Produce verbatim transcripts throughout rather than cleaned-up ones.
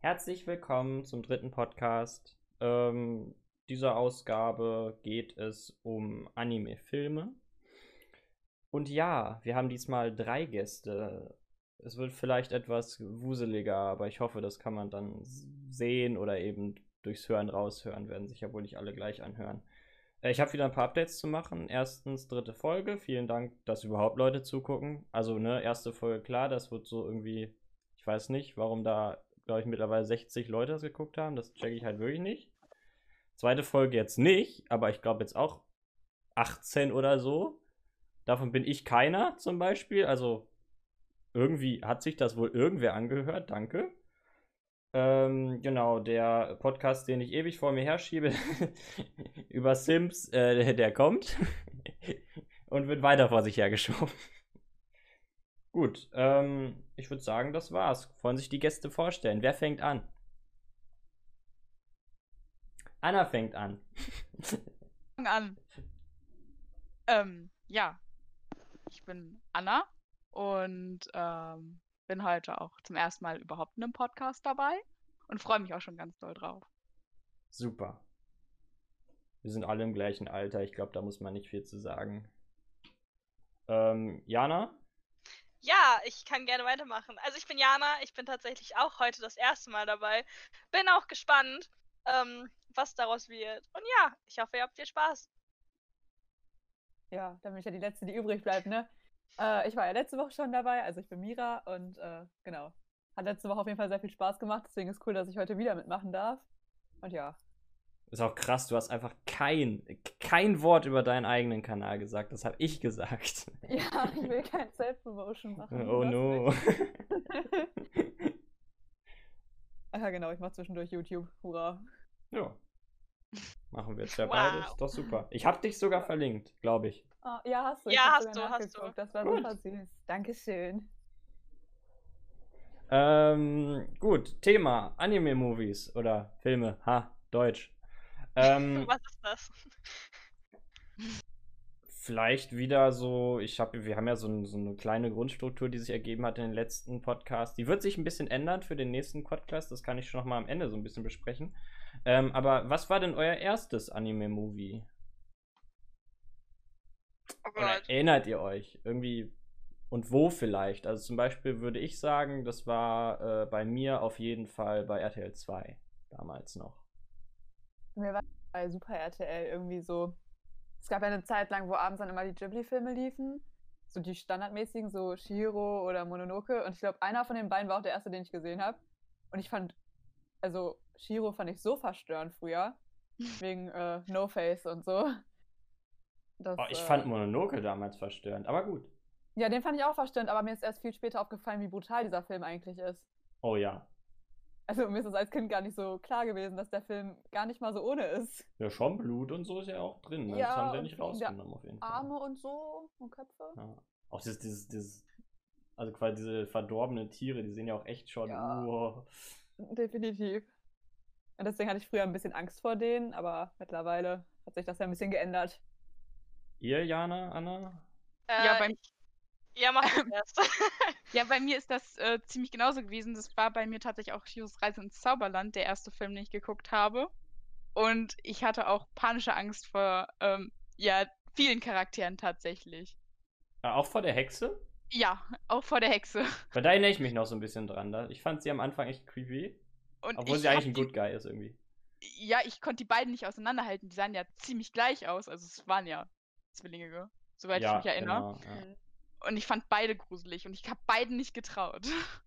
Herzlich willkommen zum dritten Podcast. Ähm, dieser Ausgabe geht es um Anime-Filme. Und ja, wir haben diesmal drei Gäste. Es wird vielleicht etwas wuseliger, aber ich hoffe, das kann man dann sehen oder eben durchs Hören raushören, werden sich ja wohl nicht alle gleich anhören. Äh, Ich habe wieder ein paar Updates zu machen. Erstens, dritte Folge. Vielen Dank, dass überhaupt Leute zugucken. Also, ne, erste Folge, klar, das wird so irgendwie, ich weiß nicht, warum da, glaube ich, mittlerweile sechzig Leute das geguckt haben. Das checke ich halt wirklich nicht. Zweite Folge jetzt nicht, aber ich glaube jetzt auch achtzehn oder so. Davon bin ich keiner zum Beispiel. Also, irgendwie hat sich das wohl irgendwer angehört. Danke. Ähm, genau, der Podcast, den ich ewig vor mir herschiebe, über Sims, äh, der, der kommt und wird weiter vor sich hergeschoben. Gut, ähm, ich würde sagen, das war's. Wollen sich die Gäste vorstellen? Wer fängt an? Anna fängt an. Fang an. Ähm, ja, ich bin Anna und ähm, bin heute auch zum ersten Mal überhaupt in einem Podcast dabei und freue mich auch schon ganz doll drauf. Super. Wir sind alle im gleichen Alter. Ich glaube, da muss man nicht viel zu sagen. Ähm, Jana? Ja, ich kann gerne weitermachen. Also ich bin Jana, ich bin tatsächlich auch heute das erste Mal dabei. Bin auch gespannt, ähm, was daraus wird. Und ja, ich hoffe, ihr habt viel Spaß. Ja, dann bin ich ja die Letzte, die übrig bleibt, ne? Äh, ich war ja letzte Woche schon dabei, also ich bin Mira und äh, genau. Hat letzte Woche auf jeden Fall sehr viel Spaß gemacht, deswegen ist cool, dass ich heute wieder mitmachen darf. Und ja. Ist auch krass, du hast einfach kein, kein Wort über deinen eigenen Kanal gesagt. Das habe ich gesagt. Ja, ich will kein Self-Promotion machen. Oh das no. nicht. Ach ja, genau, ich mache zwischendurch YouTube. Hurra. Ja. Machen wir jetzt ja Wow. beides. Doch super. Ich habe dich sogar verlinkt, glaube ich. Ah, ja, hast du. Ich Ja, hab hast sogar du, hast nachgeguckt. du. Das war Gut. super süß. Dankeschön. Ähm, gut, Thema Anime-Movies oder Filme. Ha, Deutsch. Ähm, Was ist das? vielleicht wieder so, ich habe, wir haben ja so, ein, so eine kleine Grundstruktur, die sich ergeben hat in den letzten Podcasts. Die wird sich ein bisschen ändern für den nächsten Podcast. Das kann ich schon noch mal am Ende so ein bisschen besprechen. Ähm, aber was war denn euer erstes Anime-Movie? Oh Oder Gott. erinnert ihr euch irgendwie und wo vielleicht? Also zum Beispiel würde ich sagen, das war äh, bei mir auf jeden Fall bei R T L zwei damals noch. Mir war bei Super R T L irgendwie so. Es gab ja eine Zeit lang, wo abends dann immer die Ghibli-Filme liefen. So die standardmäßigen, so Chihiro oder Mononoke. Und ich glaube, einer von den beiden war auch der erste, den ich gesehen habe. Und ich fand, also Chihiro fand ich so verstörend früher. Wegen äh, No Face und so. Das, Oh, ich äh, fand Mononoke damals verstörend, aber gut. Ja, den fand ich auch verstörend, aber mir ist erst viel später aufgefallen, wie brutal dieser Film eigentlich ist. Oh ja. Also mir ist es als Kind gar nicht so klar gewesen, dass der Film gar nicht mal so ohne ist. Ja, schon Blut und so ist ja auch drin. Ne? Ja, Das haben sie ja und nicht wegen der rausgenommen auf jeden Fall. Arme und so und Köpfe. Ja. Auch dieses, dieses, dieses, also quasi diese verdorbenen Tiere, die sehen ja auch echt schon. Ja. Uh, Definitiv. Und deswegen hatte ich früher ein bisschen Angst vor denen, aber mittlerweile hat sich das ja ein bisschen geändert. ihr, Jana, Anna? Äh, Ja, bei, ja, mach du erst. ja, bei mir ist das äh, ziemlich genauso gewesen. Das war bei mir tatsächlich auch Chihiros Reise ins Zauberland, der erste Film, den ich geguckt habe. Und ich hatte auch panische Angst vor ähm, ja, vielen Charakteren tatsächlich. Ah, auch vor der Hexe? Ja, auch vor der Hexe. Weil da erinnere ich mich noch so ein bisschen dran. Da. Ich fand sie am Anfang echt creepy. Und Obwohl ich sie eigentlich hab ein die, Good Guy ist irgendwie. Ja, ich konnte die beiden nicht auseinanderhalten. Die sahen ja ziemlich gleich aus. Also es waren ja Zwillinge, gell? Soweit ich Ja, mich erinnere. genau. Ja. Und ich fand beide gruselig und ich habe beiden nicht getraut.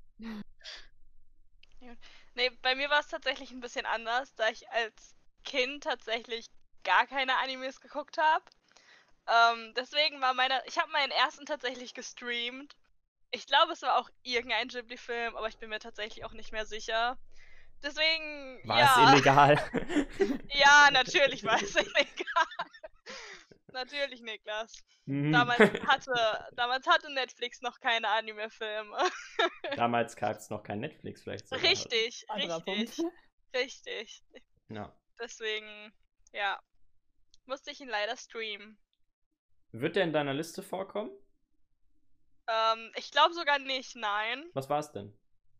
Nee, bei mir war es tatsächlich ein bisschen anders, da ich als Kind tatsächlich gar keine Animes geguckt habe. Ähm, deswegen war meine, ich habe meinen ersten tatsächlich gestreamt. Ich glaube, es war auch irgendein Ghibli-Film, aber ich bin mir tatsächlich auch nicht mehr sicher. Deswegen, War ja. es illegal? Ja, natürlich war es illegal. Natürlich, Niklas. Mhm. Damals hatte, damals hatte Netflix noch keine Anime-Filme. Damals gab es noch kein Netflix vielleicht sogar. Richtig, Anderer richtig, Punkt. richtig. Ja. Deswegen, ja, musste ich ihn leider streamen. Wird der in deiner Liste vorkommen? Ähm, ich glaube sogar nicht, nein. Was war es denn?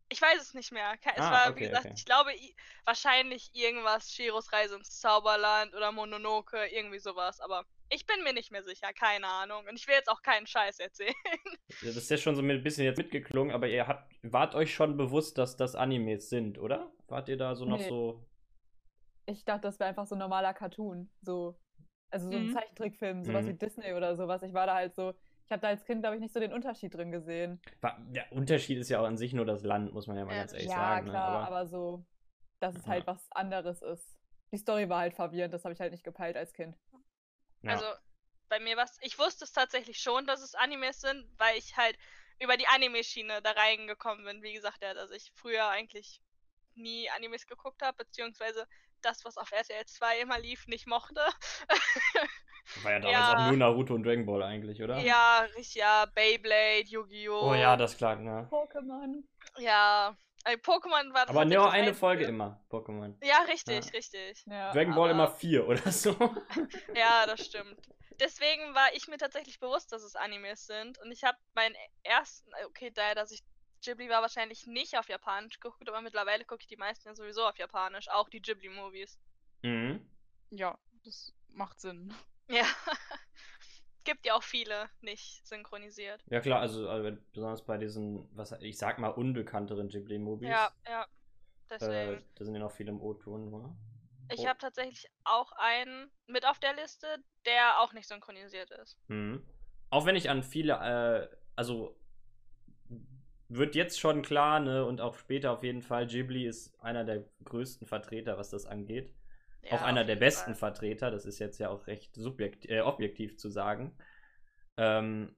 Ich weiß es nicht mehr. Ke- Es Ah, war, wie okay, gesagt, okay. ich glaube, i- wahrscheinlich irgendwas, Chihiros Reise ins Zauberland oder Mononoke, irgendwie sowas. Aber ich bin mir nicht mehr sicher, keine Ahnung. Und ich will jetzt auch keinen Scheiß erzählen. Ja, das ist ja schon so ein bisschen jetzt mitgeklungen, aber ihr habt, wart euch schon bewusst, dass das Animes sind, oder? Wart ihr da so noch Nee. so. Ich dachte, das wäre einfach so ein normaler Cartoon. So. Also so ein Mhm. Zeichentrickfilm, sowas Mhm. wie Disney oder sowas. Ich war da halt so, ich habe da als Kind, glaube ich, nicht so den Unterschied drin gesehen. Wa- Der Unterschied ist ja auch an sich nur das Land, muss man ja mal Ja, ganz das ehrlich Ja, sagen. klar, Ne? Aber, aber so, dass es Ja. halt was anderes ist. Die Story war halt verwirrend, das habe ich halt nicht gepeilt als Kind. ja. Also, bei mir was. Ich wusste es tatsächlich schon, dass es Animes sind, weil ich halt über die Anime-Schiene da reingekommen bin. Wie gesagt, ja, dass ich früher eigentlich nie Animes geguckt habe, beziehungsweise das, was auf R T L zwei immer lief, nicht mochte. War ja damals ja. auch nur Naruto und Dragon Ball eigentlich, oder? Ja, richtig, ja, Beyblade, Yu-Gi-Oh! Oh ja, das klar, ne? Pokémon. Ja, äh, Pokémon war Aber nur tatsächlich eine das Folge Einzige. immer, Pokémon. Ja, richtig, Ja. richtig. Ja. Dragon Ball immer aber- vier oder so. Ja, das stimmt. Deswegen war ich mir tatsächlich bewusst, dass es Animes sind. Und ich habe meinen ersten, okay, daher, dass ich Ghibli war wahrscheinlich nicht auf Japanisch geguckt, aber mittlerweile gucke ich die meisten ja sowieso auf Japanisch, auch die Ghibli-Movies. Mhm. Ja, das macht Sinn. Ja. Gibt ja auch viele nicht synchronisiert. Ja klar, also, also besonders bei diesen, was ich sag mal, unbekannteren Ghibli-Movies. Ja, ja. Äh, Deswegen. da sind ja noch viele im O-Ton, oder? Ich oh. habe tatsächlich auch einen mit auf der Liste, der auch nicht synchronisiert ist. Mhm. Auch wenn ich an viele, äh, also wird jetzt schon klar, ne, und auch später auf jeden Fall, Ghibli ist einer der größten Vertreter, was das angeht. Ja, auch einer auf der jeden besten Fall. Vertreter, das ist jetzt ja auch recht subjekt äh, objektiv zu sagen. Ähm,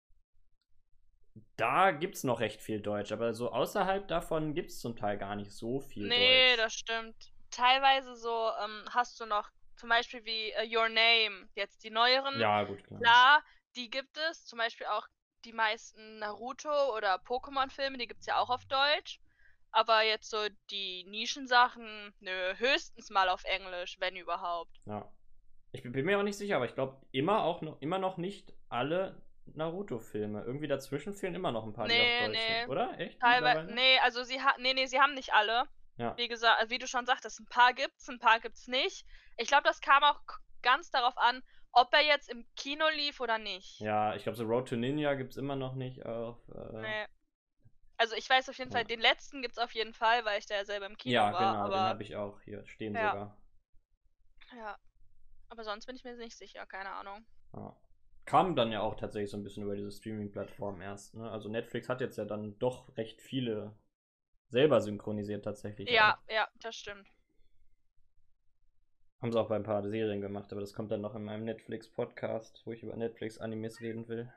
da gibt's noch recht viel Deutsch, aber so außerhalb davon gibt's zum Teil gar nicht so viel Nee, Deutsch. das stimmt. Teilweise so ähm, hast du noch zum Beispiel wie äh, Your Name, jetzt die neueren. Ja, gut, klar. Klar, die gibt es. Zum Beispiel auch die meisten Naruto- oder Pokémon-Filme, die gibt es ja auch auf Deutsch. Aber jetzt so die Nischensachen, nö, höchstens mal auf Englisch, wenn überhaupt. Ja. Ich bin bin mir auch nicht sicher, aber ich glaube immer auch noch immer noch nicht alle Naruto-Filme. Irgendwie dazwischen fehlen immer noch ein paar, die Nee, auf Deutsch nee. sind, oder? Echt? Teilweise, Mittlerweile? nee, also sie ha nee, nee, sie haben nicht alle. Ja. Wie gesagt, wie du schon sagtest, ein paar gibt's, ein paar gibt's nicht. Ich glaube, das kam auch k- ganz darauf an, ob er jetzt im Kino lief oder nicht. Ja, ich glaube, so Road to Ninja gibt's immer noch nicht auf. Äh, Nee. Also ich weiß auf jeden Ja. Fall, den letzten gibt's auf jeden Fall, weil ich da ja selber im Kino ja, war. genau, den aber habe ich auch hier stehen Ja. sogar. ja. Aber sonst bin ich mir nicht sicher, keine Ahnung. Ja. Kam dann ja auch tatsächlich so ein bisschen über diese Streaming-Plattform erst. Ne? Also Netflix hat jetzt ja dann doch recht viele selber synchronisiert tatsächlich. Ja, auch. ja, das stimmt. Haben sie auch bei ein paar Serien gemacht, aber das kommt dann noch in meinem Netflix-Podcast, wo ich über Netflix-Animes reden will.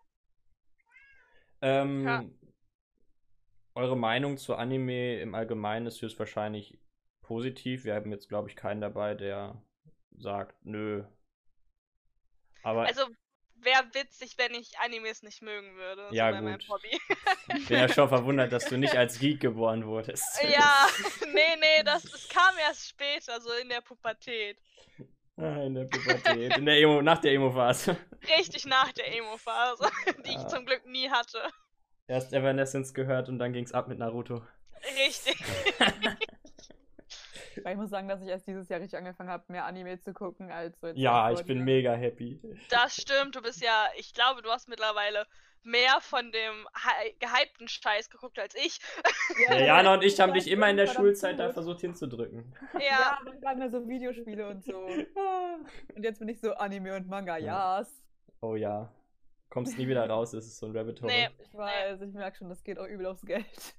Ähm, Ja. Eure Meinung zu Anime im Allgemeinen ist höchstwahrscheinlich positiv. Wir haben jetzt, glaube ich, keinen dabei, der sagt, nö. Aber Also wäre witzig, wenn ich Animes nicht mögen würde. Ja, so bei meinem gut. Hobby. ich bin ja schon verwundert, dass du nicht als Geek geboren wurdest. Ja, nee, nee, das, das kam erst später, so in der Pubertät. Ah, in der Pubertät, in der Emo, nach der Emo-Phase. Richtig nach der Emo-Phase, die Ja. ich zum Glück nie hatte. Erst Evanescence gehört und dann ging's ab mit Naruto. Richtig. Weil ich muss sagen, dass ich erst dieses Jahr richtig angefangen habe, mehr Anime zu gucken als so jetzt Ja, davor ich bin die- mega happy. Das stimmt, du bist ja, ich glaube, du hast mittlerweile mehr von dem hy- gehypten Scheiß geguckt als ich. Ja, Jana und ich haben das dich immer in der verdammt Schulzeit da gut. versucht hinzudrücken. Ja, Ja, dann waren wir so Videospiele und so. Und jetzt bin ich so Anime und Manga, Ja. yes. Oh ja. Kommst nie wieder raus, ist es so ein Rabbit Hole. nee, Ich weiß, ich merke schon, das geht auch übel aufs Geld.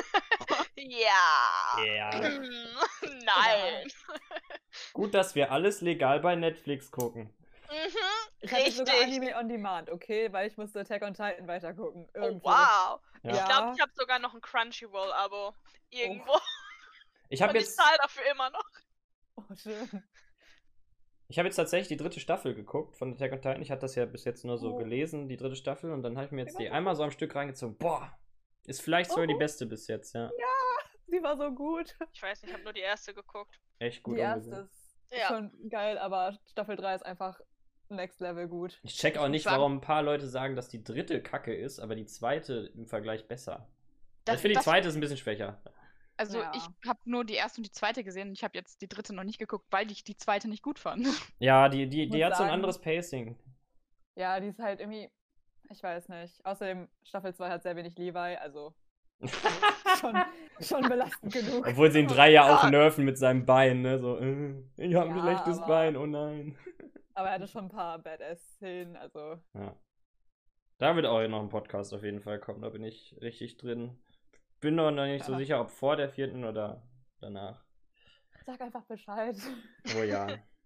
ja. Ja. Nein. Gut, dass wir alles legal bei Netflix gucken. Mhm, Ich hatte sogar richtig. Anime on Demand, okay? Weil ich musste Attack on Titan weitergucken. Oh, Irgendwo. wow. Ja. Ich glaube, ich habe sogar noch ein Crunchyroll-Abo. Irgendwo. Ich habe Und ich jetzt, zahle dafür immer noch. Oh, schön. ich habe jetzt tatsächlich die dritte Staffel geguckt von Attack on Titan. Ich hatte das ja bis jetzt nur so Oh. gelesen, die dritte Staffel, und dann habe ich mir jetzt die Ja. einmal so am Stück reingezogen. Boah, ist vielleicht sogar die Oh. beste bis jetzt, ja. Sie war so gut. Ich weiß nicht, ich habe nur die erste geguckt. Echt gut Die erste umgesetzt. ist Ja. schon geil, aber Staffel drei ist einfach next level gut. Ich check auch muss nicht, sagen- warum ein paar Leute sagen, dass die dritte Kacke ist, aber die zweite im Vergleich besser. Ich finde, die das- zweite ist ein bisschen schwächer. Also Ja. ich habe nur die erste und die zweite gesehen und ich habe jetzt die dritte noch nicht geguckt, weil ich die zweite nicht gut fand. Ja, die, die, Ich die muss hat so ein sagen- anderes Pacing. Ja, die ist halt irgendwie, ich weiß nicht. Außerdem, Staffel zwei hat sehr wenig Levi, also schon, schon belastend genug. Obwohl sie ihn drei ja auch nerven mit seinem Bein, ne? So, äh, ich habe ein Ja, schlechtes aber- Bein, oh nein. Aber er hatte schon ein paar Badass-Szenen, also Ja. Da wird auch noch ein Podcast auf jeden Fall kommen, da bin ich richtig drin. Bin noch nicht so Ja. sicher, ob vor der vierten oder danach. sag einfach Bescheid. Oh ja.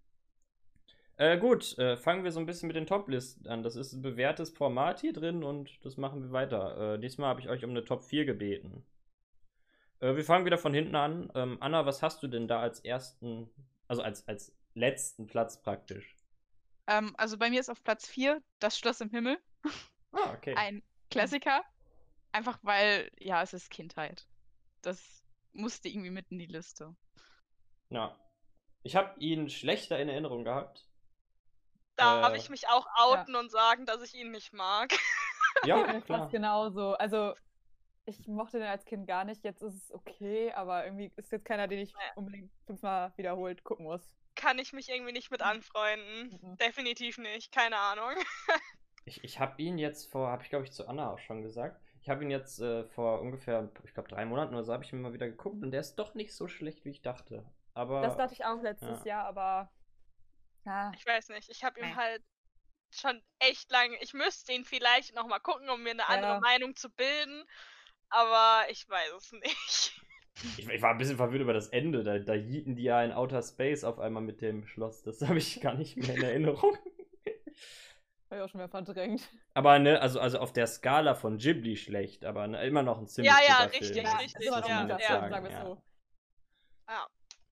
äh, gut, äh, fangen wir so ein bisschen mit den Top-Listen an. Das ist ein bewährtes Format hier drin und das machen wir weiter. Äh, diesmal habe ich euch um eine Top vier gebeten. Äh, wir fangen wieder von hinten an. Ähm, Anna, was hast du denn da als ersten, also als, als letzten Platz praktisch? ähm, also bei mir ist auf Platz vier Das Schloss im Himmel. Ah, okay. Ein Klassiker. Einfach weil, ja, es ist Kindheit. Das musste irgendwie mit in die Liste. Ja. Ich habe ihn schlechter in Erinnerung gehabt. Darf Äh, ich mich auch outen und sagen, dass ich ihn nicht mag? Ja, Geht mir klar. fast genauso. Also, ich mochte den als Kind gar nicht. Jetzt ist es okay, aber irgendwie ist jetzt keiner, den ich Ja. unbedingt fünfmal wiederholt gucken muss. Kann ich mich irgendwie nicht mit anfreunden. Mhm. Definitiv nicht, keine Ahnung. Ich, ich habe ihn jetzt vor, habe ich glaube ich zu Anna auch schon gesagt. Ich habe ihn jetzt äh, vor ungefähr, ich glaube drei Monaten oder so, habe ich ihn mal wieder geguckt und der ist doch nicht so schlecht, wie ich dachte. Aber Das dachte ich auch letztes ja. Jahr, aber. Ja, Ich weiß nicht, ich habe ihm Nee. halt schon echt lange, ich müsste ihn vielleicht nochmal gucken, um mir eine andere Ja. Meinung zu bilden, aber ich weiß es nicht. ich, ich war ein bisschen verwirrt über das Ende. Da, da jieten die ja in Outer Space auf einmal mit dem Schloss. Das habe ich gar nicht mehr in Erinnerung. habe ich auch schon mehr verdrängt. Aber ne, also, also auf der Skala von Ghibli schlecht, aber ne, immer noch ein ziemlich Ja, ja, guter richtig, Film. Ja, richtig, ist immer noch ja, ein guter ja. Film, sagen wir es ja. so. Ja.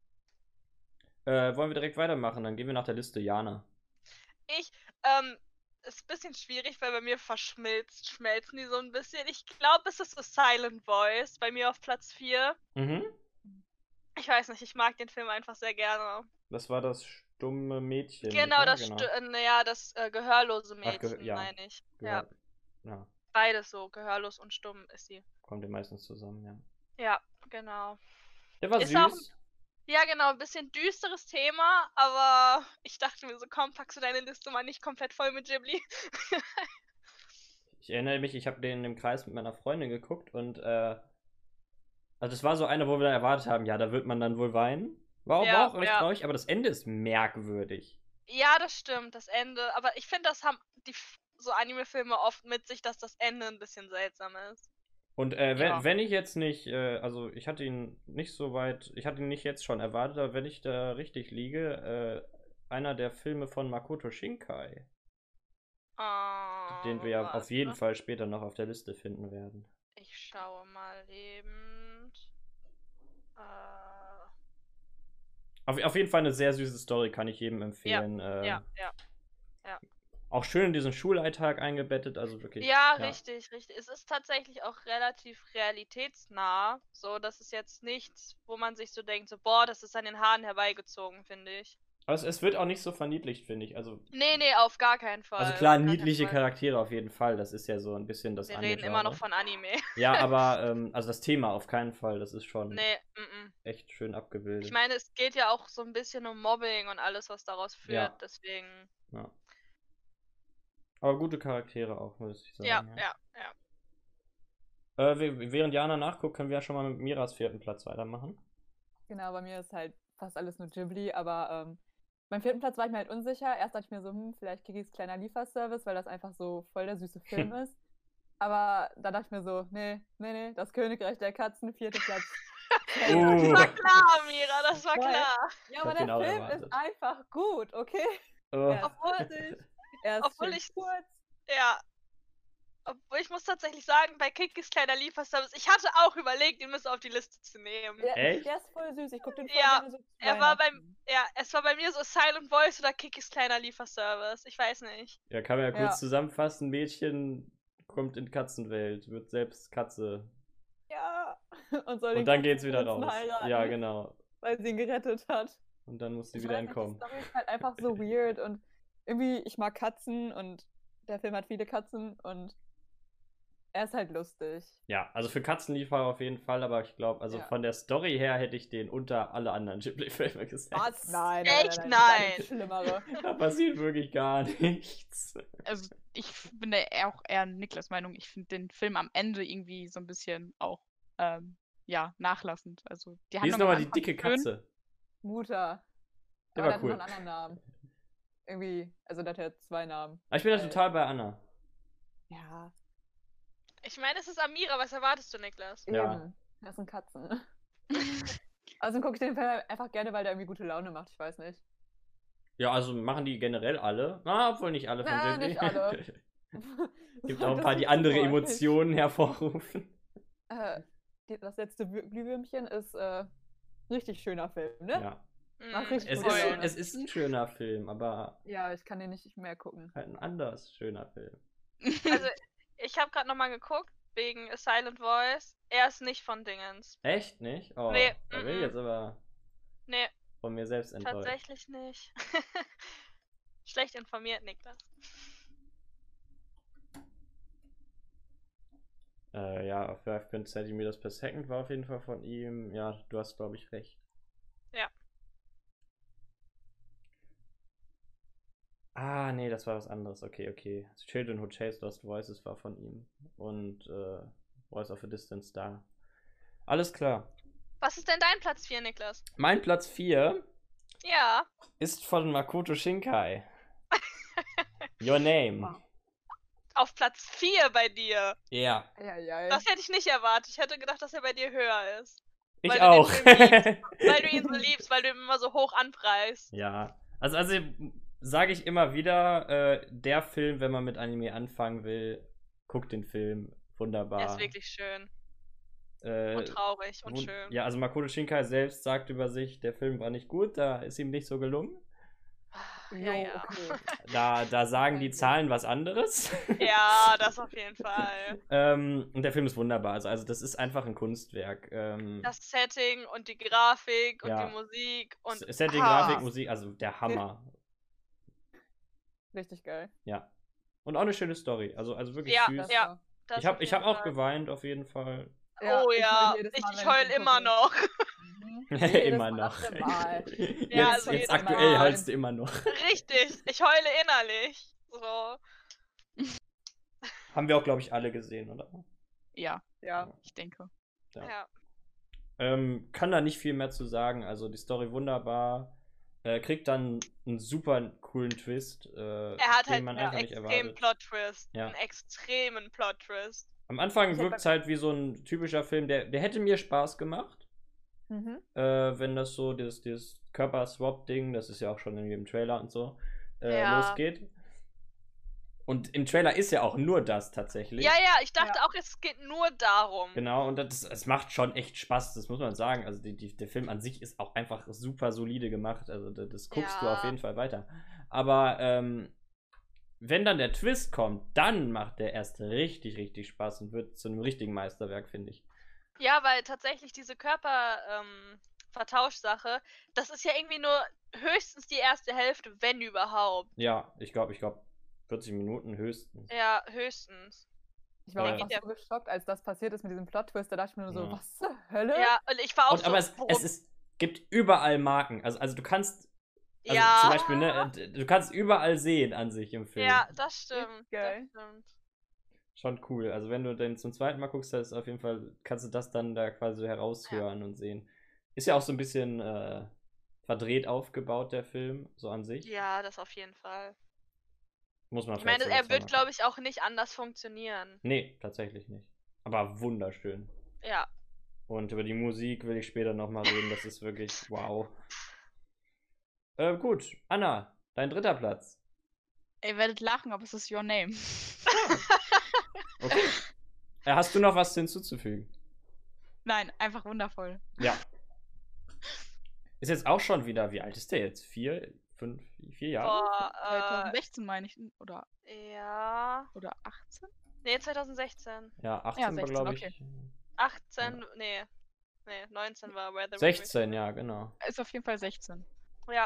Äh, wollen wir direkt weitermachen? Dann gehen wir nach der Liste. Jana. Ich, ähm, ist ein bisschen schwierig, weil bei mir verschmilzt, schmelzen die so ein bisschen. Ich glaube, es ist The Silent Voice, bei mir auf Platz vier. Mhm. Ich weiß nicht, ich mag den Film einfach sehr gerne. Das war das stumme Mädchen. Genau, oder? das, genau. Äh, naja, das äh, gehörlose Ach, ge- Mädchen, ja. meine ich. Gehört- Ja, ja, beides so, gehörlos und stumm ist sie. kommt ja meistens zusammen, ja. Ja, genau. Der war Ist auch süß. Ja, genau, ein bisschen düsteres Thema, aber ich dachte mir so, komm, packst du deine Liste mal nicht komplett voll mit Ghibli. Ich erinnere mich, ich habe den im Kreis mit meiner Freundin geguckt und äh, also es war so einer, wo wir dann erwartet haben, ja, da wird man dann wohl weinen. War, auch- Ja, war auch recht ja. traurig, aber das Ende ist merkwürdig. Ja, das stimmt, das Ende. Aber ich finde, das haben die F- so Anime-Filme oft mit sich, dass das Ende ein bisschen seltsam ist. Und äh, wenn, Ja. wenn ich jetzt nicht, äh, also ich hatte ihn nicht so weit, ich hatte ihn nicht jetzt schon erwartet, aber wenn ich da richtig liege, äh, einer der Filme von Makoto Shinkai, Oh, den wir ja auf warte. jeden Fall später noch auf der Liste finden werden. Ich schaue mal eben. Äh, Auf, auf jeden Fall eine sehr süße Story, kann ich jedem empfehlen. äh, ja, ja. Auch schön in diesen Schulalltag eingebettet, also wirklich. Ja, richtig, richtig. Es ist tatsächlich auch relativ realitätsnah. So, das ist jetzt nichts, wo man sich so denkt, so, boah, das ist an den Haaren herbeigezogen, finde ich. Aber es, es wird auch nicht so verniedlicht, finde ich. Also, Nee, nee, auf gar keinen Fall. also klar, Auf gar keinen niedliche Fall. Charaktere auf jeden Fall. Das ist ja so ein bisschen das Wir andere reden immer noch Genre. von Anime. Ja, aber ähm, also das Thema auf keinen Fall. Das ist schon Nee, mm, echt schön abgebildet. ich meine, es geht ja auch so ein bisschen um Mobbing und alles, was daraus führt, Ja. deswegen. Ja. Aber gute Charaktere auch, muss ich sagen. Ja, ja, ja. Äh, w- während Jana nachguckt, können wir ja schon mal mit Miras vierten Platz weitermachen. Genau, bei mir ist halt fast alles nur Ghibli, aber ähm, beim vierten Platz war ich mir halt unsicher. Erst dachte ich mir so, hm, vielleicht Kikis kleiner Lieferservice, weil das einfach so voll der süße Film ist. Aber da dachte ich mir so, nee, nee, nee, das Königreich der Katzen, vierter Platz. Oh. Das war klar, Mira, das war Voll. klar. Ja, Ich aber hab der den auch Film erwartet. ist einfach gut, okay? Oh. Er ist Obwohl- lustig, er ist obwohl schön ich- kurz. Ja. Obwohl ich muss tatsächlich sagen, bei Kikis kleiner Lieferservice, ich hatte auch überlegt, ihn mit auf die Liste zu nehmen. Der, Echt? der ist voll süß, ich guck den voll Ja, gerne so zu er war beim- Weihnachten. Ja, es war bei mir so Silent Voice oder Kikis kleiner Lieferservice. Ich weiß nicht. Ja, kann man ja kurz Ja. zusammenfassen. Mädchen kommt in Katzenwelt, wird selbst Katze. Ja. Und, soll den Und dann geht's wieder Katzenprinzen raus. heiraten, Ja, genau. weil sie ihn gerettet hat. Und dann muss sie Ich wieder weiß nicht, entkommen. Die Story ist halt einfach so weird und irgendwie, ich mag Katzen und der Film hat viele Katzen und Er ist halt lustig. Ja, also für Katzenliebhaber auf jeden Fall, aber ich glaube, also Ja. von der Story her hätte ich den unter alle anderen Ghibli-Filme gesetzt. Was? Nein, nein, Echt? nein, Nein. nein. Das Schlimmere. Da passiert wirklich gar nichts. Also ich bin da eher auch eher Niklas Meinung. Ich finde den Film am Ende irgendwie so ein bisschen auch ähm, ja, nachlassend. Also die Wie ist Handlung am nochmal die Anfang dicke ist schön. Katze? Mutter. Der Aber war der cool. hat noch einen anderen Namen. Irgendwie, also der hat ja zwei Namen. Aber ich bin da Weil- total bei Anna. Ja, Ich meine, es ist Amira, was erwartest du, Niklas? eben. Ja. Das sind Katzen. Also gucke ich den Film einfach gerne, weil der irgendwie gute Laune macht. Ich weiß nicht. Ja, also machen die generell alle. Ah, obwohl nicht alle von Na, Ghibli. nicht alle. Gibt auch ein Das paar, die liegt andere so Emotionen hervorrufen. Äh, die, das letzte Wü- Glühwürmchen ist äh, richtig schöner Film, ne? Ja. Mach Mm, richtig Es Voll. ist, voll. es ist ein schöner Film, aber Ja, ich kann den nicht mehr gucken. halt ein anders schöner Film. Also, ich habe gerade nochmal geguckt, wegen A Silent Voice. Er ist nicht von Dingens. Echt nicht? Oh, Nee, da bin ich mhm. jetzt aber Nee, von mir selbst enttäuscht. tatsächlich nicht. Schlecht informiert, Niklas. Äh, ja, fünf Zentimeter per Second war auf jeden Fall von ihm. Ja, du hast, glaube ich, recht. Ja. Ah, nee, das war was anderes. Okay, okay. Children Who Chase Lost Voices war von ihm. Und äh, Voice of a Distant Star. Alles klar. Was ist denn dein Platz vier, Niklas? Mein Platz vier Ja. ist von Makoto Shinkai. Your Name. Auf Platz vier bei dir. Ja, Ja, ja. Das hätte ich nicht erwartet. Ich hätte gedacht, dass er bei dir höher ist. ich Weil du den auch. Film liebst. Weil du ihn so liebst, weil du ihn immer so hoch anpreist. Ja, also, also sage ich immer wieder, äh, der Film, wenn man mit Anime anfangen will, guckt den Film. Wunderbar. Er ist wirklich schön. äh, Und traurig und wun- schön. Ja, also Makoto Shinkai selbst sagt über sich, der Film war nicht gut, da ist ihm nicht so gelungen. Ja, Jo, ja. okay. Da, da sagen die Zahlen was anderes. Ja, das auf jeden Fall. ähm, und der Film ist wunderbar. Also, also das ist einfach ein Kunstwerk. Ähm, Das Setting und die Grafik und Ja. die Musik und Setting, Ah. Grafik, Musik, also der Hammer. Richtig geil. Ja. Und auch eine schöne Story. Also, also wirklich Ja, süß. Das ja. war- das Ich habe auf ich jeden hab auch Fall. geweint, auf jeden Fall. Ja, Oh ich heul ja, jedes ich, Mal, ich wenn heul ich den immer gucke. noch. Mhm. Jedes immer Mal, noch. verdammte Mal. Jetzt, Ja, also jetzt jedes aktuell Mal. heulst du immer noch. Richtig, ich heule innerlich. So. Haben wir auch, glaube ich, alle gesehen, oder? Ja, Ja. ich denke. Ja. Ja. Ähm, kann da nicht viel mehr zu sagen. Also die Story wunderbar. Äh, kriegt dann einen super coolen Twist, äh, Er hat den halt man einen einfach nicht extremen erwartet. Plot-Twist. Ja. Einen extremen Plot-Twist. Am Anfang Ich wirkt hätte- es halt wie so ein typischer Film, der, der hätte mir Spaß gemacht, Mhm. äh, wenn das so, dieses, dieses Körper-Swap-Ding, das ist ja auch schon in jedem Trailer und so, äh, Ja. losgeht. Und im Trailer ist ja auch nur das tatsächlich. Ja, ja, ich dachte Ja. auch, es geht nur darum. Genau, und das, es macht schon echt Spaß, das muss man sagen. Also die, die, der Film an sich ist auch einfach super solide gemacht. Also das, das guckst du Ja. auf jeden Fall weiter. Aber ähm, wenn dann der Twist kommt, dann macht der erst richtig, richtig Spaß und wird zu einem richtigen Meisterwerk, finde ich. Ja, weil tatsächlich diese Körper-Vertauschsache, das ist ja irgendwie nur höchstens die erste Hälfte, wenn überhaupt. Ja, ich glaube, ich glaube, vierzig Minuten höchstens. Ja, höchstens. Ich war Ja. einfach so geschockt, als das passiert ist mit diesem Plot-Twist. Da dachte ich mir nur so, Ja. was zur Hölle? Ja, und ich war auch Und, so, aber es, worum- es ist, gibt überall Marken. Also, also du kannst, also ja, zum Beispiel, ne, d- du kannst überall sehen an sich im Film. ja, das stimmt. Geil. Das stimmt. Schon cool. Also wenn du den zum zweiten Mal guckst, das ist auf jeden Fall, kannst du das dann da quasi so heraushören und sehen. Ist ja auch so ein bisschen äh, verdreht aufgebaut, der Film, so an sich. Ja, das auf jeden Fall. Muss man Ich meine, vielleicht er sogar wird, zweimal glaube ich, auch nicht anders funktionieren. Nee, tatsächlich nicht. Aber wunderschön. Ja. Und über die Musik will ich später nochmal reden. Das ist wirklich wow. Äh, gut, Anna, dein dritter Platz. Ihr werdet lachen, aber es ist Your Name. Okay. Äh, hast du noch was hinzuzufügen? Nein, einfach wundervoll. Ja. Ist jetzt auch schon wieder, wie alt ist der jetzt? Vier, fünf, vier Jahre? Boah, zweitausendsechzehn meine ich. Oder, äh, ja. oder achtzehn? Nee, zweitausendsechzehn. Ja, achtzehn war, sechzehn, glaube ich. okay. achtzehn, nee. Nee, neunzehn war Where the River sechzehn, ja, genau. Ist auf jeden Fall sechzehn. Ja.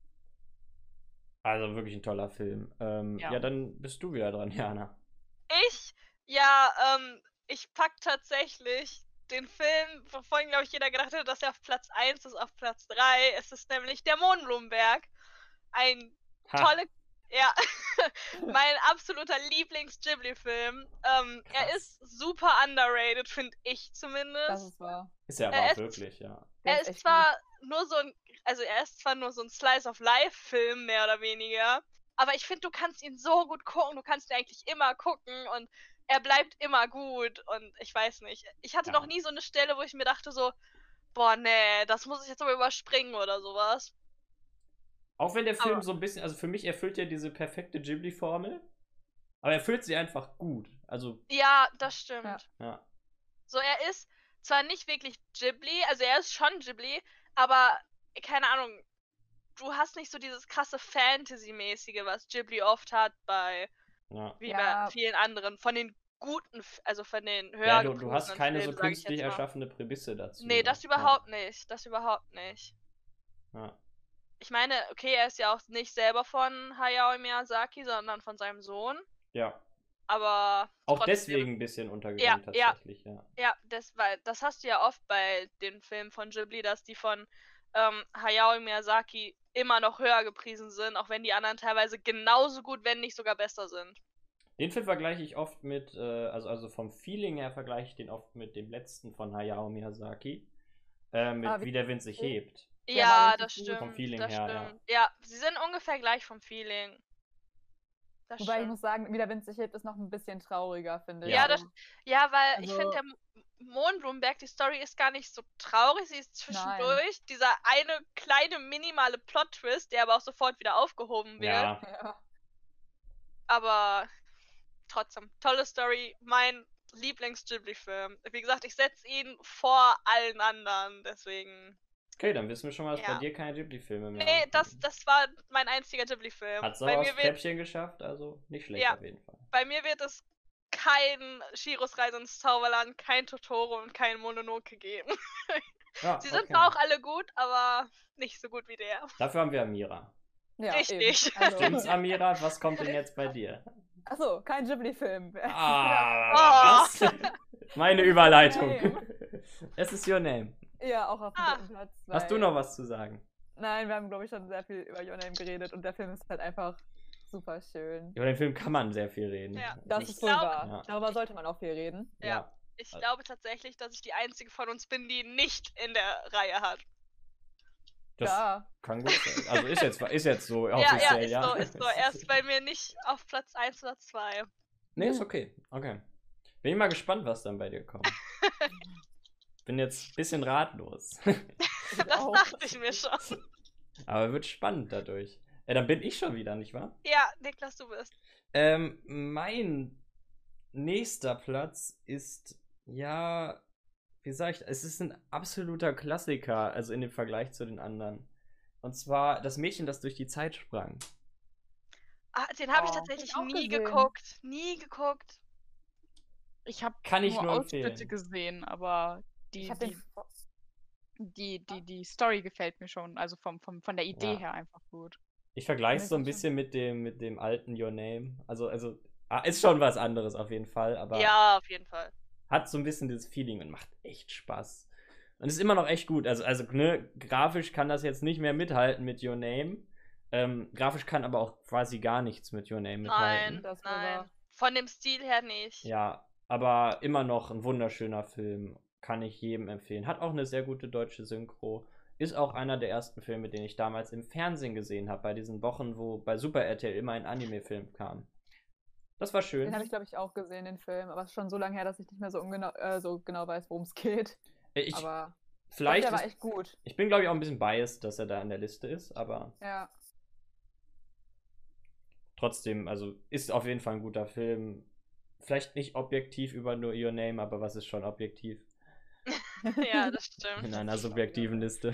Also wirklich ein toller Film. Ähm, ja. Ja. dann bist du wieder dran, Jana. Ich? Ja, ähm, ich pack tatsächlich den Film, wo vorhin, glaube ich, jeder gedacht hätte, dass er auf Platz eins ist, auf Platz drei. Es ist nämlich der Mohnblumenberg. Ein Ha, tolle, ja, mein absoluter Lieblings-Ghibli-Film. Ähm, er krass. ist super underrated, finde ich Das zumindest. ist wahr. Ist er Er aber auch ist, wirklich, ja. Der er ist ist echt zwar nur so ein, also er ist zwar nur so ein Slice-of-Life-Film, mehr oder weniger, aber ich finde, du kannst ihn so gut gucken, du kannst ihn eigentlich immer gucken und er bleibt immer gut und ich weiß nicht. Ich hatte noch Ja. nie so eine Stelle, wo ich mir dachte so, boah, nee, das muss ich jetzt aber überspringen oder sowas. Auch wenn der Film Aber so ein bisschen, also für mich erfüllt er diese perfekte Ghibli-Formel, aber er erfüllt sie einfach gut. Also, ja, das stimmt. Ja. ja. So, er ist zwar nicht wirklich Ghibli, also er ist schon Ghibli, aber keine Ahnung, du hast nicht so dieses krasse Fantasy-mäßige, was Ghibli oft hat bei, Ja, wie Ja. bei vielen anderen, von den guten, F- also von den höher ja du, du hast gepriesenen keine so Filmen, sag ich künstlich jetzt mal. erschaffene Prämisse dazu. Nee, ne? das überhaupt nicht, das überhaupt nicht. Ja. Ja. Ich meine, okay, er ist ja auch nicht selber von Hayao Miyazaki, sondern von seinem Sohn, Ja. aber Auch trotzdem. deswegen ein bisschen Ja, untergegangen ja, tatsächlich, ja. ja, das, weil, das hast du ja oft bei den Filmen von Ghibli, dass die von ähm, Hayao Miyazaki immer noch höher gepriesen sind, auch wenn die anderen teilweise genauso gut, wenn nicht sogar besser sind. Den Film vergleiche ich oft mit, äh, also, also vom Feeling her vergleiche ich den oft mit dem letzten von Hayao Miyazaki. Äh, mit Ah, wie- Wie der Wind sich hebt. Der Ja, war das richtig gut. stimmt. Vom Feeling das her, ja. stimmt. Ja. sie sind ungefähr gleich vom Feeling. Das Wobei ich stimmt. muss sagen, wie der Wind sich hebt, ist noch ein bisschen trauriger, finde ich. Ja, Ja. das, so. ja, weil ich Also- finde, der M- Mohnblumenberg, die Story ist gar nicht so traurig, sie ist zwischendurch. Dieser eine kleine, minimale Plot-Twist, der aber auch sofort wieder aufgehoben wird. Ja, Ja. Aber trotzdem, tolle Story, mein Lieblings-Ghibli-Film. Wie gesagt, ich setze ihn vor allen anderen, deswegen. okay, dann wissen wir schon mal, dass Ja. bei dir keine Ghibli-Filme mehr Nee, das, ankommen. das war mein einziger Ghibli-Film. Hat's Bei aber aufs mir, wird, Treppchen geschafft, also nicht schlecht Ja. auf jeden Fall. bei mir wird es kein Chihiros Reise ins Zauberland, kein Totoro und kein Mononoke geben. Ja, Sie sind okay. zwar auch alle gut, aber nicht so gut wie der. Dafür haben wir Amira. Ja, Richtig. Eben. Also, Stimmt's, Amira? Was kommt denn jetzt bei dir? Achso, kein Ghibli-Film. Ah, was? Meine Überleitung. Name. Es ist your name. Ja, auch auf dem Ah. dritten Platz. Hast du weil- noch was zu sagen? Nein, wir haben, glaube ich, schon sehr viel über Your Name geredet und der Film ist halt einfach super schön. Über den Film kann man sehr viel reden. Ja, Das Ich ist wohl glaub- wahr. Ja. Darüber sollte man auch viel reden. Ja. Ja. Ich glaube tatsächlich, dass ich die einzige von uns bin, die nicht in der Reihe hat. Das Ja. kann gut sein. Also ist jetzt, ist jetzt so Ja, ja, offiziell, ist ja. so, ist so. Er ist bei mir nicht auf Platz eins oder zwei. Nee, ist okay. Okay. Bin ich mal gespannt, was dann bei dir kommt. Bin jetzt ein bisschen ratlos. Ich Das auch. dachte ich mir schon. Aber wird spannend dadurch. Ja, dann bin ich schon wieder, nicht wahr? Ja, Niklas, du bist. Ähm, mein nächster Platz ist, ja, wie sag ich, es ist ein absoluter Klassiker, also in dem Vergleich zu den anderen. Und zwar Das Mädchen, das durch die Zeit sprang. Ah, den habe ich Oh, tatsächlich hab ich auch nie gesehen. geguckt. Nie geguckt. Ich habe Kann ich nur nur Ausschnitte empfehlen. gesehen, aber Ich die, hab die, den. die, die, die Story gefällt mir schon. Also vom, vom, von der Idee Ja. her einfach gut. Ich vergleiche es so ein Mädchen. bisschen mit dem, mit dem alten Your Name. Also, also, ah, ist schon was anderes auf jeden Fall, aber Ja, auf jeden Fall. hat so ein bisschen dieses Feeling und macht echt Spaß. Und ist immer noch echt gut. Also, also ne, grafisch kann das jetzt nicht mehr mithalten mit Your Name. Ähm, grafisch kann aber auch quasi gar nichts mit Your Name mithalten. Nein, Das wohl nein. wahr. Von dem Stil her nicht. Ja, aber immer noch ein wunderschöner Film. Kann ich jedem empfehlen. Hat auch eine sehr gute deutsche Synchro. Ist auch einer der ersten Filme, den ich damals im Fernsehen gesehen habe. Bei diesen Wochen, wo bei Super R T L immer ein Anime-Film kam. Das war schön. Den habe ich, glaube ich, auch gesehen, den Film. Aber es ist schon so lange her, dass ich nicht mehr so, ungenau, äh, so genau weiß, worum es geht. Äh, ich, aber vielleicht der war ist, echt gut. ich bin, glaube ich, auch ein bisschen biased, dass er da in der Liste ist, aber Ja. trotzdem, also ist auf jeden Fall ein guter Film. Vielleicht nicht objektiv über nur Your Name, aber was ist schon objektiv? Ja, das stimmt. In einer subjektiven Liste.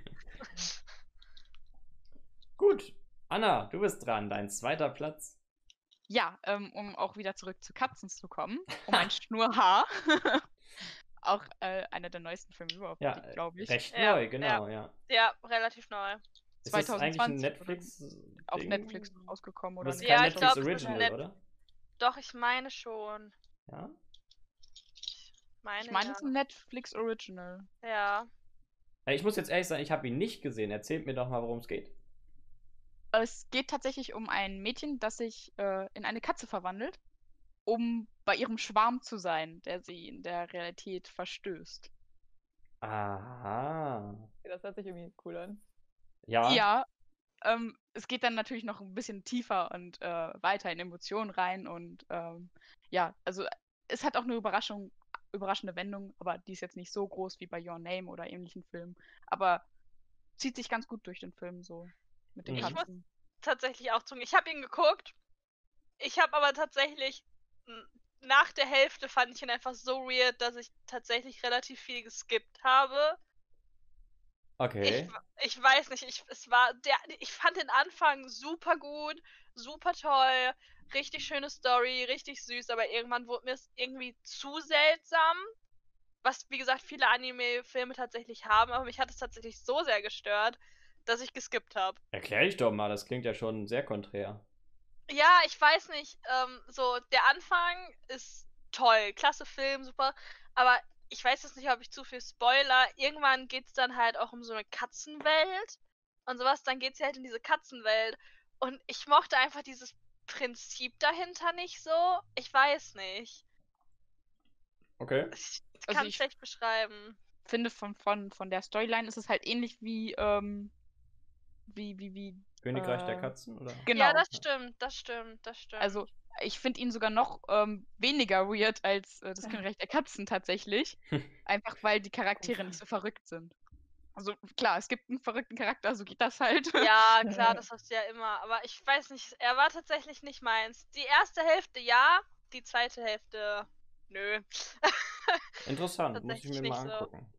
Gut, Anna, du bist dran, dein zweiter Platz. Ja, ähm, um auch wieder zurück zu Katzen zu kommen, um ein Schnurrhaar. Auch äh, einer der neuesten Filme überhaupt, Ja, glaube ich. recht Ja, neu, genau, ja. Ja, relativ neu. Ist das eigentlich ein zweitausendzwanzig Netflix? Auf Ding? Netflix rausgekommen oder Das ist nicht? kein Ja, ich Netflix glaub, es ist Original, Net- oder? Doch, ich meine schon. Ja? Meine, Ich meine, ja. es ist ein Netflix Original. Ja. Äh, Ich muss jetzt ehrlich sagen, ich habe ihn nicht gesehen. Erzählt mir doch mal, worum es geht. Es geht tatsächlich um ein Mädchen, das sich äh, in eine Katze verwandelt, um bei ihrem Schwarm zu sein, der sie in der Realität verstößt. Aha. Das hört sich irgendwie cool an. Ja. Ja, ähm, es geht dann natürlich noch ein bisschen tiefer und äh, weiter in Emotionen rein und ähm, ja, also es hat auch eine Überraschung, überraschende Wendung, aber die ist jetzt nicht so groß wie bei Your Name oder ähnlichen Filmen, aber zieht sich ganz gut durch den Film so mit den Mhm. Ich muss Katzen. tatsächlich auch zugeben, ich habe ihn geguckt. Ich habe aber tatsächlich n- nach der Hälfte fand ich ihn einfach so weird, dass ich tatsächlich relativ viel geskippt habe. Okay. Ich, w- ich weiß nicht, ich, es war der, ich fand den Anfang super gut, super toll, richtig schöne Story, richtig süß, aber irgendwann wurde mir es irgendwie zu seltsam, was wie gesagt viele Anime-Filme tatsächlich haben, aber mich hat es tatsächlich so sehr gestört, dass ich geskippt habe. Erklär dich doch mal, das klingt ja schon sehr konträr. Ja, ich weiß nicht, ähm, so der Anfang ist toll, klasse Film, super, aber ich weiß jetzt nicht, ob ich zu viel spoiler. Irgendwann geht's dann halt auch um so eine Katzenwelt und sowas, dann geht's halt in diese Katzenwelt und ich mochte einfach dieses Prinzip dahinter nicht so. Ich weiß nicht. Okay. Ich, ich Also kann es ich schlecht beschreiben. finde von, von, von der Storyline ist es halt ähnlich wie, ähm, wie, wie, wie, Königreich der äh, Katzen, oder? Ja, genau. das stimmt, das stimmt, das stimmt. Also, ich finde ihn sogar noch ähm, weniger weird als äh, das Königreich der Katzen tatsächlich. Einfach weil die Charaktere nicht so verrückt sind. Also klar, es gibt einen verrückten Charakter, so geht das halt. Ja, klar, das hast du ja immer. Aber ich weiß nicht, er war tatsächlich nicht meins. Die erste Hälfte ja, die zweite Hälfte nö. Interessant, muss ich Tatsächlich mir mal nicht so. angucken.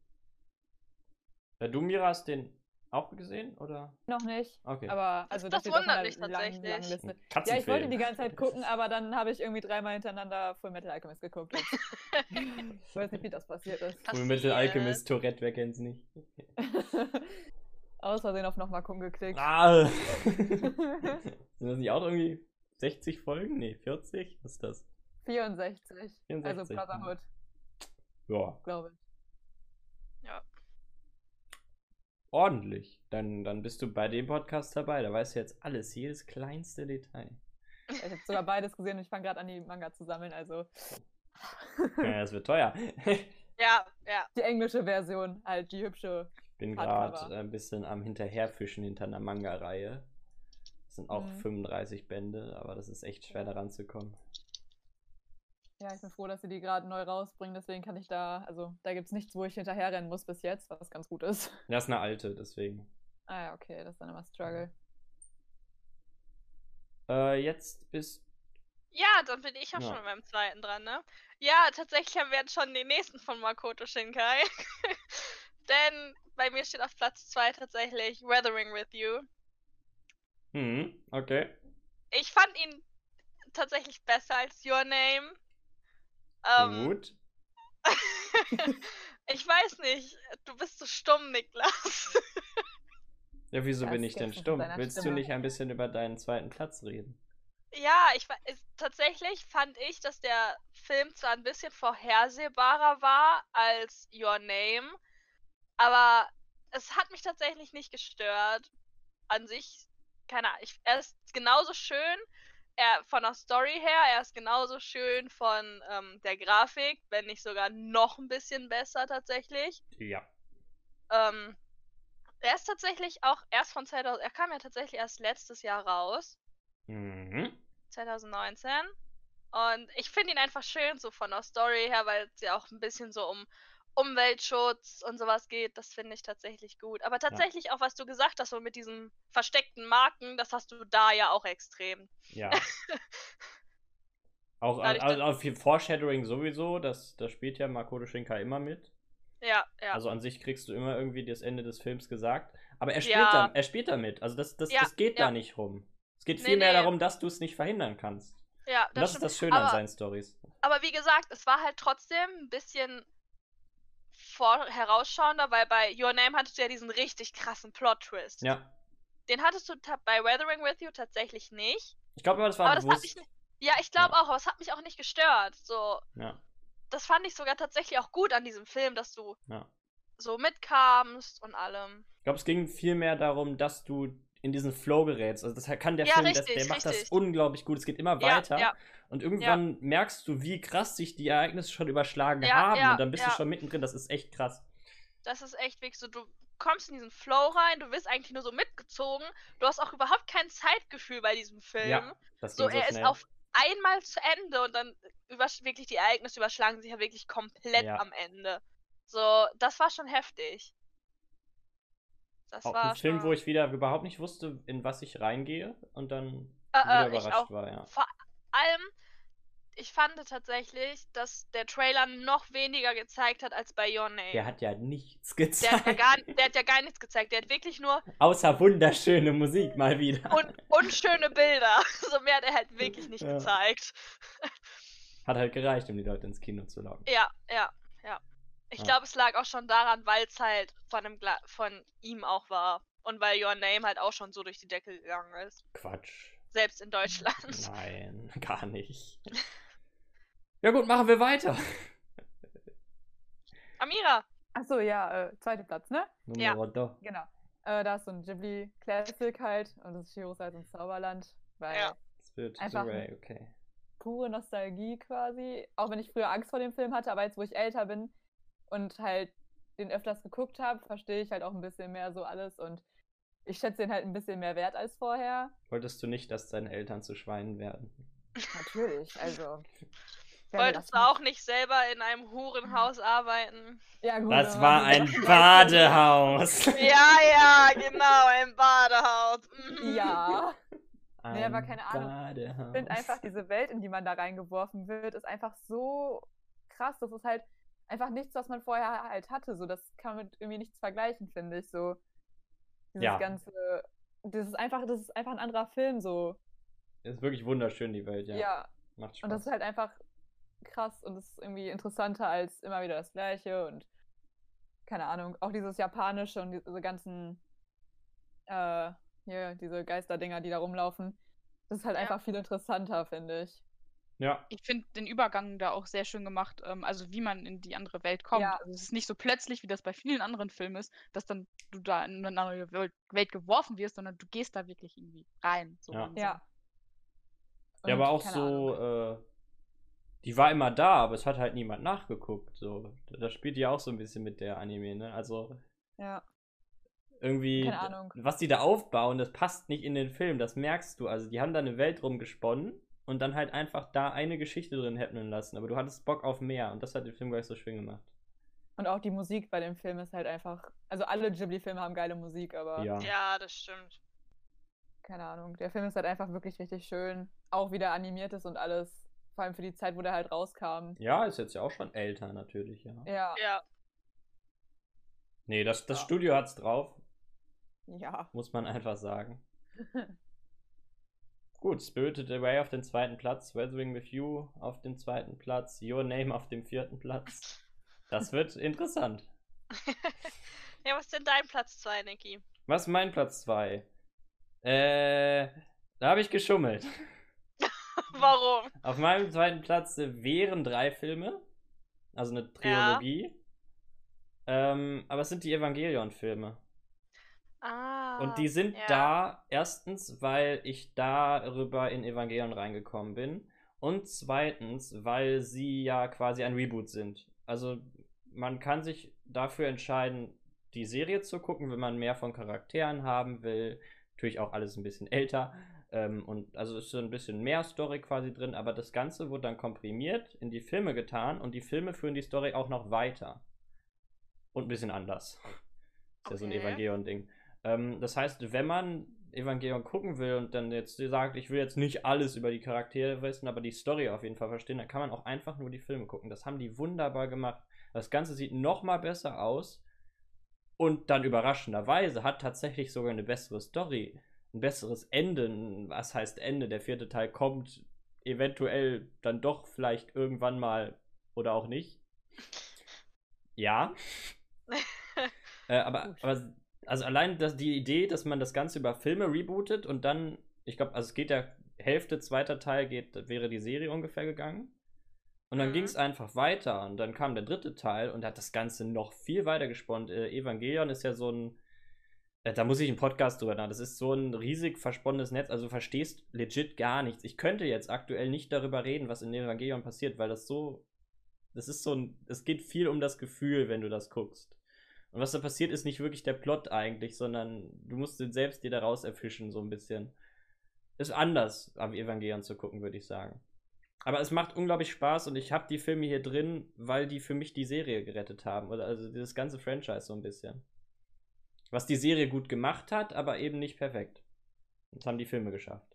Äh, du, Mira, hast den auch gesehen, oder? Noch nicht. Okay. Aber Das- also das das steht auf wundert meiner mich langen, langen tatsächlich. Liste. Ein Ja, ich Katzenfilm. wollte die ganze Zeit gucken, aber dann habe ich irgendwie dreimal hintereinander Full Metal Alchemist geguckt. Ich weiß nicht, wie das passiert ist. Full Metal Passiert. Alchemist Tourette, wer kennt's nicht? Aus Versehen auf nochmal gucken geklickt. Ah. Sind das nicht auch irgendwie sechzig Folgen? Nee, vierzig? Was ist das? vierundsechzig. Also vierundsechzig, ja. Brotherhood, Ja, glaube ich. Ja. ordentlich. Dann, dann bist du bei dem Podcast dabei. Da weißt du jetzt alles, jedes kleinste Detail. Ich habe sogar beides gesehen und ich fange gerade an, die Manga zu sammeln. Also Ja, das wird teuer. Ja, ja. die englische Version, halt die hübsche. Ich bin Hardcover. gerade ein bisschen am Hinterherfischen hinter einer Manga-Reihe. Das sind auch Mhm. fünfunddreißig Bände, aber das ist echt schwer, Ja. daran zu kommen. Ja, ich bin froh, dass sie die gerade neu rausbringen. Deswegen kann ich da, also da gibt es nichts, wo ich hinterherrennen muss bis jetzt, was ganz gut ist. Das ist eine alte, deswegen. Ah ja, okay, das ist dann immer Struggle. Äh, jetzt bist Ja, dann bin ich auch Ja. schon mit meinem zweiten dran, ne? Ja, tatsächlich haben wir jetzt schon den nächsten von Makoto Shinkai. Denn bei mir steht auf Platz zwei tatsächlich Weathering with You. Hm, okay. Ich fand ihn tatsächlich besser als Your Name. Ähm, Gut. ich weiß nicht, du bist so stumm, Niklas. Ja, wieso Das bin ich denn geht von stumm? deiner Willst du Stimme. nicht ein bisschen über deinen zweiten Platz reden? Ja, ich wa- es, tatsächlich fand ich, dass der Film zwar ein bisschen vorhersehbarer war als Your Name, aber es hat mich tatsächlich nicht gestört. An sich, keine Ahnung, ich, er ist genauso schön, er von der Story her, er ist genauso schön von ähm, der Grafik, wenn nicht sogar noch ein bisschen besser tatsächlich. Ja. Ähm, er ist tatsächlich auch erst von zweitausend, er kam ja tatsächlich erst letztes Jahr raus. Mhm. zwanzig neunzehn. Und ich finde ihn einfach schön, so von der Story her, weil es ja auch ein bisschen so um Umweltschutz und sowas geht. Das finde ich tatsächlich gut. Aber tatsächlich auch, was du gesagt hast, so mit diesen versteckten Marken, das hast du da ja auch extrem. Ja. Auch Dadurch, also, auf viel Foreshadowing sowieso, das, das spielt ja Makoto Shinkai immer mit. Ja, ja. Also an sich kriegst du immer irgendwie das Ende des Films gesagt. Aber er spielt, Ja. da, er spielt damit. Also das, das, Ja, das geht ja. da nicht rum. Es geht Nee, vielmehr nee. darum, dass du es nicht verhindern kannst. ja, Und das ist stimmt. das Schöne an Aber- seinen Stories. Aber wie gesagt, es war halt trotzdem ein bisschen vor herausschauender, weil bei Your Name hattest du ja diesen richtig krassen Plot-Twist. Ja. Den hattest du ta- bei Weathering with You tatsächlich nicht. Ich glaube aber, das war Aber das hat bewusst. mich nicht- Ja, ich glaube Ja. auch, aber es hat mich auch nicht gestört. So, Ja, das fand ich sogar tatsächlich auch gut an diesem Film, dass du ja. so mitkamst und allem. Ich glaube, es ging viel mehr darum, dass du in diesen Flow gerätst. Also das kann der Ja, Film, das, richtig, der macht das richtig. unglaublich gut. Es geht immer Ja, weiter. ja, Und irgendwann merkst du, wie krass sich die Ereignisse schon überschlagen Ja, haben. ja, Und dann bist du ja. schon mittendrin. Das ist echt krass. das ist echt wirklich so, du kommst in diesen Flow rein, du wirst eigentlich nur so mitgezogen. Du hast auch überhaupt kein Zeitgefühl bei diesem Film. Ja, das So, ging so er ist schnell. auf einmal zu Ende und dann übersch wirklich die Ereignisse überschlagen sich ja wirklich komplett Ja. am Ende. So, das war schon heftig. Das Auch war ein Film, schon. wo ich wieder überhaupt nicht wusste, in was ich reingehe. Und dann Äh, wieder äh, ich überrascht auch. war, ja. Vor allem, ich fand tatsächlich, dass der Trailer noch weniger gezeigt hat als bei Your Name. Der hat ja nichts Der hat ja gezeigt. gar, der hat ja gar nichts gezeigt. Der hat wirklich nur Außer wunderschöne Musik mal wieder. un unschöne Bilder. So mehr hat er halt wirklich nicht Ja. gezeigt. Hat halt gereicht, um die Leute ins Kino zu locken. Ja, ja, ja. Ich Ja. glaube, es lag auch schon daran, weil es halt von, einem Gla von ihm auch war. Und weil Your Name halt auch schon so durch die Decke gegangen ist. Quatsch. Selbst in Deutschland. Nein, gar nicht. Ja gut, machen wir weiter. Amira! Achso, ja, äh, zweiter Platz, ne? Ja. Numero dos. Genau. Äh, da ist so ein Ghibli-Classic halt und das ist Chihiros Reise ins Zauberland, weil Ja. Spirited Einfach Away, okay. pure Nostalgie quasi. Auch wenn ich früher Angst vor dem Film hatte, aber jetzt, wo ich älter bin und halt den öfters geguckt habe, verstehe ich halt auch ein bisschen mehr so alles und ich schätze den halt ein bisschen mehr wert als vorher. Wolltest du nicht, dass deine Eltern zu Schweinen werden? Natürlich, also. wer will Wolltest du das auch nicht selber in einem Hurenhaus arbeiten? nicht? Ja, gut, Das wenn war man so ein Sachen weiß, Badehaus. Ja, ja, genau, ein Badehaus. Mhm. Ja. Ein Nee, aber keine Ahnung. Badehaus. Ich finde einfach, diese Welt, in die man da reingeworfen wird, ist einfach so krass. Das ist halt einfach nichts, was man vorher halt hatte. So, das kann man mit irgendwie nichts vergleichen, finde ich. So, dieses Ja. ganze, das ist einfach, das ist einfach ein anderer Film, so. Ist wirklich wunderschön, die Welt, ja. Ja. Macht Spaß. Und das ist halt einfach krass und es ist irgendwie interessanter als immer wieder das Gleiche und keine Ahnung, auch dieses Japanische und diese ganzen, äh, hier, diese Geisterdinger, die da rumlaufen. Das ist halt Ja. einfach viel interessanter, finde ich. ja, Ich finde den Übergang da auch sehr schön gemacht, ähm, also wie man in die andere Welt kommt. Ja. Also es ist nicht so plötzlich, wie das bei vielen anderen Filmen ist, dass dann du da in eine andere Welt, Welt geworfen wirst, sondern du gehst da wirklich irgendwie rein. So Ja. langsam. Ja. ja, Und aber auch keine so, Ahnung. äh, die war immer da, aber es hat halt niemand nachgeguckt. So. Das spielt ja auch so ein bisschen mit der Anime, ne? Also Ja. irgendwie, Keine Ahnung. was die da aufbauen, das passt nicht in den Film, das merkst du. Also die haben da eine Welt rumgesponnen und dann halt einfach da eine Geschichte drin happening lassen. Aber du hattest Bock auf mehr und das hat den Film gleich so schön gemacht. Und auch die Musik bei dem Film ist halt einfach. Also alle Ghibli-Filme haben geile Musik, aber Ja. Ja, das stimmt. keine Ahnung. Der Film ist halt einfach wirklich richtig schön. Auch wie der animiert ist und alles. Vor allem für die Zeit, wo der halt rauskam. Ja, ist jetzt ja auch schon älter natürlich, ja. Ja. Ja. Nee, das, das Ja. Studio hat's drauf, Ja. muss man einfach sagen. Gut, Spirited Away auf den zweiten Platz, Weathering with You auf dem zweiten Platz, Your Name auf dem vierten Platz. Das wird interessant. Ja, was ist denn dein Platz zwei, Niki? Was ist mein Platz zwei? Äh, da habe ich geschummelt. Warum? Auf meinem zweiten Platz äh, wären drei Filme, also eine Trilogie. Ähm, aber es sind die Evangelion-Filme. Ah. Und die sind ja. da, erstens, weil ich darüber in Evangelion reingekommen bin. Und zweitens, weil sie ja quasi ein Reboot sind. Also man kann sich dafür entscheiden, die Serie zu gucken, wenn man mehr von Charakteren haben will. Natürlich auch alles ein bisschen älter. Ähm, und also ist so ein bisschen mehr Story quasi drin, aber das Ganze wurde dann komprimiert in die Filme getan und die Filme führen die Story auch noch weiter. Und ein bisschen anders. Ist ja so ein Okay. Evangelion-Ding. Ähm, das heißt, wenn man Evangelion gucken will und dann jetzt sagt, ich will jetzt nicht alles über die Charaktere wissen, aber die Story auf jeden Fall verstehen, dann kann man auch einfach nur die Filme gucken. Das haben die wunderbar gemacht. Das Ganze sieht noch mal besser aus und dann überraschenderweise hat tatsächlich sogar eine bessere Story, ein besseres Ende. Was heißt Ende? Der vierte Teil kommt eventuell dann doch vielleicht irgendwann mal oder auch nicht. Ja. äh, aber, Gut. aber also allein das, die Idee, dass man das Ganze über Filme rebootet und dann, ich glaube, also es geht ja Hälfte zweiter Teil geht, wäre die Serie ungefähr gegangen. Und dann Mhm. ging es einfach weiter. Und dann kam der dritte Teil und hat das Ganze noch viel weiter gesponnen. Äh, Evangelion ist ja so ein, äh, da muss ich einen Podcast drüber machen. Das ist so ein riesig versponnenes Netz. Also du verstehst legit gar nichts. Ich könnte jetzt aktuell nicht darüber reden, was in Evangelion passiert, weil das so, das ist so ein, es geht viel um das Gefühl, wenn du das guckst. Und was da passiert, ist nicht wirklich der Plot eigentlich, sondern du musst den selbst dir daraus erfischen, so ein bisschen. Ist anders, am Evangelion zu gucken, würde ich sagen. Aber es macht unglaublich Spaß und ich habe die Filme hier drin, weil die für mich die Serie gerettet haben. Oder also dieses ganze Franchise so ein bisschen. Was die Serie gut gemacht hat, aber eben nicht perfekt. Das haben die Filme geschafft.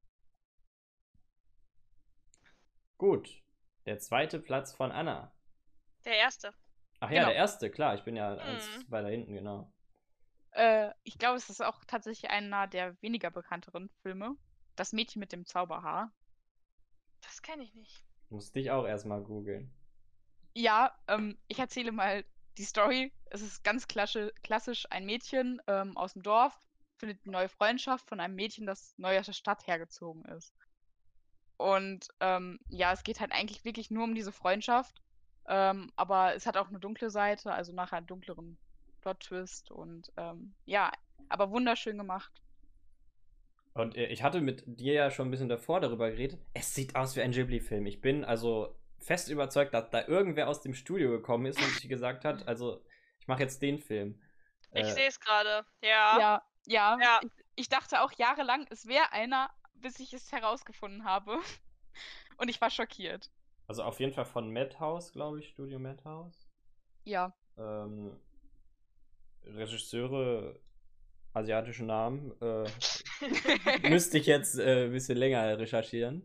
Gut. Der zweite Platz von Anna. Der erste. Ach ja, Genau. der erste, klar. Ich bin ja Mhm. eins weiter hinten, genau. Äh, ich glaube, es ist auch tatsächlich einer der weniger bekannteren Filme. Das Mädchen mit dem Zauberhaar. Das kenne ich nicht. Musste ich auch erstmal googeln. Ja, ähm, ich erzähle mal die Story. Es ist ganz klassisch, klassisch ein Mädchen ähm, aus dem Dorf findet eine neue Freundschaft von einem Mädchen, das neu aus der Stadt hergezogen ist. Und ähm, ja, es geht halt eigentlich wirklich nur um diese Freundschaft. Ähm, aber es hat auch eine dunkle Seite, also nachher einen dunkleren Plot-Twist. Und ähm, ja, aber wunderschön gemacht. Und äh, ich hatte mit dir ja schon ein bisschen davor darüber geredet. Es sieht aus wie ein Ghibli-Film. Ich bin also fest überzeugt, dass da irgendwer aus dem Studio gekommen ist und sich gesagt hat, also ich mache jetzt den Film. Ich Äh, sehe es gerade. Ja. Ja, ja. Ja. Ich, ich dachte auch jahrelang, es wäre einer, bis ich es herausgefunden habe. Und ich war schockiert. Also auf jeden Fall von Madhouse, glaube ich, Studio Madhouse. Ja. Ähm, Regisseure, asiatische Namen. Äh, müsste ich jetzt äh, ein bisschen länger recherchieren.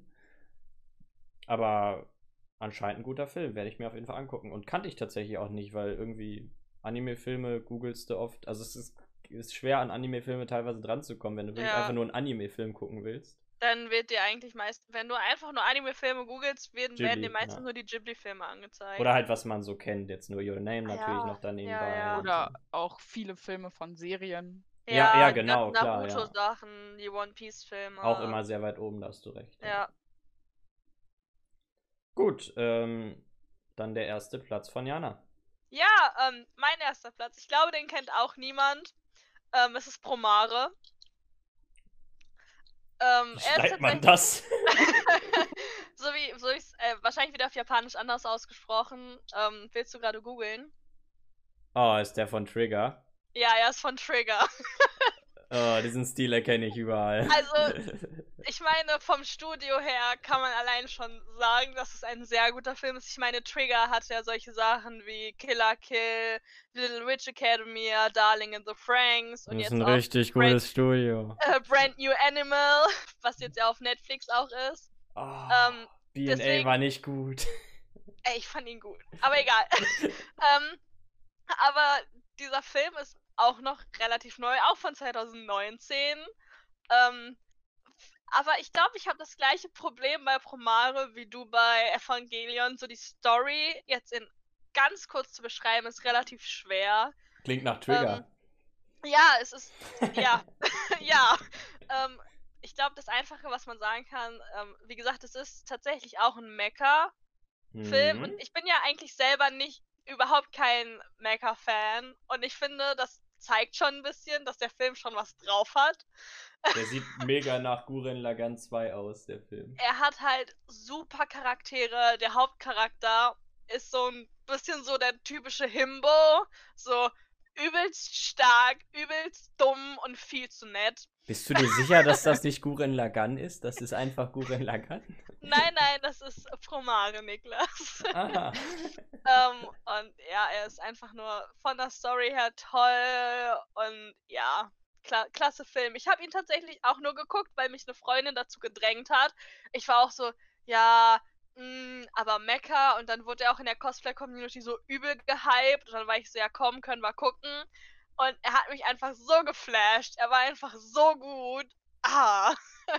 Aber anscheinend ein guter Film, werde ich mir auf jeden Fall angucken. Und kannte ich tatsächlich auch nicht, weil irgendwie Anime-Filme googelst du oft. Also es ist, ist schwer, an Anime-Filme teilweise dran zu kommen, wenn du wirklich Ja. einfach nur einen Anime-Film gucken willst. Dann wird dir eigentlich meist, wenn du einfach nur Anime-Filme googelst, werden, Ghibli, werden dir meistens ja. nur die Ghibli-Filme angezeigt. Oder halt, was man so kennt. Jetzt nur Your Name natürlich Ja, noch daneben ja, bei. ja. und Oder so. auch viele Filme von Serien. Ja, ja, die genau, ganzen klar, ja. Naruto-Sachen, die One Piece-Filme. Auch immer sehr weit oben, da hast du recht. Ja. Gut, ähm, dann der erste Platz von Jana. Ja, ähm, mein erster Platz. Ich glaube, den kennt auch niemand. Ähm, es ist Promare. Ähm, Wie er ist schreibt man tatsächlich- das? so wie, so ich äh, wahrscheinlich wieder auf Japanisch anders ausgesprochen. Ähm, willst du gerade googeln? Oh, ist der von Trigger. Ja, er ist von Trigger. Oh, diesen Stil erkenne ich überall. Also, Ich meine, vom Studio her kann man allein schon sagen, dass es ein sehr guter Film ist. Ich meine, Trigger hat ja solche Sachen wie Killer Kill, Little Witch Academia, Darling in the Franxx und das ist jetzt ein auch richtig Brand- gutes Studio. äh, Brand New Animal, was jetzt ja auf Netflix auch ist. Oh, ähm, B and A deswegen- war nicht gut. Ey, ich fand ihn gut. Aber egal. ähm, aber dieser Film ist auch noch relativ neu, auch von zwanzig neunzehn. Ähm, aber ich glaube, ich habe das gleiche Problem bei Promare wie du bei Evangelion. So die Story jetzt in ganz kurz zu beschreiben, ist relativ schwer. Klingt nach Trigger. Ja, es ist. Ja. ja. Ähm, ich glaube, das Einfache, was man sagen kann, ähm, wie gesagt, es ist tatsächlich auch ein Mecha-Film. Mhm. Und ich bin ja eigentlich selber nicht überhaupt kein Mecha-Fan. Und ich finde, das zeigt schon ein bisschen, dass der Film schon was drauf hat. Der sieht mega nach Gurren Lagann zwei aus, der Film. Er hat halt super Charaktere. Der Hauptcharakter ist so ein bisschen so der typische Himbo. So übelst stark, übelst dumm und viel zu nett. Bist du dir sicher, dass das nicht Gurren Lagann ist? Das ist einfach Gurren Lagann? Nein, nein, das ist Promare, Niklas. Aha. ähm, und ja, er ist einfach nur von der Story her toll und ja, kla klasse Film. Ich habe ihn tatsächlich auch nur geguckt, weil mich eine Freundin dazu gedrängt hat. Ich war auch so, ja, mh, aber Mecha, und dann wurde er auch in der Cosplay-Community so übel gehypt und dann war ich so, ja komm, können wir gucken. Und er hat mich einfach so geflasht. Er war einfach so gut. Ah.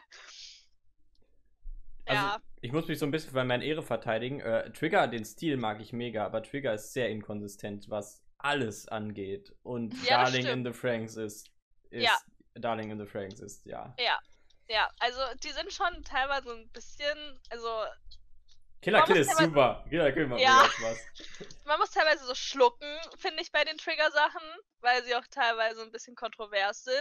Also, ja. ich muss mich so ein bisschen für meine Ehre verteidigen. Äh, Trigger, den Stil mag ich mega, aber Trigger ist sehr inkonsistent, was alles angeht. Und Ja, das Darling stimmt. in the Franxx ist, ist Ja. Darling in the Franxx ist, ja. Ja. Ja, also die sind schon teilweise ein bisschen, also Killer Man Kill muss ist teilweise- super. Killer Kill macht Ja. mega Spaß. man muss teilweise so schlucken, finde ich, bei den Trigger-Sachen, weil sie auch teilweise ein bisschen kontrovers sind.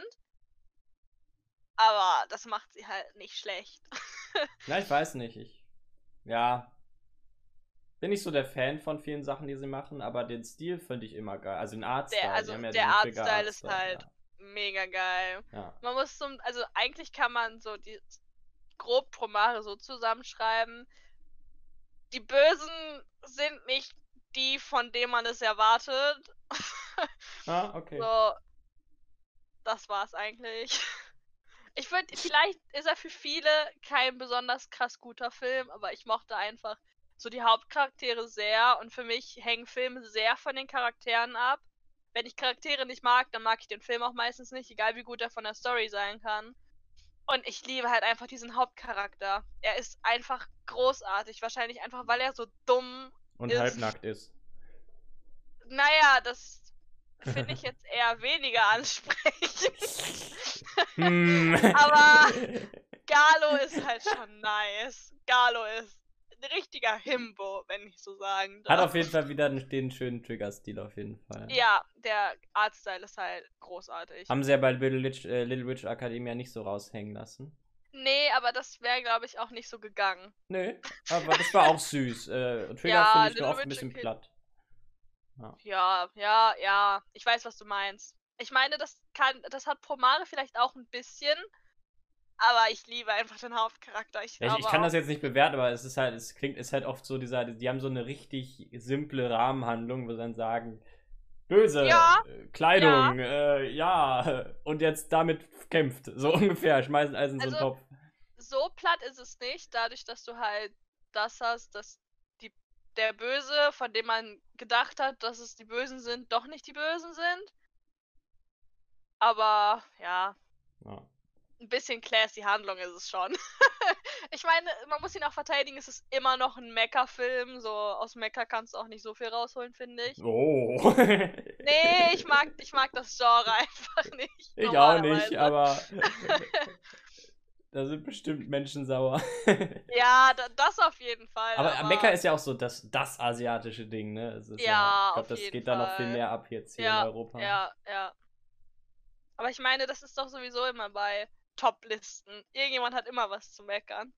Aber das macht sie halt nicht schlecht. Na, ich weiß nicht. Ich, ja. Bin nicht so der Fan von vielen Sachen, die sie machen, aber den Stil finde ich immer geil. Also den Artstyle. Der, die also haben ja der diesen Artstyle ist Trigger-Artstyle, halt mega geil. Ja. ja. Man muss zum, also eigentlich kann man so die grob Promare so zusammenschreiben. Die Bösen sind nicht die, von denen man es erwartet. Ah, okay. So, das war's eigentlich. Ich würde, vielleicht ist er für viele kein besonders krass guter Film, aber ich mochte einfach so die Hauptcharaktere sehr und für mich hängen Filme sehr von den Charakteren ab. Wenn ich Charaktere nicht mag, dann mag ich den Film auch meistens nicht, egal wie gut er von der Story sein kann. Und ich liebe halt einfach diesen Hauptcharakter. Er ist einfach großartig, wahrscheinlich einfach, weil er so dumm Und ist- halbnackt ist. Naja, das finde ich jetzt eher weniger ansprechend. Hm. Aber Galo ist halt schon nice. Galo ist ein richtiger Himbo, wenn ich so sagen darf. Hat auf jeden Fall wieder den, den schönen Trigger-Stil auf jeden Fall. Ja, der Artstyle ist halt großartig. Haben sie ja bei Little Witch, äh, Little Witch Academia nicht so raushängen lassen. Nee, aber das wäre, glaube ich, auch nicht so gegangen. Nö, aber das war auch süß. Äh, Trigger Ja, finde ich Little nur oft ein Witch bisschen Acad- platt. Ja, ja, ja. Ich weiß, was du meinst. Ich meine, das kann, das hat Promare vielleicht auch ein bisschen, aber ich liebe einfach den Hauptcharakter. Ich, Ja, ich, ich aber kann auch- das jetzt nicht bewerten, aber es ist halt, es klingt, ist halt oft so dieser, die haben so eine richtig simple Rahmenhandlung, wo sie dann sagen, böse, Ja, äh, Kleidung, ja. Äh, ja, und jetzt damit kämpft, so ungefähr, schmeißen alles in so einen Also, Topf. so platt ist es nicht, dadurch, dass du halt das hast, dass die, der Böse, von dem man gedacht hat, dass es die Bösen sind, doch nicht die Bösen sind. Aber ja, Ja. ein bisschen classy Handlung ist es schon. Ich meine, man muss ihn auch verteidigen, es ist immer noch ein Mecha-Film. So aus Mecha kannst du auch nicht so viel rausholen, finde ich. Oh. Nee, ich mag, ich mag das Genre einfach nicht. Ich auch nicht, normalerweise. aber da sind bestimmt Menschen sauer. Ja, da, das auf jeden Fall. Aber, aber Mecha ist ja auch so das, das asiatische Ding, ne? Es ist Ja, ich glaube, auf das jeden geht da noch viel Fall. mehr ab jetzt hier Ja, in Europa. Ja, ja. Aber ich meine, das ist doch sowieso immer bei Top-Listen. Irgendjemand hat immer was zu meckern.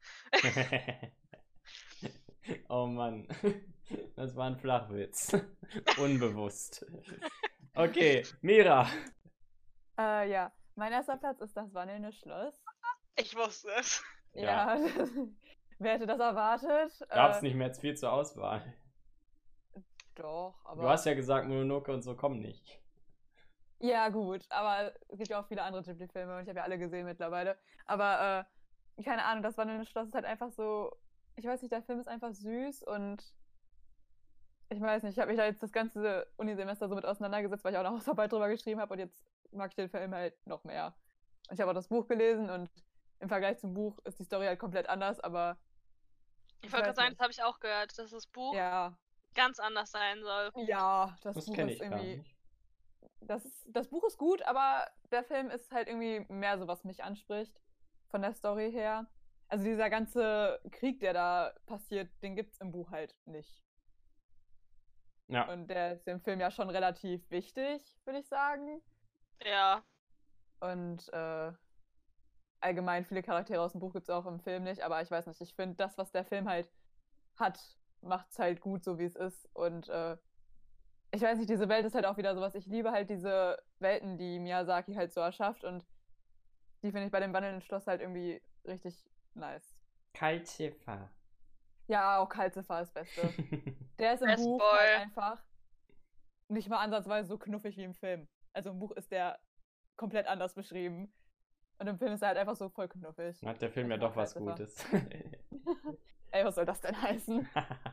Oh Mann. Das war ein Flachwitz. Unbewusst. Okay, Mira. Äh, ja, mein erster Platz ist das wandelnde Schloss. Ich wusste es. Ja. Ja, wer hätte das erwartet? Gab es Äh, nicht mehr viel zur Auswahl. Doch, aber. Du hast ja gesagt, Mononoke und so kommen nicht. Ja, gut, aber es gibt ja auch viele andere Ghibli-Filme und ich habe ja alle gesehen mittlerweile. Aber, äh, keine Ahnung, das wandelnde Schloss ist halt einfach so. Ich weiß nicht, der Film ist einfach süß und. Ich weiß nicht, ich habe mich da jetzt das ganze Unisemester so mit auseinandergesetzt, weil ich auch eine Hausarbeit drüber geschrieben habe und jetzt mag ich den Film halt noch mehr. Und ich habe auch das Buch gelesen und im Vergleich zum Buch ist die Story halt komplett anders, aber Ich wollte gerade weiß sagen, nicht. das habe ich auch gehört, dass das Buch ja, ganz anders sein soll. ja, das, Das Buch kenne ist ich gar irgendwie. nicht. Das, ist, das Buch ist gut, aber der Film ist halt irgendwie mehr so, was mich anspricht, von der Story her. Also dieser ganze Krieg, der da passiert, den gibt's im Buch halt nicht. Ja. Und der ist im Film ja schon relativ wichtig, würde ich sagen. Ja. Und äh, allgemein viele Charaktere aus dem Buch gibt's auch im Film nicht, aber ich weiß nicht, ich finde, das, was der Film halt hat, macht's halt gut, so wie es ist. Und äh, ich weiß nicht, diese Welt ist halt auch wieder sowas. Ich liebe halt diese Welten, die Miyazaki halt so erschafft und die finde ich bei dem wandelnden Schloss halt irgendwie richtig nice. Kaltziffer. Ja, auch Kaltziffer ist das Beste. Der ist im Best Buch Boy. halt einfach nicht mal ansatzweise so knuffig wie im Film. Also im Buch ist der komplett anders beschrieben. Und im Film ist er halt einfach so voll knuffig. Hat der Film Ich ja mag doch was Kaltziffer. Gutes. Ey, was soll das denn heißen?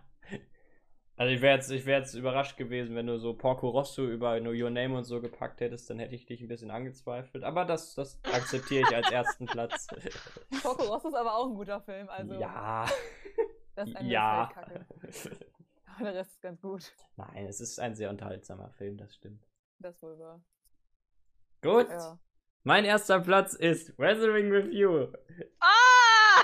Also ich wäre jetzt, ich wär jetzt überrascht gewesen, wenn du so Porco Rosso über No Your Name und so gepackt hättest, dann hätte ich dich ein bisschen angezweifelt. Aber das, das akzeptiere ich als ersten Platz. Porco Rosso ist aber auch ein guter Film, also Ja. das Ende Ja. ist halt kacke. Aber der Rest ist ganz gut. Nein, es ist ein sehr unterhaltsamer Film, das stimmt. Das wohl war. Gut. Ja. Mein erster Platz ist Weathering with You. Ah!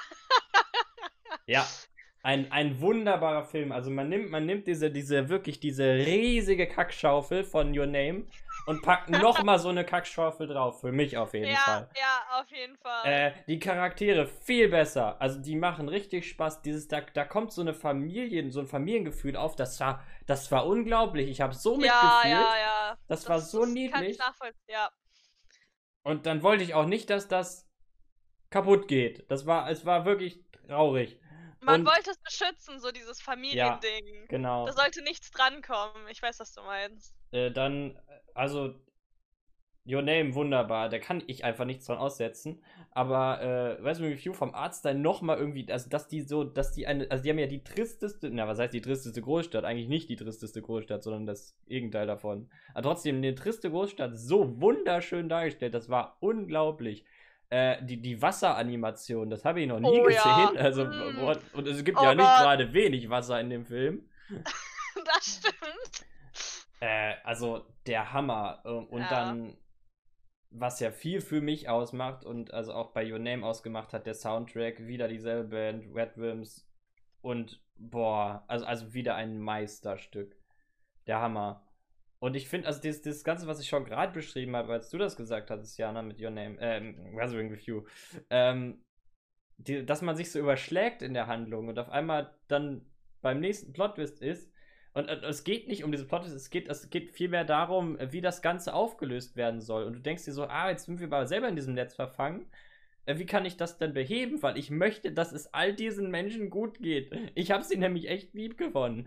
Ja, ein, ein wunderbarer Film. Also man nimmt, man nimmt diese, diese, wirklich diese riesige Kackschaufel von Your Name und packt nochmal so eine Kackschaufel drauf. Für mich auf jeden Ja, Fall. ja, auf jeden Fall. Äh, die Charaktere viel besser. Also die machen richtig Spaß. Dieses, da, da kommt so eine Familie, so ein Familiengefühl auf. Das war, das war unglaublich. Ich habe so mitgefühlt. ja, ja, ja. Das, war so das Kann niedlich. ich nachvollziehen, ja. Und dann wollte ich auch nicht, dass das kaputt geht. Das war, es war wirklich traurig. Man Und- wollte es beschützen, so dieses Familiending. Genau. Da sollte nichts drankommen. Ich weiß, was du meinst. Äh, dann, also, Your Name, wunderbar. Da kann ich einfach nichts dran aussetzen. Aber, äh, Weathering with You vom Artstyle nochmal irgendwie, also, dass die so, dass die eine, also, die haben ja die tristeste, na, was heißt die tristeste Großstadt? Eigentlich nicht die tristeste Großstadt, sondern das Gegenteil davon. Aber trotzdem, eine triste Großstadt so wunderschön dargestellt. Das war unglaublich. Äh, die, die Wasseranimation, das habe ich noch nie Oh ja. gesehen. Also, Mm. wo- und es gibt Oh ja nicht Gott. gerade wenig Wasser in dem Film. Das stimmt. Äh, also der Hammer. Äh, Und Ja. dann, was ja viel für mich ausmacht und also auch bei Your Name ausgemacht hat, der Soundtrack, wieder dieselbe Band, Red Rims und boah, also, also wieder ein Meisterstück. Der Hammer. Und ich finde, also das, das Ganze, was ich schon gerade beschrieben habe, als du das gesagt hattest, Jana, mit Your Name, ähm, Weathering with You, ähm, die, dass man sich so überschlägt in der Handlung und auf einmal dann beim nächsten Plot-Twist ist. Und äh, es geht nicht um diese Plot-Twist, es geht, es geht vielmehr darum, wie das Ganze aufgelöst werden soll. Und du denkst dir so, ah, jetzt sind wir aber selber in diesem Netz verfangen. Äh, wie kann ich das denn beheben? Weil ich möchte, dass es all diesen Menschen gut geht. Ich habe sie nämlich echt lieb gewonnen.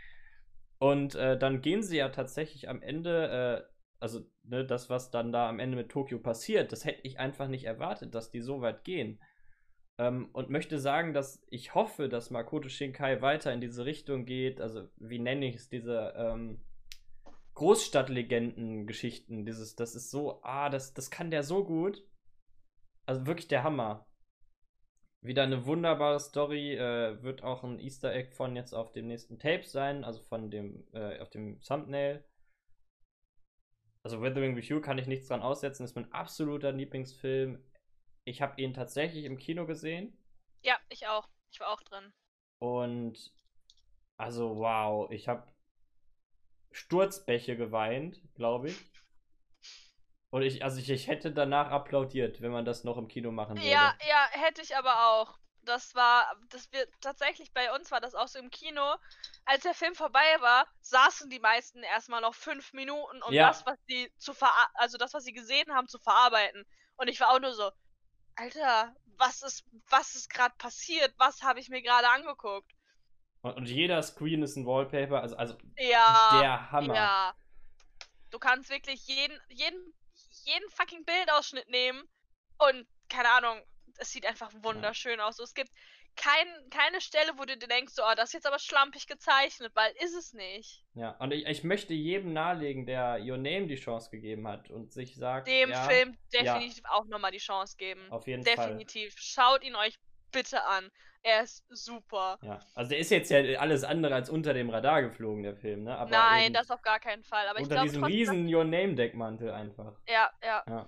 Und äh, dann gehen sie ja tatsächlich am Ende, äh, also ne, das, was dann da am Ende mit Tokio passiert, das hätte ich einfach nicht erwartet, dass die so weit gehen. Ähm, und möchte sagen, dass ich hoffe, dass Makoto Shinkai weiter in diese Richtung geht. Also, wie nenne ich es, diese ähm, Großstadtlegenden-Geschichten. Dieses, das ist so, ah, das, das kann der so gut. Also wirklich der Hammer. Wieder eine wunderbare Story. Äh, wird auch ein Easter Egg von jetzt auf dem nächsten Tape sein. Also von dem, äh, auf dem Thumbnail. Also Weathering with You kann ich nichts dran aussetzen. Ist mein absoluter Lieblingsfilm. Ich habe ihn tatsächlich im Kino gesehen. Ja, ich auch. Ich war auch drin. Und also wow, ich habe Sturzbäche geweint, glaube ich. Und ich, also ich, ich hätte danach applaudiert, wenn man das noch im Kino machen würde. Ja, ja, hätte ich aber auch. Das war, das wir tatsächlich bei uns war das auch so im Kino. Als der Film vorbei war, saßen die meisten erstmal noch fünf Minuten, um Ja. das, was sie zu ver also das, was sie gesehen haben, zu verarbeiten. Und ich war auch nur so, Alter, was ist, was ist gerade passiert? Was habe ich mir gerade angeguckt? Und, und jeder Screen ist ein Wallpaper, also, also Ja. der Hammer. Ja. Du kannst wirklich jeden, jeden, jeden fucking Bildausschnitt nehmen und, keine Ahnung, es sieht einfach wunderschön aus. So, es gibt kein, keine Stelle, wo du dir denkst, so, oh, das ist jetzt aber schlampig gezeichnet, weil ist es nicht. Ja, und ich, ich möchte jedem nahelegen, der Your Name die Chance gegeben hat und sich sagt, Dem ja, Film definitiv auch nochmal die Chance geben. auf jeden Definitiv. Schaut ihn euch bitte an. Er ist super. Fall. Ja, also der ist jetzt ja alles andere als unter dem Radar geflogen, der Film, ne? Aber Nein, eben das auf gar keinen Fall. Aber ich unter glaube diesem trotzdem. riesen Your Name Deckmantel einfach. Ja, ja. Ja.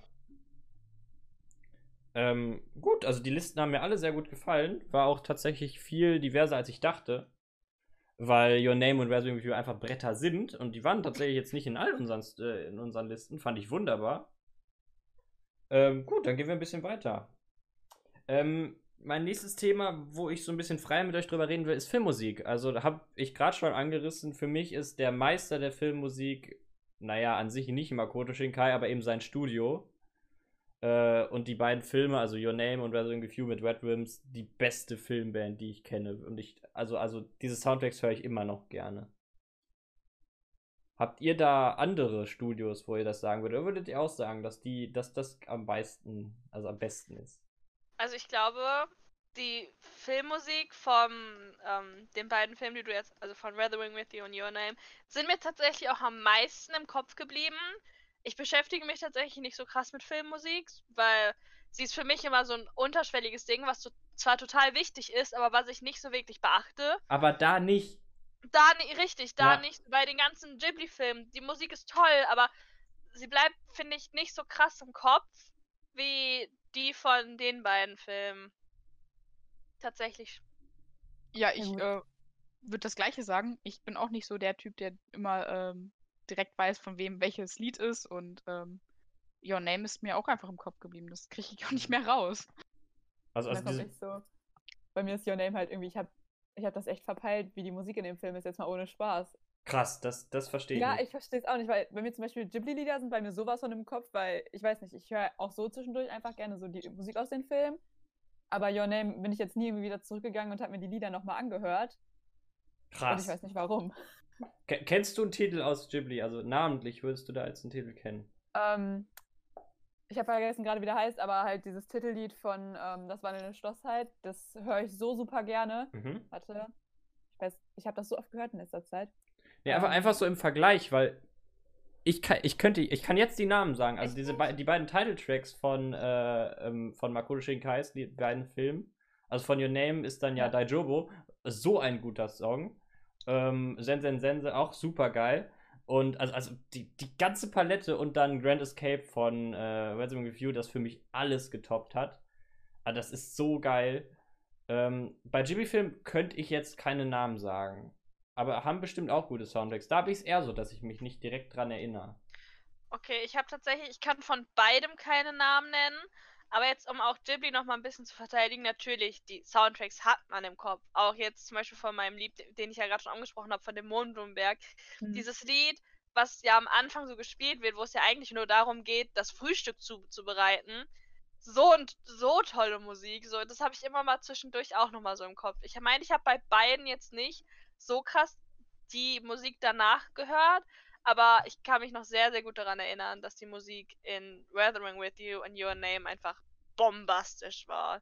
Ähm, gut, also die Listen haben mir alle sehr gut gefallen. War auch tatsächlich viel diverser, als ich dachte. Weil Your Name und Weathering with You einfach Bretter sind. Und die waren tatsächlich jetzt nicht in all unseren, äh, in unseren Listen. Fand ich wunderbar. Ähm, gut, dann gehen wir ein bisschen weiter. Ähm, mein nächstes Thema, wo ich so ein bisschen frei mit euch drüber reden will, ist Filmmusik. Also, da habe ich gerade schon angerissen. Für mich ist der Meister der Filmmusik, naja, an sich nicht Makoto Shinkai, aber eben sein Studio. Äh, und die beiden Filme, also Your Name und Weathering with You mit Red Rims, die beste Filmband, die ich kenne. Und ich, also, also diese Soundtracks höre ich immer noch gerne. Habt ihr da andere Studios, wo ihr das sagen würdet? Oder würdet ihr auch sagen, dass die, dass das am meisten, also am besten ist? Also ich glaube, die Filmmusik von ähm, den beiden Filmen, die du jetzt, also von Weathering with You und Your Name, sind mir tatsächlich auch am meisten im Kopf geblieben. Ich beschäftige mich tatsächlich nicht so krass mit Filmmusik, weil sie ist für mich immer so ein unterschwelliges Ding, was so, zwar total wichtig ist, aber was ich nicht so wirklich beachte. Aber da nicht. Da nicht, richtig, da Ja. nicht. Bei den ganzen Ghibli-Filmen, die Musik ist toll, aber sie bleibt, finde ich, nicht so krass im Kopf. wie die von den beiden Filmen. Tatsächlich. Ja, Ja, ich gut. äh, würde das Gleiche sagen. Ich bin auch nicht so der Typ, der immer ähm, direkt weiß, von wem welches Lied ist. Und ähm, Your Name ist mir auch einfach im Kopf geblieben. Das kriege ich auch nicht mehr raus. Also, Und also dann kommt diese, echt so. Bei mir ist Your Name halt irgendwie, ich hab, ich hab das echt verpeilt, wie die Musik in dem Film ist, jetzt mal ohne Spaß. krass, das, das verstehe ich Ja, nicht. ich verstehe es auch nicht, weil bei mir zum Beispiel Ghibli-Lieder sind bei mir sowas von im Kopf, weil ich weiß nicht, ich höre auch so zwischendurch einfach gerne so die Musik aus den Filmen. Aber Your Name bin ich jetzt nie irgendwie wieder zurückgegangen und habe mir die Lieder nochmal angehört. Und ich Krass. weiß nicht warum. Ke- Kennst du einen Titel aus Ghibli? Also namentlich würdest du da jetzt einen Titel kennen? Ähm, ich habe vergessen gerade, wie der heißt, aber halt dieses Titellied von ähm, Das wandelnde Schloss halt, das höre ich so super gerne. Mhm. Warte, ich weiß, ich habe das so oft gehört in letzter Zeit. Nee, einfach, Ähm, einfach so im Vergleich, weil ich kann, ich könnte, ich kann jetzt die Namen sagen. Also Echt diese nicht? bei, die beiden Titeltracks von, äh, ähm, von Makoto Shinkais, die beiden Filmen. Also von Your Name ist dann ja, Ja. Daijobo. So ein guter Song. Ähm, Sen Sen Sense, auch super geil. Und also, also die, die ganze Palette und dann Grand Escape von äh, Resident Evil, das für mich alles getoppt hat. Also das ist so geil. Ähm, bei Ghibli-Filmen könnte ich jetzt keine Namen sagen. Aber haben bestimmt auch gute Soundtracks. Da habe ich es eher so, dass ich mich nicht direkt dran erinnere. Okay, ich habe tatsächlich, ich kann von beidem keine Namen nennen. Aber jetzt, um auch Ghibli noch mal ein bisschen zu verteidigen, natürlich, die Soundtracks hat man im Kopf. Auch jetzt zum Beispiel von meinem Lied, den ich ja gerade schon angesprochen habe, von dem Mondblumenberg. Hm. Dieses Lied, was ja am Anfang so gespielt wird, wo es ja eigentlich nur darum geht, das Frühstück zuzubereiten. So und so tolle Musik. So, das habe ich immer mal zwischendurch auch noch mal so im Kopf. Ich meine, ich habe bei beiden jetzt nicht so krass die Musik danach gehört. Aber ich kann mich noch sehr, sehr gut daran erinnern, dass die Musik in Weathering with You and Your Name einfach bombastisch war.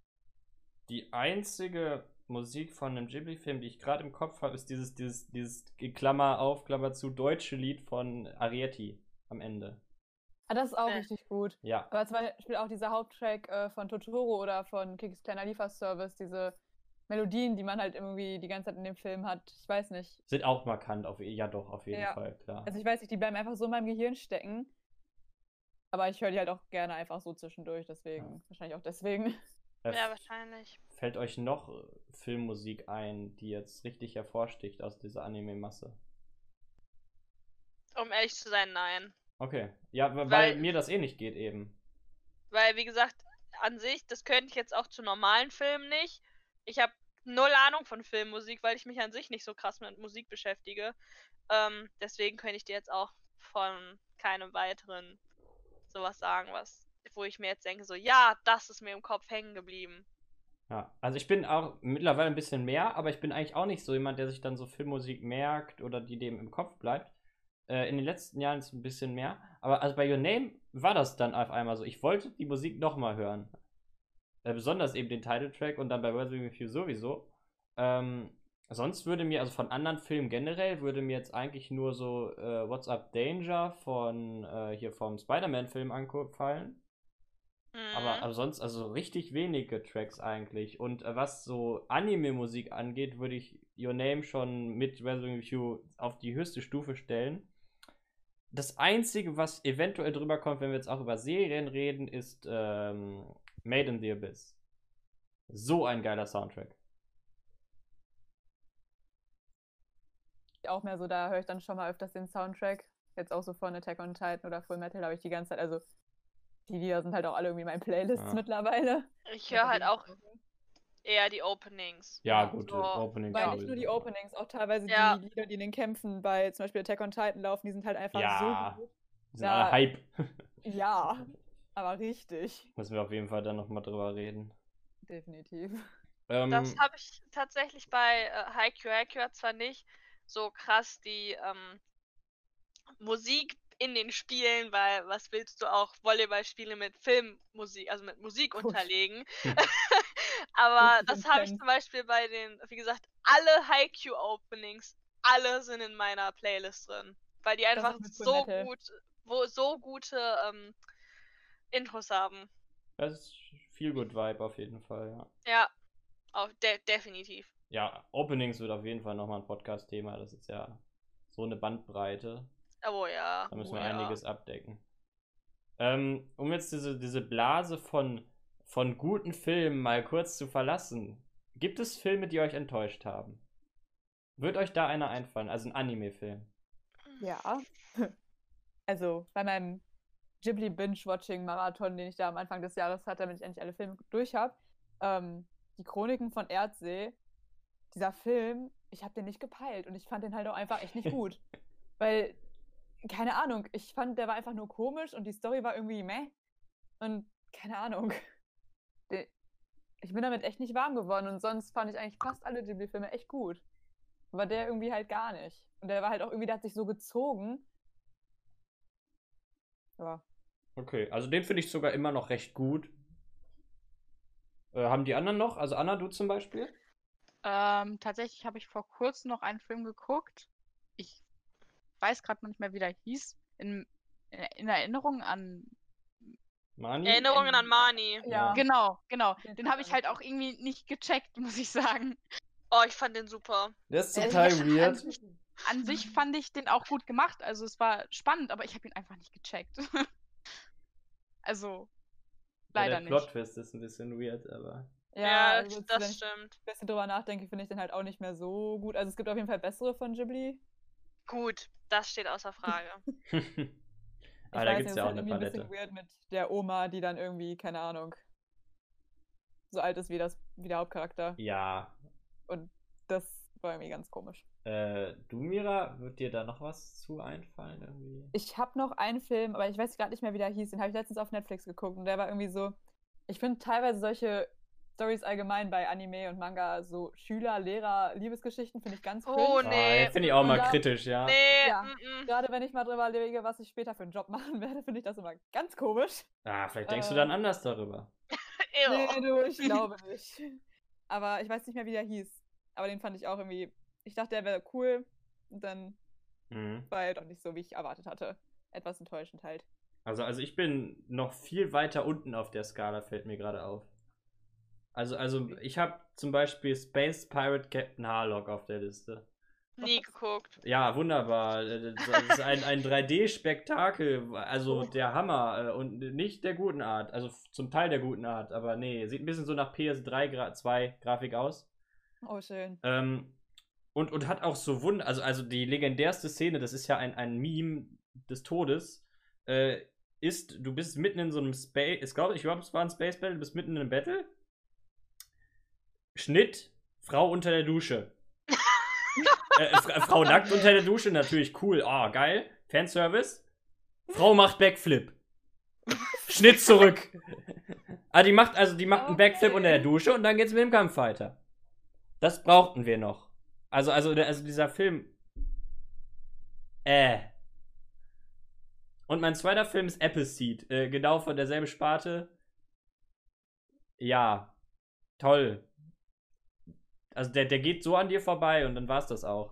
Die einzige Musik von einem Ghibli-Film, die ich gerade im Kopf habe, ist dieses, dieses, dieses Klammer auf, Klammer zu, deutsche Lied von Arietti am Ende. Ah, das ist auch Äh. richtig gut. Ja. Aber zum Beispiel auch dieser Haupttrack äh, von Totoro oder von Kikis kleiner Lieferservice, diese Melodien, die man halt irgendwie die ganze Zeit in dem Film hat, ich weiß nicht. Sind auch markant, auf, ja doch, auf jeden Ja. Fall, klar. Also ich weiß nicht, die bleiben einfach so in meinem Gehirn stecken. Aber ich höre die halt auch gerne einfach so zwischendurch, deswegen, Ja. wahrscheinlich auch deswegen. Äh, Ja, wahrscheinlich. Fällt euch noch äh, Filmmusik ein, die jetzt richtig hervorsticht aus dieser Anime-Masse? Um ehrlich zu sein, nein. Okay. Ja, weil, Weil- weil mir das eh nicht geht eben. Weil, wie gesagt, an sich, das könnte ich jetzt auch zu normalen Filmen nicht. Ich habe null Ahnung von Filmmusik, weil ich mich an sich nicht so krass mit Musik beschäftige. Ähm, deswegen könnte ich dir jetzt auch von keinem weiteren sowas sagen, was, wo ich mir jetzt denke, so, ja, das ist mir im Kopf hängen geblieben. Ja, also ich bin auch mittlerweile ein bisschen mehr, aber ich bin eigentlich auch nicht so jemand, der sich dann so Filmmusik merkt oder die dem im Kopf bleibt. Äh, in den letzten Jahren ist es ein bisschen mehr. Aber also bei Your Name war das dann auf einmal so. Ich wollte die Musik nochmal hören. Äh, besonders eben den Titeltrack und dann bei Resident Evil sowieso. Ähm, sonst würde mir, also von anderen Filmen generell, würde mir jetzt eigentlich nur so äh, What's Up Danger von äh, hier vom Spider-Man-Film anfallen. Mhm. Aber, aber sonst, also richtig wenige Tracks eigentlich. Und äh, was so Anime-Musik angeht, würde ich Your Name schon mit Resident Evil auf die höchste Stufe stellen. Das Einzige, was eventuell drüber kommt, wenn wir jetzt auch über Serien reden, ist ähm, Made in the Abyss. So ein geiler Soundtrack. Auch mehr so, da höre ich dann schon mal öfters den Soundtrack. Jetzt auch so von Attack on Titan oder Full Metal habe ich die ganze Zeit, also die Lieder sind halt auch alle irgendwie in meinen Playlists Ja. mittlerweile. Ich höre halt auch eher die Openings. Ja, Ja, gut, so. Opening. Weil nicht nur die Openings, auch teilweise Ja. die Lieder, die in den Kämpfen bei zum Beispiel Attack on Titan laufen, die sind halt einfach Ja. so gut. Die sind Ja. alle Hype. Ja, aber richtig. Müssen wir auf jeden Fall dann nochmal drüber reden. Definitiv. Ähm, Das habe ich tatsächlich bei äh, Haikyuu. Haikyuu hat zwar nicht so krass die ähm, Musik in den Spielen, weil was willst du auch Volleyballspiele mit Filmmusik, also mit Musik Gut. unterlegen. Aber Richtig das habe ich intens. zum Beispiel bei den, wie gesagt, alle Haikyuu-Openings, alle sind in meiner Playlist drin. Weil die Das einfach auch mit so Fullmetal. gut, wo so gute ähm, Intros haben. das ist viel gut Vibe auf jeden Fall, ja. Ja, auf de definitiv. Ja, Openings wird auf jeden Fall nochmal ein Podcast-Thema. Das ist ja so eine Bandbreite. Oh ja. Da müssen oh wir ja. einiges abdecken. Ähm, um jetzt diese, diese Blase von, von guten Filmen mal kurz zu verlassen. Gibt es Filme, die euch enttäuscht haben? Wird euch da einer einfallen? Also ein Anime-Film. Ja. Also bei meinem Ghibli Binge-Watching-Marathon, den ich da am Anfang des Jahres hatte, damit ich endlich alle Filme durch habe, ähm, die Chroniken von Erdsee, dieser Film, ich habe den nicht gepeilt und ich fand den halt auch einfach echt nicht gut. Weil, keine Ahnung, ich fand, der war einfach nur komisch und die Story war irgendwie meh. Und keine Ahnung. De- Ich bin damit echt nicht warm geworden und sonst fand ich eigentlich fast alle Ghibli-Filme echt gut. Aber der irgendwie halt gar nicht. Und der war halt auch irgendwie, der hat sich so gezogen. Ja. Okay, also den finde ich sogar immer noch recht gut. Äh, haben die anderen noch? Also Anna, du zum Beispiel? Ähm, tatsächlich habe ich vor kurzem noch einen Film geguckt. Ich weiß gerade noch nicht mehr, wie der hieß. In, in, in Erinnerung an. Mani? Erinnerungen an Mani. Ja. Genau, genau. Den Den fand habe ich ich halt auch irgendwie nicht gecheckt, muss ich sagen. Oh, ich fand den super. Der ist zum Ja, Teil ja, an weird. sich- An sich fand ich den auch gut gemacht. Also es war spannend, aber ich habe ihn einfach nicht gecheckt. Also, Ja, leider der nicht. Plot-Twist ist ein bisschen weird, aber. Ja, also jetzt, wenn das ich stimmt. ein bisschen drüber nachdenke, finde ich den halt auch nicht mehr so gut. Also es gibt auf jeden Fall bessere von Ghibli. Gut, das steht außer Frage. aber Ich da weiß gibt nicht, es das ja ist auch halt eine irgendwie ein bisschen Palette. weird mit der Oma, die dann irgendwie, keine Ahnung, so alt ist wie, das, wie der Hauptcharakter. Ja. Und das war irgendwie ganz komisch. Äh, du, Mira, wird dir da noch was zu einfallen irgendwie? Ich habe noch einen Film, aber ich weiß gerade nicht mehr, wie der hieß. Den habe ich letztens auf Netflix geguckt und der war irgendwie so. Ich finde teilweise solche Stories allgemein bei Anime und Manga, so Schüler, Lehrer, Liebesgeschichten, finde ich ganz Oh, cringe. nee. Ah, finde ich auch Und mal da- kritisch, ja. Nee, Ja. mm, mm. Gerade wenn ich mal drüber lege, was ich später für einen Job machen werde, finde ich das immer ganz komisch. Ah, vielleicht denkst du Äh. dann anders darüber. Ew. Nee, du, ich glaube nicht. Aber ich weiß nicht mehr, wie der hieß. Aber den fand ich auch irgendwie. Ich dachte, der wäre cool. Und dann Mhm. war er doch nicht so, wie ich erwartet hatte. Etwas enttäuschend halt. Also, also ich bin noch viel weiter unten auf der Skala, fällt mir gerade auf. Also, also ich habe zum Beispiel Space Pirate Captain Harlock auf der Liste. Nie geguckt. Ja, wunderbar. Das ist ein, ein drei D-Spektakel, also der Hammer äh, und nicht der guten Art. Also zum Teil der guten Art, aber nee, sieht ein bisschen so nach P S drei zwei Grafik aus. Oh, schön. Ähm, und, und hat auch so Wunder, also, also die legendärste Szene, das ist ja ein, ein Meme des Todes, äh, ist, du bist mitten in so einem Space, ich glaube, ich glaube, es war ein Space Battle, du bist mitten in einem Battle. Schnitt, Frau unter der Dusche. äh, Fra- Frau nackt unter der Dusche, natürlich cool, oh, geil. Fanservice. Frau macht Backflip. Schnitt zurück. Ah, die macht, also die macht einen Backflip Okay. unter der Dusche und dann geht's mit dem Kampf weiter. Das brauchten wir noch. Also, also, der- also dieser Film. Äh. Und mein zweiter Film ist Appleseed. Äh, genau von derselben Sparte. Ja. Toll. Also der, der geht so an dir vorbei und dann war's das auch.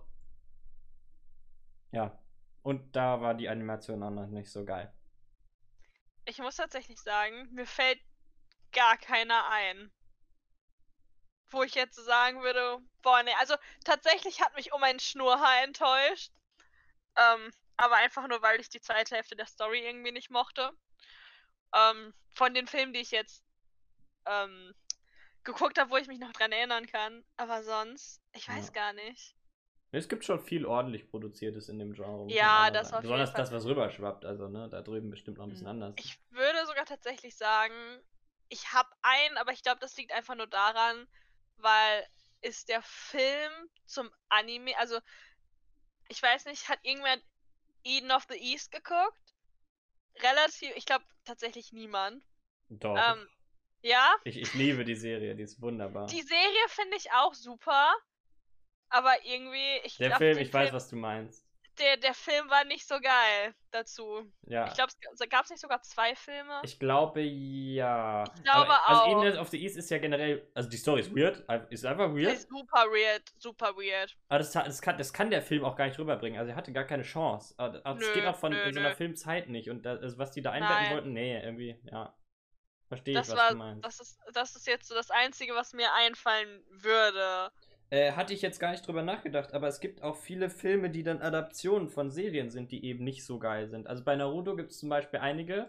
Ja. Und da war die Animation auch noch nicht so geil. Ich muss tatsächlich sagen, mir fällt gar keiner ein. Wo ich jetzt so sagen würde, boah, nee, also tatsächlich hat mich um ein Schnurrhaar enttäuscht. Ähm, aber einfach nur, weil ich die zweite Hälfte der Story irgendwie nicht mochte. Ähm, von den Filmen, die ich jetzt ähm, geguckt habe, wo ich mich noch dran erinnern kann. Aber sonst, ich weiß Ja. gar nicht. Es gibt schon viel ordentlich Produziertes in dem Genre. muss Ja, man auch mal das sagen. auf jeden Besonders Fall. das, was rüberschwappt. Also, ne, da drüben bestimmt noch ein bisschen Mhm. anders. Ich würde sogar tatsächlich sagen, ich habe einen, aber ich glaube, das liegt einfach nur daran, weil ist der Film zum Anime, also ich weiß nicht, hat irgendwer Eden of the East geguckt? Relativ, ich glaube tatsächlich niemand. Doch. Ähm, ja, ich, ich liebe die Serie, die ist wunderbar. die Serie finde ich auch super, aber irgendwie, ich Der glaube, Film, ich weiß, was du meinst. der, der Film war nicht so geil dazu. Ja. Ich glaube, es gab es nicht sogar zwei Filme? Ich glaube, ja. Ich glaube Aber, also auch. Eden of the East ist ja generell, also die Story ist weird, ist einfach Die weird. ist super weird, super weird. Aber das, das, kann, das kann der Film auch gar nicht rüberbringen. Also er hatte gar keine Chance. Aber das Nö, geht auch von nö, so einer nö. Filmzeit nicht. Und das, also was die da einbetten Nein. wollten, nee, irgendwie, ja. Verstehe ich, Das was war, du meinst. das ist, das ist jetzt so das Einzige, was mir einfallen würde. Äh, hatte ich jetzt gar nicht drüber nachgedacht, aber es gibt auch viele Filme, die dann Adaptionen von Serien sind, die eben nicht so geil sind. Also bei Naruto gibt es zum Beispiel einige,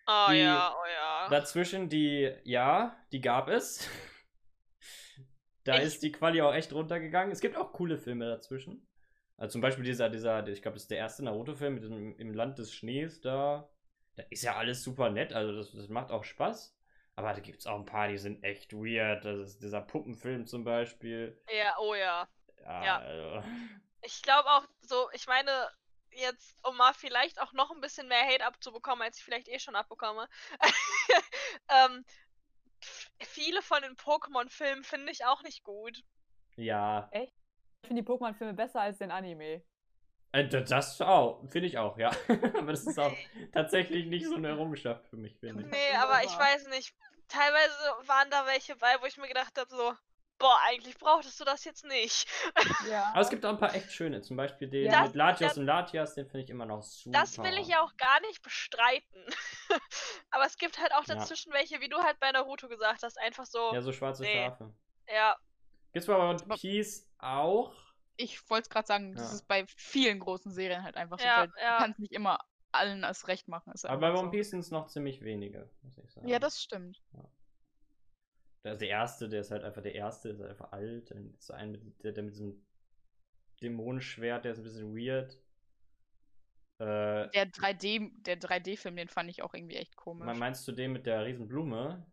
Oh Die- ja, oh ja. Dazwischen die, ja, die gab es. Da Ich- ist die Quali auch echt runtergegangen. Es gibt auch coole Filme dazwischen. Also zum Beispiel dieser, dieser, ich glaube, das ist der erste Naruto-Film mit diesem im Land des Schnees da. Da ist ja alles super nett, also das, das macht auch Spaß. Aber da gibt es auch ein paar, die sind echt weird. Das ist dieser Puppenfilm zum Beispiel. Ja, oh ja. Ja, Ja. also. Ich glaube auch so, ich meine, jetzt, um mal vielleicht auch noch ein bisschen mehr Hate abzubekommen, als ich vielleicht eh schon abbekomme. ähm, f- viele von den Pokémon-Filmen finde ich auch nicht gut. Ja. Ich finde die Pokémon-Filme besser als den Anime. Äh, d- Das auch, finde ich auch, ja. Aber das ist auch tatsächlich nicht so eine Errungenschaft für mich, finde ich. Nee, immer aber ich wahr. weiß nicht. Teilweise waren da welche bei, wo ich mir gedacht habe, so, boah, eigentlich brauchtest du das jetzt nicht. Ja. Aber es gibt auch ein paar echt schöne, zum Beispiel den Ja. mit Latios Das- und Latias, den finde ich immer noch super. Das will ich ja auch gar nicht bestreiten. Aber es gibt halt auch Ja. dazwischen welche, wie du halt bei Naruto gesagt hast, einfach so, Ja, so schwarze Nee. Schafe. ja, Gibt's bei One Aber- Piece auch? Ich wollte es gerade sagen, das Ja. ist bei vielen großen Serien halt einfach so, Ja, weil ja. du kannst nicht immer allen das Recht machen. Ist Aber bei einfach One so. Piece sind es noch ziemlich wenige, muss ich sagen. Ja, das stimmt. Der, der erste, der ist halt einfach der erste, der ist einfach alt. Dann ist so ein mit, der, der mit diesem Dämonenschwert, der ist ein bisschen weird. Äh, Der drei D, der drei D-Film, den fand ich auch irgendwie echt komisch. me- meinst du den mit der riesen Blume?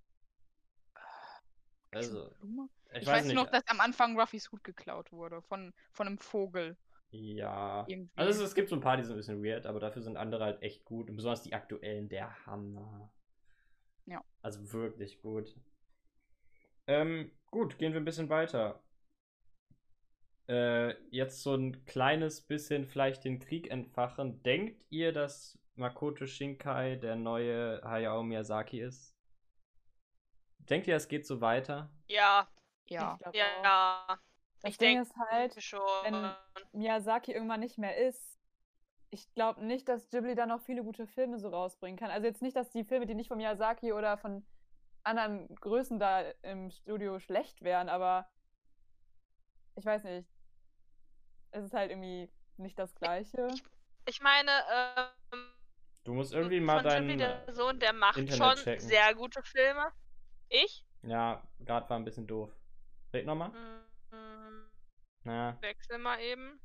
Also, Blume? ich, Ich, weiß weiß nicht. nur noch, dass am Anfang Ruffys Hut geklaut wurde von, von einem Vogel. Ja. Irgendwie. Also es, es gibt so ein paar, die sind ein bisschen weird, aber dafür sind andere halt echt gut. Und besonders die aktuellen, der Hammer. Ja. Also wirklich gut. Ähm, gut, gehen wir ein bisschen weiter. Äh, jetzt so ein kleines bisschen vielleicht den Krieg entfachen. Denkt ihr, dass Makoto Shinkai der neue Hayao Miyazaki ist? Denkt ihr, es geht so weiter? ja, Ja. Ich glaub auch. ja, Das ich Ding denk- ist halt, schon. wenn Miyazaki irgendwann nicht mehr ist, ich glaube nicht, dass Ghibli da noch viele gute Filme so rausbringen kann. Also jetzt nicht, dass die Filme, die nicht von Miyazaki oder von anderen Größen da im Studio schlecht wären, aber ich weiß nicht. Es ist halt irgendwie nicht das Gleiche. Ich meine, ähm, Du musst irgendwie mal von Ghibli, deinen. der Sohn, der macht Internet schon checken. sehr gute Filme. Ich? Ja, gerade war ein bisschen doof. Red nochmal? Mm, Ja, Wechsel mal eben.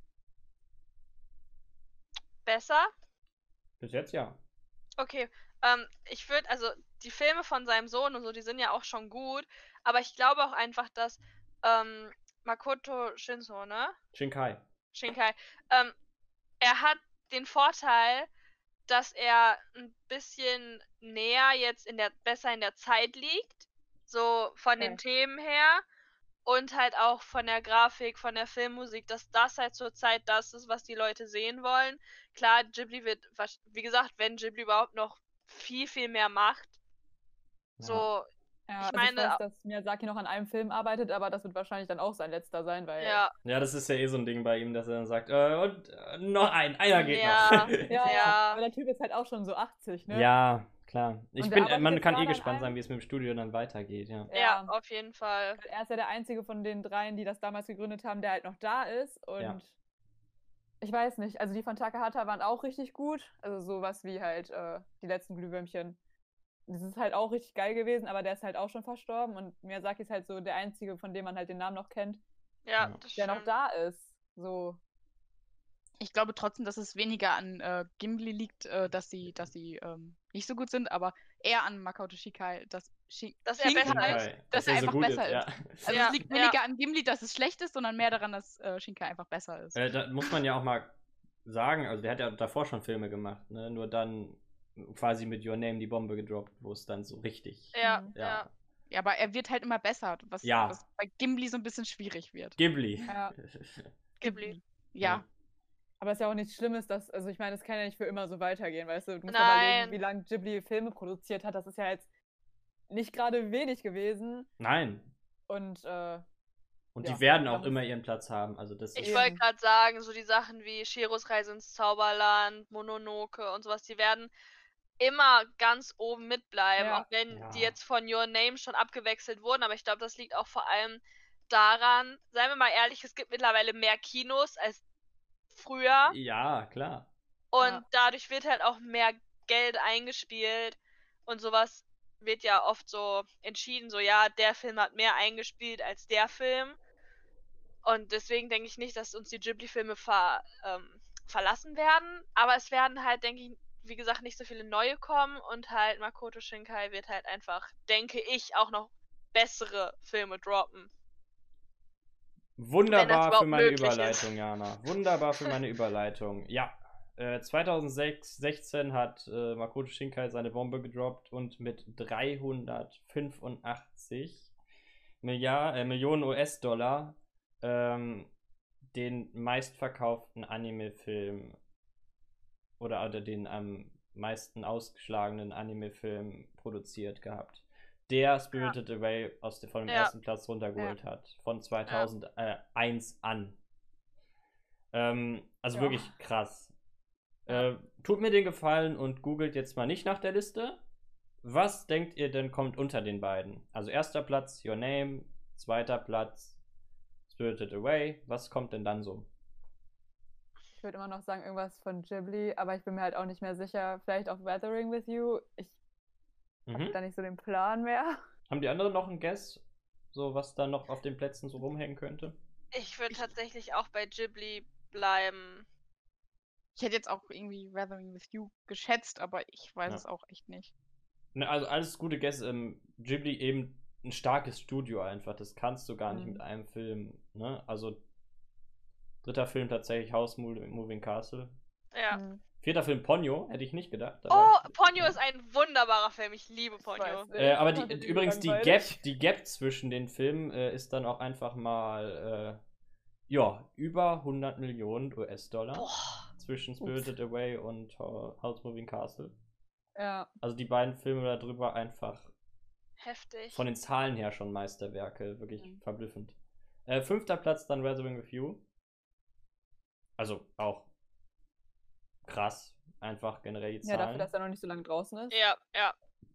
Besser? bis jetzt ja. Okay, ähm, ich würde, also die Filme von seinem Sohn und so, die sind ja auch schon gut, aber ich glaube auch einfach, dass ähm, Makoto Shinzo, ne? Shinkai. Shinkai, ähm, er hat den Vorteil, dass er ein bisschen näher jetzt in der, besser in der Zeit liegt, so von den Okay. Themen her und halt auch von der Grafik, von der Filmmusik, dass das halt zurzeit das ist, was die Leute sehen wollen. Klar, Ghibli wird, wahrsch- wie gesagt, wenn Ghibli überhaupt noch viel, viel mehr macht, Ja. so, Ja, ich also meine, ich weiß, dass Miyazaki noch an einem Film arbeitet, aber das wird wahrscheinlich dann auch sein letzter sein, weil ja, Ja, das ist ja eh so ein Ding bei ihm, dass er dann sagt, äh, und äh, noch ein, einer geht Ja. noch. ja, Ja. aber der Typ ist halt auch schon so achtzig, ne? Ja, klar. Ich Und der bin, arbeitet man jetzt kann eh gerade an gespannt sein, einem- wie es mit dem Studio dann weitergeht, ja. ja, Ja. auf jeden Fall. Er ist ja der einzige von den dreien, die das damals gegründet haben, der halt noch da ist. Und Ja. ich weiß nicht, also die von Takahata waren auch richtig gut. Also sowas wie halt äh, die letzten Glühwürmchen. Das ist halt auch richtig geil gewesen, aber der ist halt auch schon verstorben. Und Miyazaki ist halt so der einzige, von dem man halt den Namen noch kennt, Ja, Ja. das der noch stimmt. da ist. So. Ich glaube trotzdem, dass es weniger an äh, Gimli liegt, äh, dass sie, dass sie ähm, nicht so gut sind, aber eher an Makoto Shinkai, dass, Shi Dass er besser Shinkai- ist. Shinkai, dass er einfach besser ja. Also Ja, es liegt ja. weniger an Gimli, dass es schlecht ist, sondern mehr daran, dass äh, Shinkai einfach besser ist. Äh, da muss man ja auch mal sagen, also der hat ja davor schon Filme gemacht, ne? Nur dann quasi mit Your Name die Bombe gedroppt, wo es dann so richtig. Ja, Mhm. ja. Ja. Ja, aber er wird halt immer besser, was, Ja. was bei Gimli so ein bisschen schwierig wird. Ghibli. Ja. Ghibli. Ja, Aber es ist ja auch nichts Schlimmes, dass, also ich meine, das kann ja nicht für immer so weitergehen, weißt du? Du musst Nein. überlegen, wie lange Ghibli Filme produziert hat. Das ist ja jetzt nicht gerade wenig gewesen. Nein. Und äh, Und Ja, die werden da auch muss- immer ihren Platz haben. Also das Ich ist. wollte Eben. gerade sagen, so die Sachen wie Shiros Reise ins Zauberland, Mononoke und sowas, die werden immer ganz oben mitbleiben, Ja. auch wenn Ja. die jetzt von Your Name schon abgewechselt wurden, aber ich glaube, das liegt auch vor allem daran, seien wir mal ehrlich, es gibt mittlerweile mehr Kinos als früher Ja, klar. und Ja. dadurch wird halt auch mehr Geld eingespielt und sowas wird ja oft so entschieden, so ja, der Film hat mehr eingespielt als der Film. Und deswegen denke ich nicht, dass uns die Ghibli-Filme ver, ähm, verlassen werden. Aber es werden halt, denke ich, wie gesagt, nicht so viele neue kommen. Und halt Makoto Shinkai wird halt einfach, denke ich, auch noch bessere Filme droppen. Wunderbar für überhaupt meine möglich Überleitung, ist. Jana. Wunderbar für meine Überleitung. Ja, äh, zweitausendsechzehn hat äh, Makoto Shinkai seine Bombe gedroppt und mit dreihundertfünfundachtzig Milliard, äh, Millionen U S-Dollar ähm, den meistverkauften Anime-Film oder, oder den am meisten ausgeschlagenen Anime-Film produziert gehabt. Der Spirited Away aus der, von dem Ja. ersten Platz runtergeholt Ja. hat. Von zweitausendeins an. Ähm, also Ja. wirklich krass. Ja. Äh, tut mir den Gefallen und googelt jetzt mal nicht nach der Liste. Was denkt ihr denn kommt unter den beiden? Also erster Platz Your Name, zweiter Platz Spirited Away. Was kommt denn dann so? Ich würde immer noch sagen, irgendwas von Ghibli, aber ich bin mir halt auch nicht mehr sicher. Vielleicht auch Weathering with You. Ich Mhm. habe da nicht so den Plan mehr. Haben die anderen noch einen Guess? So, was da noch auf den Plätzen so rumhängen könnte? Ich würde tatsächlich auch bei Ghibli bleiben. Ich hätte jetzt auch irgendwie Weathering with You geschätzt, aber ich weiß Ja. es auch echt nicht. Ne, also alles gute Guess. Ähm, Ghibli eben ein starkes Studio einfach. Das kannst du gar nicht Mhm. mit einem Film. Ne? Also dritter Film tatsächlich House Moving Castle. Ja. Hm. Vierter Film Ponyo, hätte ich nicht gedacht. Oh, aber- Ponyo ja. ist ein wunderbarer Film. Ich liebe Ich Ponyo. weiß nicht. Äh, aber Ich fand die, den übrigens die Gap, langweilig. die Gap zwischen den Filmen äh, ist dann auch einfach mal äh, ja, über hundert Millionen U S-Dollar Boah. zwischen Spirited Away und Ho- House Moving Castle. Ja. Also die beiden Filme darüber einfach Heftig. von den Zahlen her schon Meisterwerke, wirklich Mhm. verblüffend. Äh, fünfter Platz dann Weathering with You. Also auch krass, einfach generell die Ja, Zahlen. dafür, dass er noch nicht so lange draußen ist. Ja, ja.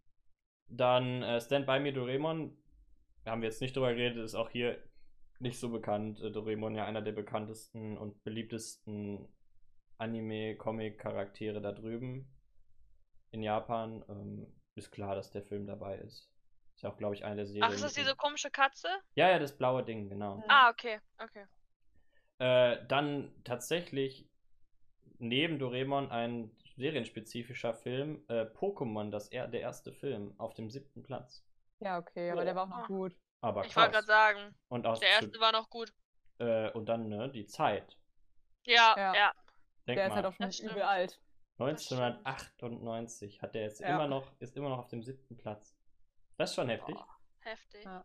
Dann äh, Stand By Me Doraemon. Da haben wir jetzt nicht drüber geredet, ist auch hier nicht so bekannt. Äh, Doraemon ja einer der bekanntesten und beliebtesten Anime-Comic-Charaktere da drüben in Japan. Ähm, ist klar, dass der Film dabei ist. Ist ja auch, glaube ich, eine der Serien. Ach, ist das diese komische Katze? Ja, ja, das blaue Ding, genau. Mhm. Ah, okay, okay. Äh, dann tatsächlich neben Doraemon ein serienspezifischer Film, äh, Pokémon, das er, der erste Film, auf dem siebten Platz. Ja, okay, aber der war auch noch Ah. gut. Aber Ich wollte krass. gerade sagen, Und, aus der erste zu, war noch gut. äh, und dann ne, die Zeit. Ja, Ja. ja. Denk Der mal, ist halt auch schon das stimmt. übel alt. neunzehnhundertachtundneunzig hat der jetzt Ja. immer noch, ist immer noch auf dem siebten Platz. Das ist schon heftig. Boah, heftig. Ja.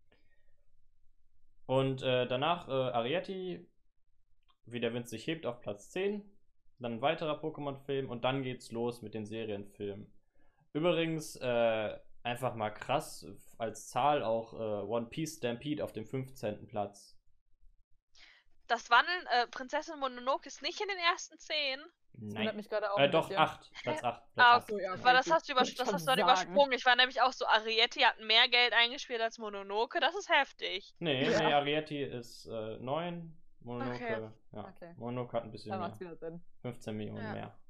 Und äh, danach äh, Arrietty, wie der Wind sich hebt, auf Platz zehn. Dann ein weiterer Pokémon-Film und dann geht's los mit den Serienfilmen. Übrigens, äh, einfach mal krass, als Zahl auch äh, One Piece Stampede auf dem fünfzehnten Platz. Das Wandeln, äh, Prinzessin Mononoke ist nicht in den ersten zehn. Das wundert Nein. mich gerade auch Äh, ein doch, bisschen. acht. Platz acht. Platz Ah, acht. So, ja, Aber das okay, hast du, über, wollte ich das schon hast du dann sagen. übersprungen. Ich war nämlich auch so, Arrietty hat mehr Geld eingespielt als Mononoke. Das ist heftig. Nee, Ja. nee, Arrietty ist äh, neun. Mononoke, Okay. ja. Okay. Mononoke hat ein bisschen Da mehr. macht's wieder Sinn. fünfzehn Millionen Ja. mehr.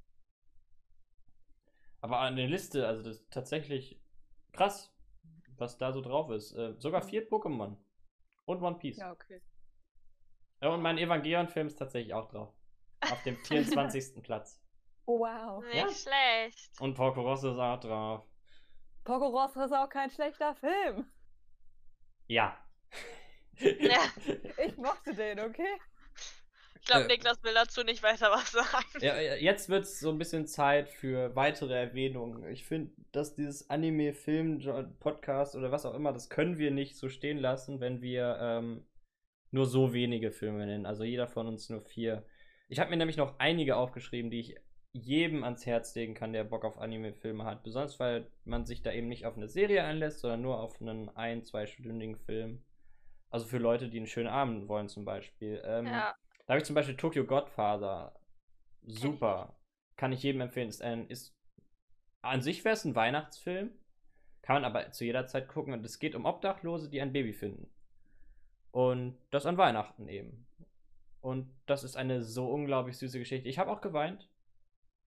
Aber an der Liste, also das ist tatsächlich krass, was da so drauf ist. Äh, sogar vier Pokémon. Und One Piece. Ja, okay. Ja, und mein Evangelion-Film ist tatsächlich auch drauf. Auf dem vierundzwanzigsten Platz. Oh, wow. Nicht Ja. schlecht. Und Porco Rosso ist auch drauf. Porco Rosso ist auch kein schlechter Film. Ja. Ja. Ich mochte den, okay? Ich glaube, Äh. Niklas will dazu nicht weiter was sagen. Ja, ja, jetzt wird es so ein bisschen Zeit für weitere Erwähnungen. Ich finde, dass dieses Anime-Film-Podcast oder was auch immer, das können wir nicht so stehen lassen, wenn wir ähm, nur so wenige Filme nennen. Also jeder von uns nur vier. Ich habe mir nämlich noch einige aufgeschrieben, die ich jedem ans Herz legen kann, der Bock auf Anime-Filme hat. Besonders, weil man sich da eben nicht auf eine Serie einlässt, sondern nur auf einen ein-, zweistündigen Film. Also für Leute, die einen schönen Abend wollen zum Beispiel. Ähm, Ja. Da habe ich zum Beispiel Tokyo Godfather. Super. Kann ich jedem empfehlen. Ist ein, ist, an sich wäre es ein Weihnachtsfilm. Kann man aber zu jeder Zeit gucken. Und es geht um Obdachlose, die ein Baby finden. Und das an Weihnachten eben. Und das ist eine so unglaublich süße Geschichte. Ich habe auch geweint.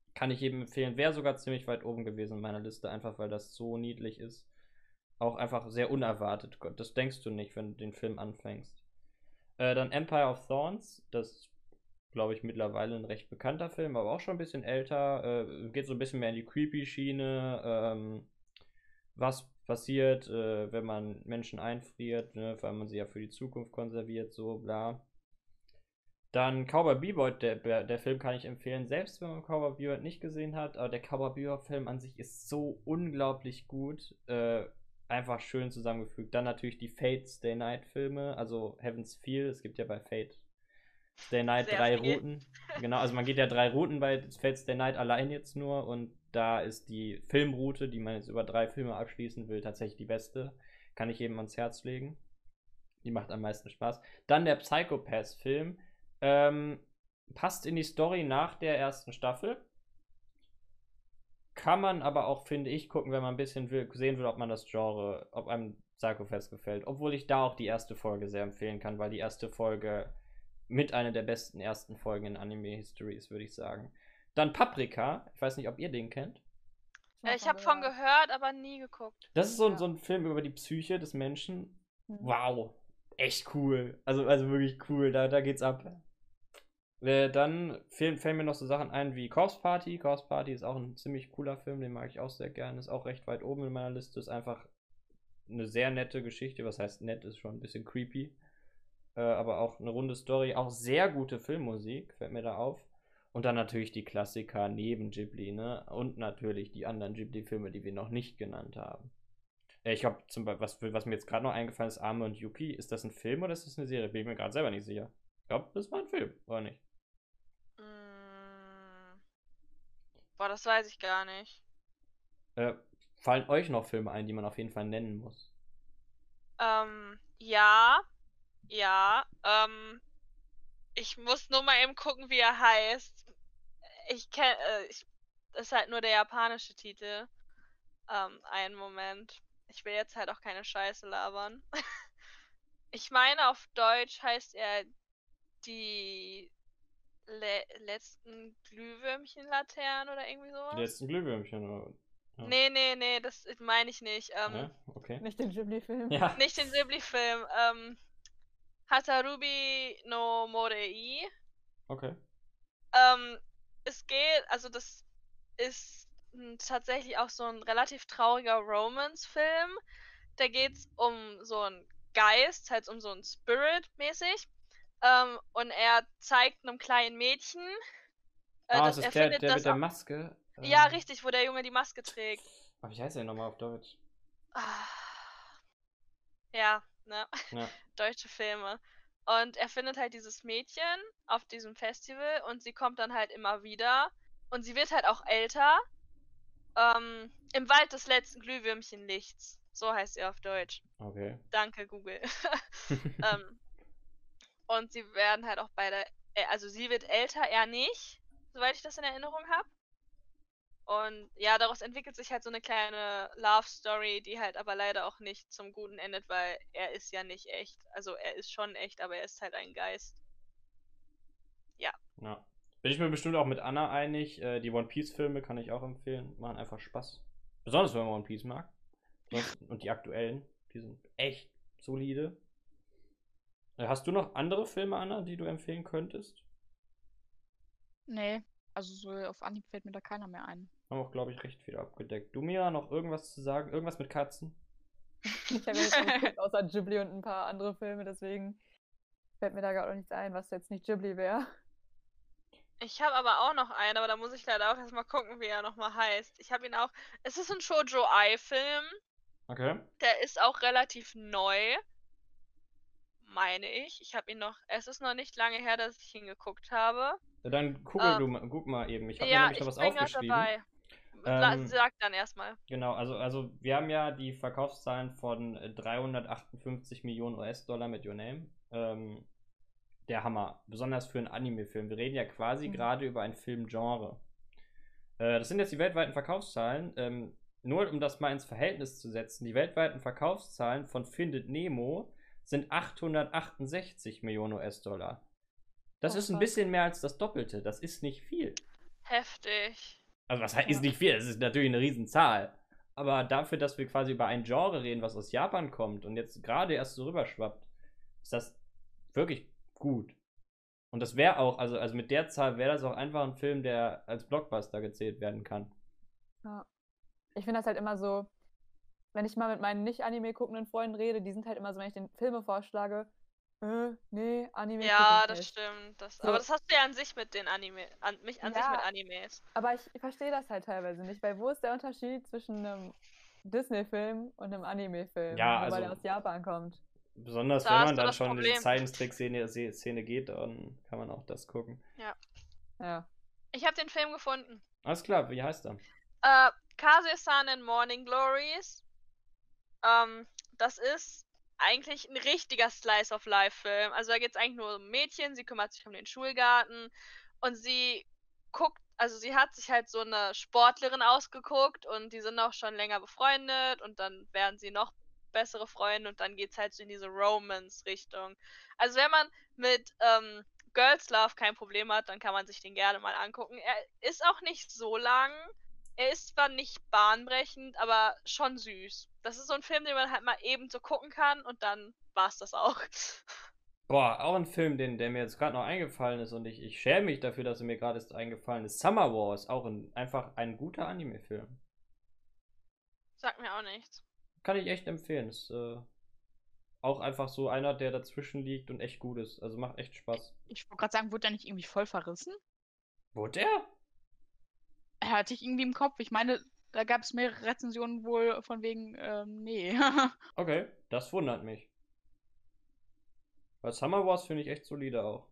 Kann ich jedem empfehlen. Wäre sogar ziemlich weit oben gewesen in meiner Liste, einfach weil das so niedlich ist. Auch einfach sehr unerwartet. Das denkst du nicht, wenn du den Film anfängst. Äh, dann Empire of Thorns. Das glaube ich, mittlerweile ein recht bekannter Film, aber auch schon ein bisschen älter. Äh, geht so ein bisschen mehr in die Creepy-Schiene. Ähm, was passiert, äh, wenn man Menschen einfriert, ne, weil man sie ja für die Zukunft konserviert, so bla. Dann Cowboy Bebop, der, der Film kann ich empfehlen, selbst wenn man Cowboy Bebop nicht gesehen hat, aber der Cowboy Bebop Film an sich ist so unglaublich gut. Äh, einfach schön zusammengefügt. Dann natürlich die Fate Stay Night Filme, also Heaven's Feel, es gibt ja bei Fate Stay Night Sehr drei viel. Routen. Genau, also man geht ja drei Routen bei Fate Stay Night allein jetzt nur und da ist die Filmroute, die man jetzt über drei Filme abschließen will, tatsächlich die beste. Kann ich jedem ans Herz legen. Die macht am meisten Spaß. Dann der Psycho-Pass-Film. Ähm, passt in die Story nach der ersten Staffel. Kann man aber auch, finde ich, gucken, wenn man ein bisschen will, sehen will, ob man das Genre, ob einem Psycho-Pass gefällt. Obwohl ich da auch die erste Folge sehr empfehlen kann, weil die erste Folge mit einer der besten ersten Folgen in Anime-History ist, würde ich sagen. Dann Paprika. Ich weiß nicht, ob ihr den kennt. Äh, ich habe von gehört, aber nie geguckt. Das ist so, Ja. so ein Film über die Psyche des Menschen. Mhm. Wow. Echt cool. Also, also wirklich cool. Da, da geht's ab. Äh, dann fehlen, fällen mir noch so Sachen ein wie Corpse Party. Corpse Party ist auch ein ziemlich cooler Film. Den mag ich auch sehr gerne. Ist auch recht weit oben in meiner Liste. Ist einfach eine sehr nette Geschichte. Was heißt nett? Ist schon ein bisschen creepy. Äh, aber auch eine runde Story. Auch sehr gute Filmmusik. Fällt mir da auf. Und dann natürlich die Klassiker neben Ghibli, ne? Und natürlich die anderen Ghibli-Filme, die wir noch nicht genannt haben. Äh, ich glaube, zum Beispiel, was, was mir jetzt gerade noch eingefallen ist, Ame und Yuki, ist das ein Film oder ist das eine Serie? Bin ich mir gerade selber nicht sicher. Ich glaube, das war ein Film, oder nicht? Mm. Boah, das weiß ich gar nicht. Äh, fallen euch noch Filme ein, die man auf jeden Fall nennen muss? Ähm, ja. Ja. Ähm, ich muss nur mal eben gucken, wie er heißt. Ich kenne, äh, ich, das ist halt nur der japanische Titel. Ähm, einen Moment. Ich will jetzt halt auch keine Scheiße labern. Ich meine, auf Deutsch heißt er die le letzten Glühwürmchenlaternen oder irgendwie sowas. Die letzten Glühwürmchen, oder? Ja. Nee, nee, nee, das meine ich nicht. Ähm, Ja, okay. Nicht den Ghibli-Film. Ja. Nicht den Ghibli-Film. Ähm, Hatarubi no Morei. Okay. Ähm, es geht, also das ist m, tatsächlich auch so ein relativ trauriger Romance-Film. Da geht's um so einen Geist, halt um so einen Spirit mäßig. Ähm, und er zeigt einem kleinen Mädchen, äh, Ah, dass das er ist der, findet, der dass mit der auch- Maske. Ja, Ähm, richtig, wo der Junge die Maske trägt. Aber wie heißt der nochmal auf Deutsch? Ah. Ja, ne? Ja. Deutsche Filme. Und er findet halt dieses Mädchen auf diesem Festival und sie kommt dann halt immer wieder. Und sie wird halt auch älter. Ähm, Im Wald des letzten Glühwürmchenlichts. So heißt sie auf Deutsch. Okay. Danke, Google. ähm, und sie werden halt auch beide, äh, also sie wird älter, er nicht, soweit ich das in Erinnerung habe. Und ja, daraus entwickelt sich halt so eine kleine Love Story, die halt aber leider auch nicht zum Guten endet, weil er ist ja nicht echt. Also er ist schon echt, aber er ist halt ein Geist. Ja. Bin ich mir bestimmt auch mit Anna einig. Äh, die One Piece-Filme kann ich auch empfehlen. Machen einfach Spaß. Besonders wenn man One Piece mag. Sonst- Und die aktuellen, die sind echt solide. Äh, Hast du noch andere Filme, Anna, die du empfehlen könntest? Nee, also so auf Anhieb fällt mir da keiner mehr ein. Haben auch, glaube ich, recht viel abgedeckt. Du, Mira, noch irgendwas zu sagen? Irgendwas mit Katzen? Ich habe jetzt nicht geguckt, außer Ghibli und ein paar andere Filme, deswegen fällt mir da gar auch nichts ein, was jetzt nicht Ghibli wäre. Ich habe aber auch noch einen, aber da muss ich leider auch erstmal gucken, wie er nochmal heißt. Ich habe ihn auch. Es ist ein Shoujo-Ai-Film. Okay. Der ist auch relativ neu. Meine ich. Ich habe ihn noch. Es ist noch nicht lange her, dass ich ihn geguckt habe. Ja, dann gucke Ähm, du mal, guck mal eben. Ich habe mir Ja, nämlich ich noch was bin gerade aufgeschrieben. dabei. La- Ähm, Sag dann erstmal. Genau, also, also wir haben ja die Verkaufszahlen von äh, dreihundertachtundfünfzig Millionen U S-Dollar mit Your Name. Ähm, der Hammer. Besonders für einen Anime-Film. Wir reden ja quasi Mhm. gerade über ein Filmgenre. Äh, das sind jetzt die weltweiten Verkaufszahlen. Ähm, nur um das mal ins Verhältnis zu setzen, die weltweiten Verkaufszahlen von Findet Nemo sind achthundertachtundsechzig Millionen U S-Dollar. Das Oh, ist ein krass. bisschen mehr als das Doppelte. Das ist nicht viel. Heftig. Also was heißt, Ja. ist nicht viel, es ist natürlich eine Riesenzahl. Aber dafür, dass wir quasi über ein Genre reden, was aus Japan kommt und jetzt gerade erst so rüberschwappt, ist das wirklich gut. Und das wäre auch, also, also mit der Zahl wäre das auch einfach ein Film, der als Blockbuster gezählt werden kann. Ja. Ich finde das halt immer so, wenn ich mal mit meinen nicht Anime guckenden Freunden rede, die sind halt immer so, wenn ich den Filme vorschlage, äh, nee, Anime guck Ja, ich das nicht. stimmt. Das, So. aber das hast du ja an sich mit den Anime, an mich an sich Ja. mit Animes. Aber ich verstehe das halt teilweise nicht, weil wo ist der Unterschied zwischen einem Disney-Film und einem Anime-Film, Ja, nur weil also- er aus Japan kommt? Besonders Da wenn hast man du dann das schon in die Problem. Zeichentrick-Szene Se- Szene geht, dann kann man auch das gucken. Ja. Ich habe den Film gefunden. Alles klar, wie heißt er? Äh, Kazuya-san in Morning Glories. Ähm, das ist eigentlich ein richtiger Slice-of-Life-Film. Also da geht es eigentlich nur um ein Mädchen, sie kümmert sich um den Schulgarten und sie guckt, also sie hat sich halt so eine Sportlerin ausgeguckt und die sind auch schon länger befreundet und dann werden sie noch bessere Freunde und dann geht es halt so in diese Romance-Richtung. Also wenn man mit ähm, Girls Love kein Problem hat, dann kann man sich den gerne mal angucken. Er ist auch nicht so lang. Er ist zwar nicht bahnbrechend, aber schon süß. Das ist so ein Film, den man halt mal eben so gucken kann und dann war's das auch. Boah, auch ein Film, den, der mir jetzt gerade noch eingefallen ist und ich, ich schäme mich dafür, dass er mir gerade ist eingefallen ist. Summer Wars, auch ein, einfach ein guter Anime-Film. Sagt mir auch nichts. Kann ich echt empfehlen. Ist äh, auch einfach so einer, der dazwischen liegt und echt gut ist. Also macht echt Spaß. Ich wollte gerade sagen, wurde der nicht irgendwie voll verrissen? Wurde der? Hatte ich irgendwie im Kopf. Ich meine, da gab es mehrere Rezensionen wohl von wegen, ähm, nee. Okay, das wundert mich. Weil Summer Wars finde ich echt solide auch.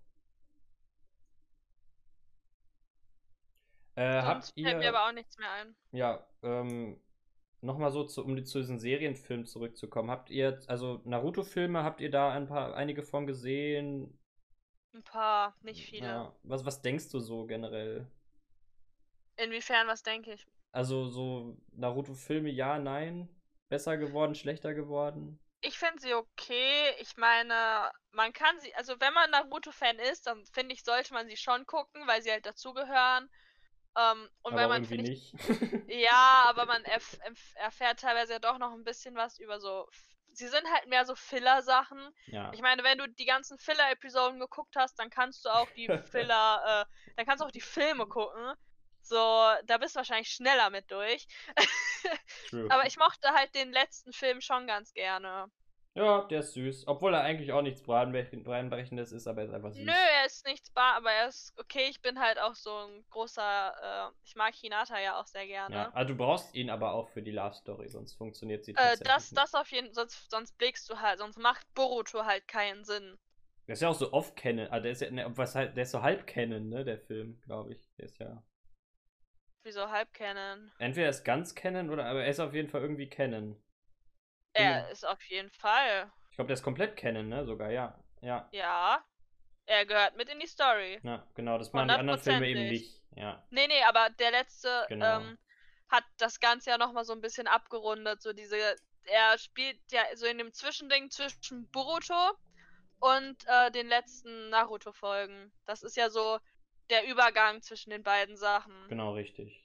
Äh, habt Sonst fällt mir ihr, aber auch nichts mehr ein. ja, ähm, nochmal so, zu, um die, zu diesen Serienfilmen zurückzukommen. Habt ihr, also Naruto-Filme, habt ihr da ein paar, einige von gesehen? Ein paar, nicht viele. Ja, was, was denkst du so generell? Inwiefern, was denke ich? Also so Naruto-Filme, ja, nein? Besser geworden, schlechter geworden? Ich finde sie okay. Ich meine, man kann sie, also wenn man Naruto-Fan ist, dann finde ich, sollte man sie schon gucken, weil sie halt dazugehören. Ähm, und Aber weil man, irgendwie finde ich, nicht. ja, aber man erf erf erfährt teilweise ja doch noch ein bisschen was über so. Sie sind halt mehr so Filler-Sachen. Ja. Ich meine, wenn du die ganzen Filler-Episoden geguckt hast, dann kannst du auch die Filler, äh, dann kannst du auch die Filme gucken. So, da bist du wahrscheinlich schneller mit durch. True. Aber ich mochte halt den letzten Film schon ganz gerne. Ja, der ist süß. Obwohl er eigentlich auch nichts Breinbrech- Breinbrechendes ist, aber er ist einfach süß. Nö, er ist nichts bar, aber er ist okay. Ich bin halt auch so ein großer, äh, ich mag Hinata ja auch sehr gerne. Ja, also du brauchst ihn aber auch für die Love Story, sonst funktioniert sie Äh, tatsächlich das, nicht. das auf jeden Fall, sonst, sonst blickst du halt, sonst macht Boruto halt keinen Sinn. Der ist ja auch so off-Canon, ah, der ist ja, ne, was halt, der ist so halb-Canon, ne, der Film, glaube ich. Der ist ja. Wieso halb kennen? Entweder er ist ganz Canon oder, aber er ist auf jeden Fall irgendwie Canon. Er Mhm. ist auf jeden Fall. Ich glaube, der ist komplett Canon, ne, sogar, ja. Ja, Ja. Er gehört mit in die Story. ja, genau, das machen die anderen Filme eben Hundertprozentig. nicht. Ja, Nee, nee, aber der letzte Genau. ähm, hat das Ganze ja nochmal so ein bisschen abgerundet. So diese, er spielt ja so in dem Zwischending zwischen Boruto und äh, den letzten Naruto-Folgen. Das ist ja so der Übergang zwischen den beiden Sachen. genau, richtig.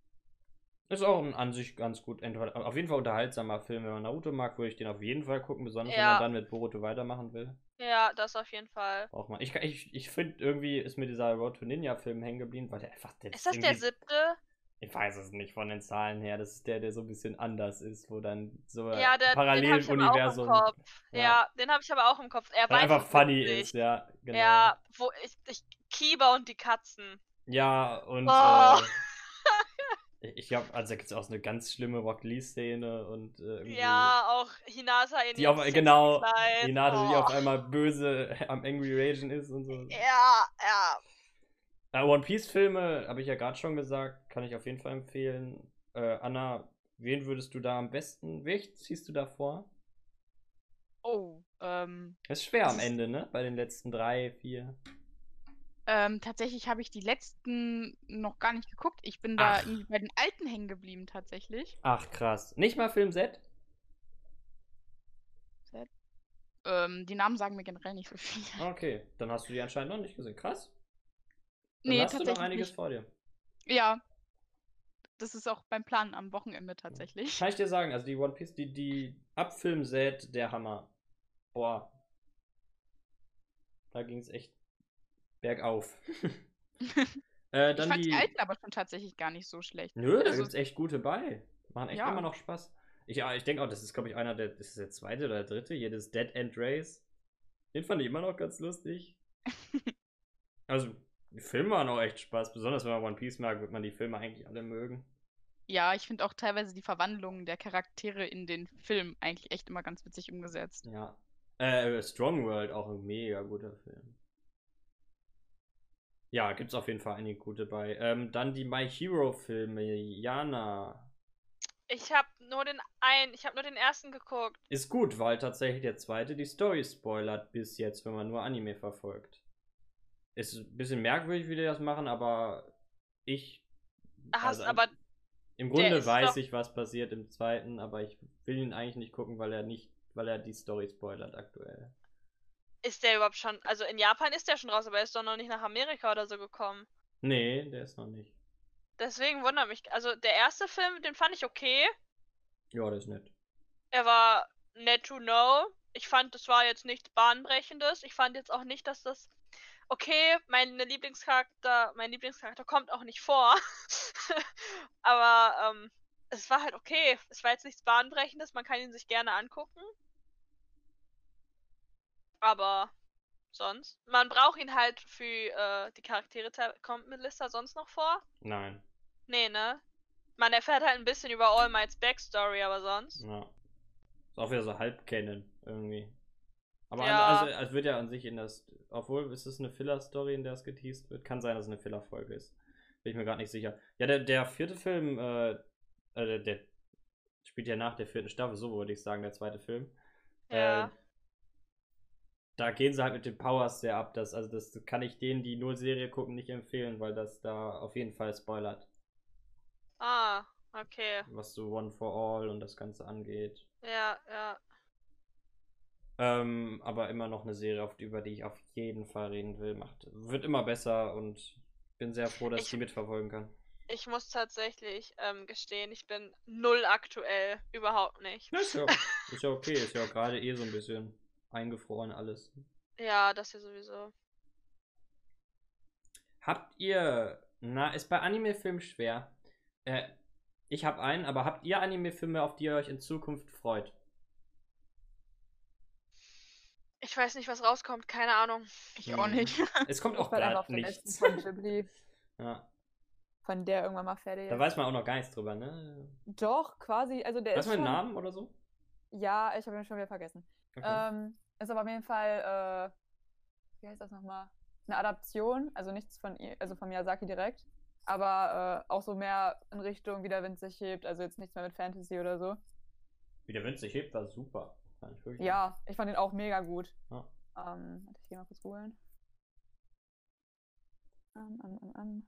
Ist auch ein an sich ganz gut, entweder- auf jeden Fall unterhaltsamer Film. Wenn man Naruto mag, würde ich den auf jeden Fall gucken, besonders wenn Ja. man dann mit Boruto weitermachen will. Ja, das auf jeden Fall. Braucht man. Ich, ich, ich finde, irgendwie ist mir dieser Road to Ninja-Film hängen geblieben, weil der einfach. Der Ist das der irgendwie- siebte? Ich weiß es nicht von den Zahlen her. Das ist der, der so ein bisschen anders ist, wo dann so Ja, der, den habe ich aber auch im Paralleluniversum Kopf. Ja. Ja, den habe ich aber auch im Kopf. Er dann weiß einfach es funny witzig. ist, ja, genau. Ja, wo ich, ich Kiba und die Katzen. Ja, und Oh. äh, ich glaube, also da gibt es auch so eine ganz schlimme Rock Lee-Szene und äh, irgendwie. Ja, auch Hinata in Die ihrem auf, sexy genau, Kleid. die Nase, die Oh. auf einmal böse am Angry Ragen ist und so. Ja, ja. Äh, One Piece-Filme, habe ich ja gerade schon gesagt, kann ich auf jeden Fall empfehlen. Äh, Anna, wen würdest du da am besten, welchen ziehst du da vor? Oh, ähm, Das ist schwer Das am ist- Ende, ne? Bei den letzten drei, vier. ähm, tatsächlich habe ich die letzten noch gar nicht geguckt. Ich bin da Ach. irgendwie bei den alten hängen geblieben, tatsächlich. Ach, krass. Nicht mal Film Z? Ähm, die Namen sagen mir generell nicht so viel. Okay, dann hast du die anscheinend noch nicht gesehen. Krass. Dann Nee, hast du noch tatsächlich einiges nicht. vor dir. Ja, das ist auch beim Plan am Wochenende tatsächlich. Kann ich dir sagen, also die One Piece, die, die Abfilm-Set, der Hammer. Boah. Da ging es echt bergauf. äh, Ich dann fand die die. alten aber schon tatsächlich gar nicht so schlecht. Nö, da Also, gibt's echt gute bei. Machen echt Ja. immer noch Spaß. Ich, ja, ich denke auch, das ist, glaube ich, einer der. Das ist der zweite oder der dritte. Hier, das Dead End Race. Den fand ich immer noch ganz lustig. Also, die Filme waren auch echt Spaß. Besonders wenn man One Piece mag, wird man die Filme eigentlich alle mögen. Ja, ich finde auch teilweise die Verwandlungen der Charaktere in den Filmen eigentlich echt immer ganz witzig umgesetzt. Ja. Äh, Strong World, auch ein mega guter Film. Ja, gibt's auf jeden Fall einige gute bei. Ähm, dann die My Hero Filme. Jana. Ich habe nur den einen, ich habe nur den ersten geguckt. Ist gut, weil tatsächlich der zweite die Story spoilert bis jetzt, wenn man nur Anime verfolgt. Ist ein bisschen merkwürdig, wie die das machen, aber ich. Hast also, aber Im der Grunde ist weiß doch- ich, was passiert im zweiten, aber ich will ihn eigentlich nicht gucken, weil er nicht, weil er die Story spoilert aktuell. ist der überhaupt schon, also in Japan ist der schon raus, aber er ist doch noch nicht nach Amerika oder so gekommen. Nee, der ist noch nicht. Deswegen wundert mich, also der erste Film, den fand ich okay. Ja, der ist nett. Er war nett to know. Ich fand, das war jetzt nichts Bahnbrechendes. Ich fand jetzt auch nicht, dass das. Okay, meine Lieblingscharakter, mein Lieblingscharakter kommt auch nicht vor. Aber ähm, es war halt okay. Es war jetzt nichts Bahnbrechendes. Man kann ihn sich gerne angucken. Aber sonst. Man braucht ihn halt für äh, die Charaktere. Kommt Melissa sonst noch vor? Nein. Nee, ne? Man erfährt halt ein bisschen über All Mights Backstory, aber sonst. Ja. Ist auch wieder so halb kennen, irgendwie. Aber Ja. an, also, es wird ja an sich in das. Obwohl, ist es eine Filler-Story, in der es geteased wird? Kann sein, dass es eine Filler-Folge ist. Bin ich mir gerade nicht sicher. Ja, der, der vierte Film, äh, äh, der spielt ja nach der vierten Staffel, so würde ich sagen, der zweite Film. Ja. Äh, da gehen sie halt mit den Powers sehr ab. Das, also das kann ich denen, die nur Serie gucken, nicht empfehlen, weil das da auf jeden Fall spoilert. Ah, okay. Was so One for All und das Ganze angeht. Ja, ja. Ähm, aber immer noch eine Serie, auf die, über die ich auf jeden Fall reden will. Macht, wird immer besser und bin sehr froh, dass ich, Ich- die mitverfolgen kann. Ich muss tatsächlich ähm, gestehen, ich bin null aktuell. Überhaupt nicht. Ja, ist ja, ist ja okay, ist ja gerade eh so ein bisschen eingefroren alles. Ja, das hier sowieso. Habt ihr, na, ist bei Anime-Filmen schwer. Äh, ich habe einen, aber habt ihr Anime-Filme, auf die ihr euch in Zukunft freut? Ich weiß nicht, was rauskommt. Keine Ahnung. Ich auch Hm. nicht. Es kommt Ich auch werde einfach gerade vergessen nichts. von Ghibli, Ja, von der irgendwann mal fertig da ist. weiß man auch noch gar nichts drüber, ne? Doch, quasi. Also der Weiß ist man den schon, Namen oder so? Ja, ich habe ihn schon wieder vergessen. Okay. Ähm, ist aber auf jeden Fall, äh, wie heißt das nochmal? Eine Adaption, also nichts von ihr, also von Miyazaki direkt, aber äh, auch so mehr in Richtung, wie der Wind sich hebt, also jetzt nichts mehr mit Fantasy oder so. Wie der Wind sich hebt, war super. Fand ich wirklich Ja, ich fand ihn auch mega gut. Ja. Ähm, warte, ich gehe mal kurz googeln. Ähm, ähm, ähm, ähm.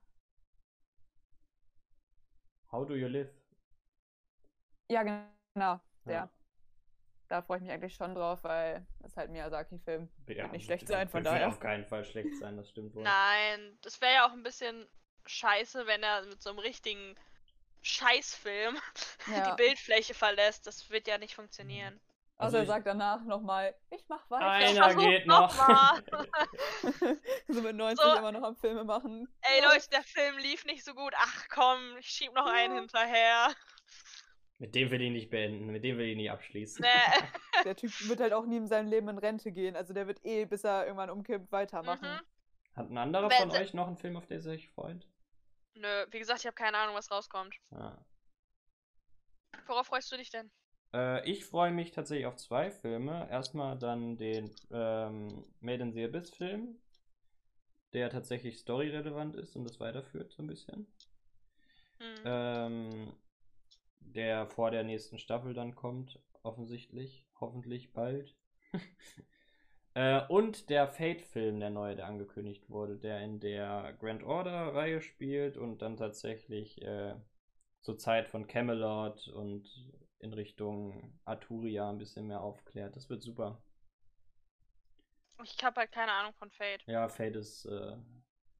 How do you live? Ja, genau, der. Ja. Da freue ich mich eigentlich schon drauf, weil das ist halt ein Miyazaki-Film. Ja, nicht schlecht sein, von wird daher. auf keinen Fall schlecht sein, das stimmt wohl. Nein, das wäre ja auch ein bisschen scheiße, wenn er mit so einem richtigen Scheißfilm Ja. die Bildfläche verlässt. Das wird ja nicht funktionieren. Also Außer er ich- sagt danach nochmal, ich mach weiter. Einer Versuch geht noch noch. mal. so mit neunzig So. immer noch am Filme machen. Ey Ja. Leute, der Film lief nicht so gut. Ach komm, ich schieb noch einen Ja. hinterher. Mit dem will ich nicht beenden, mit dem will ich nicht abschließen. Nee. Der Typ wird halt auch nie in seinem Leben in Rente gehen. Also der wird eh, bis er irgendwann umkippt, weitermachen. Mhm. Hat ein anderer Wenn von sie- euch noch einen Film, auf den ihr euch freut? Nö, wie gesagt, ich habe keine Ahnung, was rauskommt. Ah. Worauf freust du dich denn? Äh, ich freue mich tatsächlich auf zwei Filme. Erstmal dann den ähm, Made in the Abyss Film, der tatsächlich storyrelevant ist und das weiterführt so ein bisschen. Hm. Ähm, der vor der nächsten Staffel dann kommt, offensichtlich, hoffentlich bald. äh, und der Fate-Film, der neue, der angekündigt wurde, der in der Grand Order-Reihe spielt und dann tatsächlich äh, zur Zeit von Camelot und in Richtung Arturia ein bisschen mehr aufklärt. Das wird super. Ich habe halt keine Ahnung von Fate. Ja, Fate ist äh,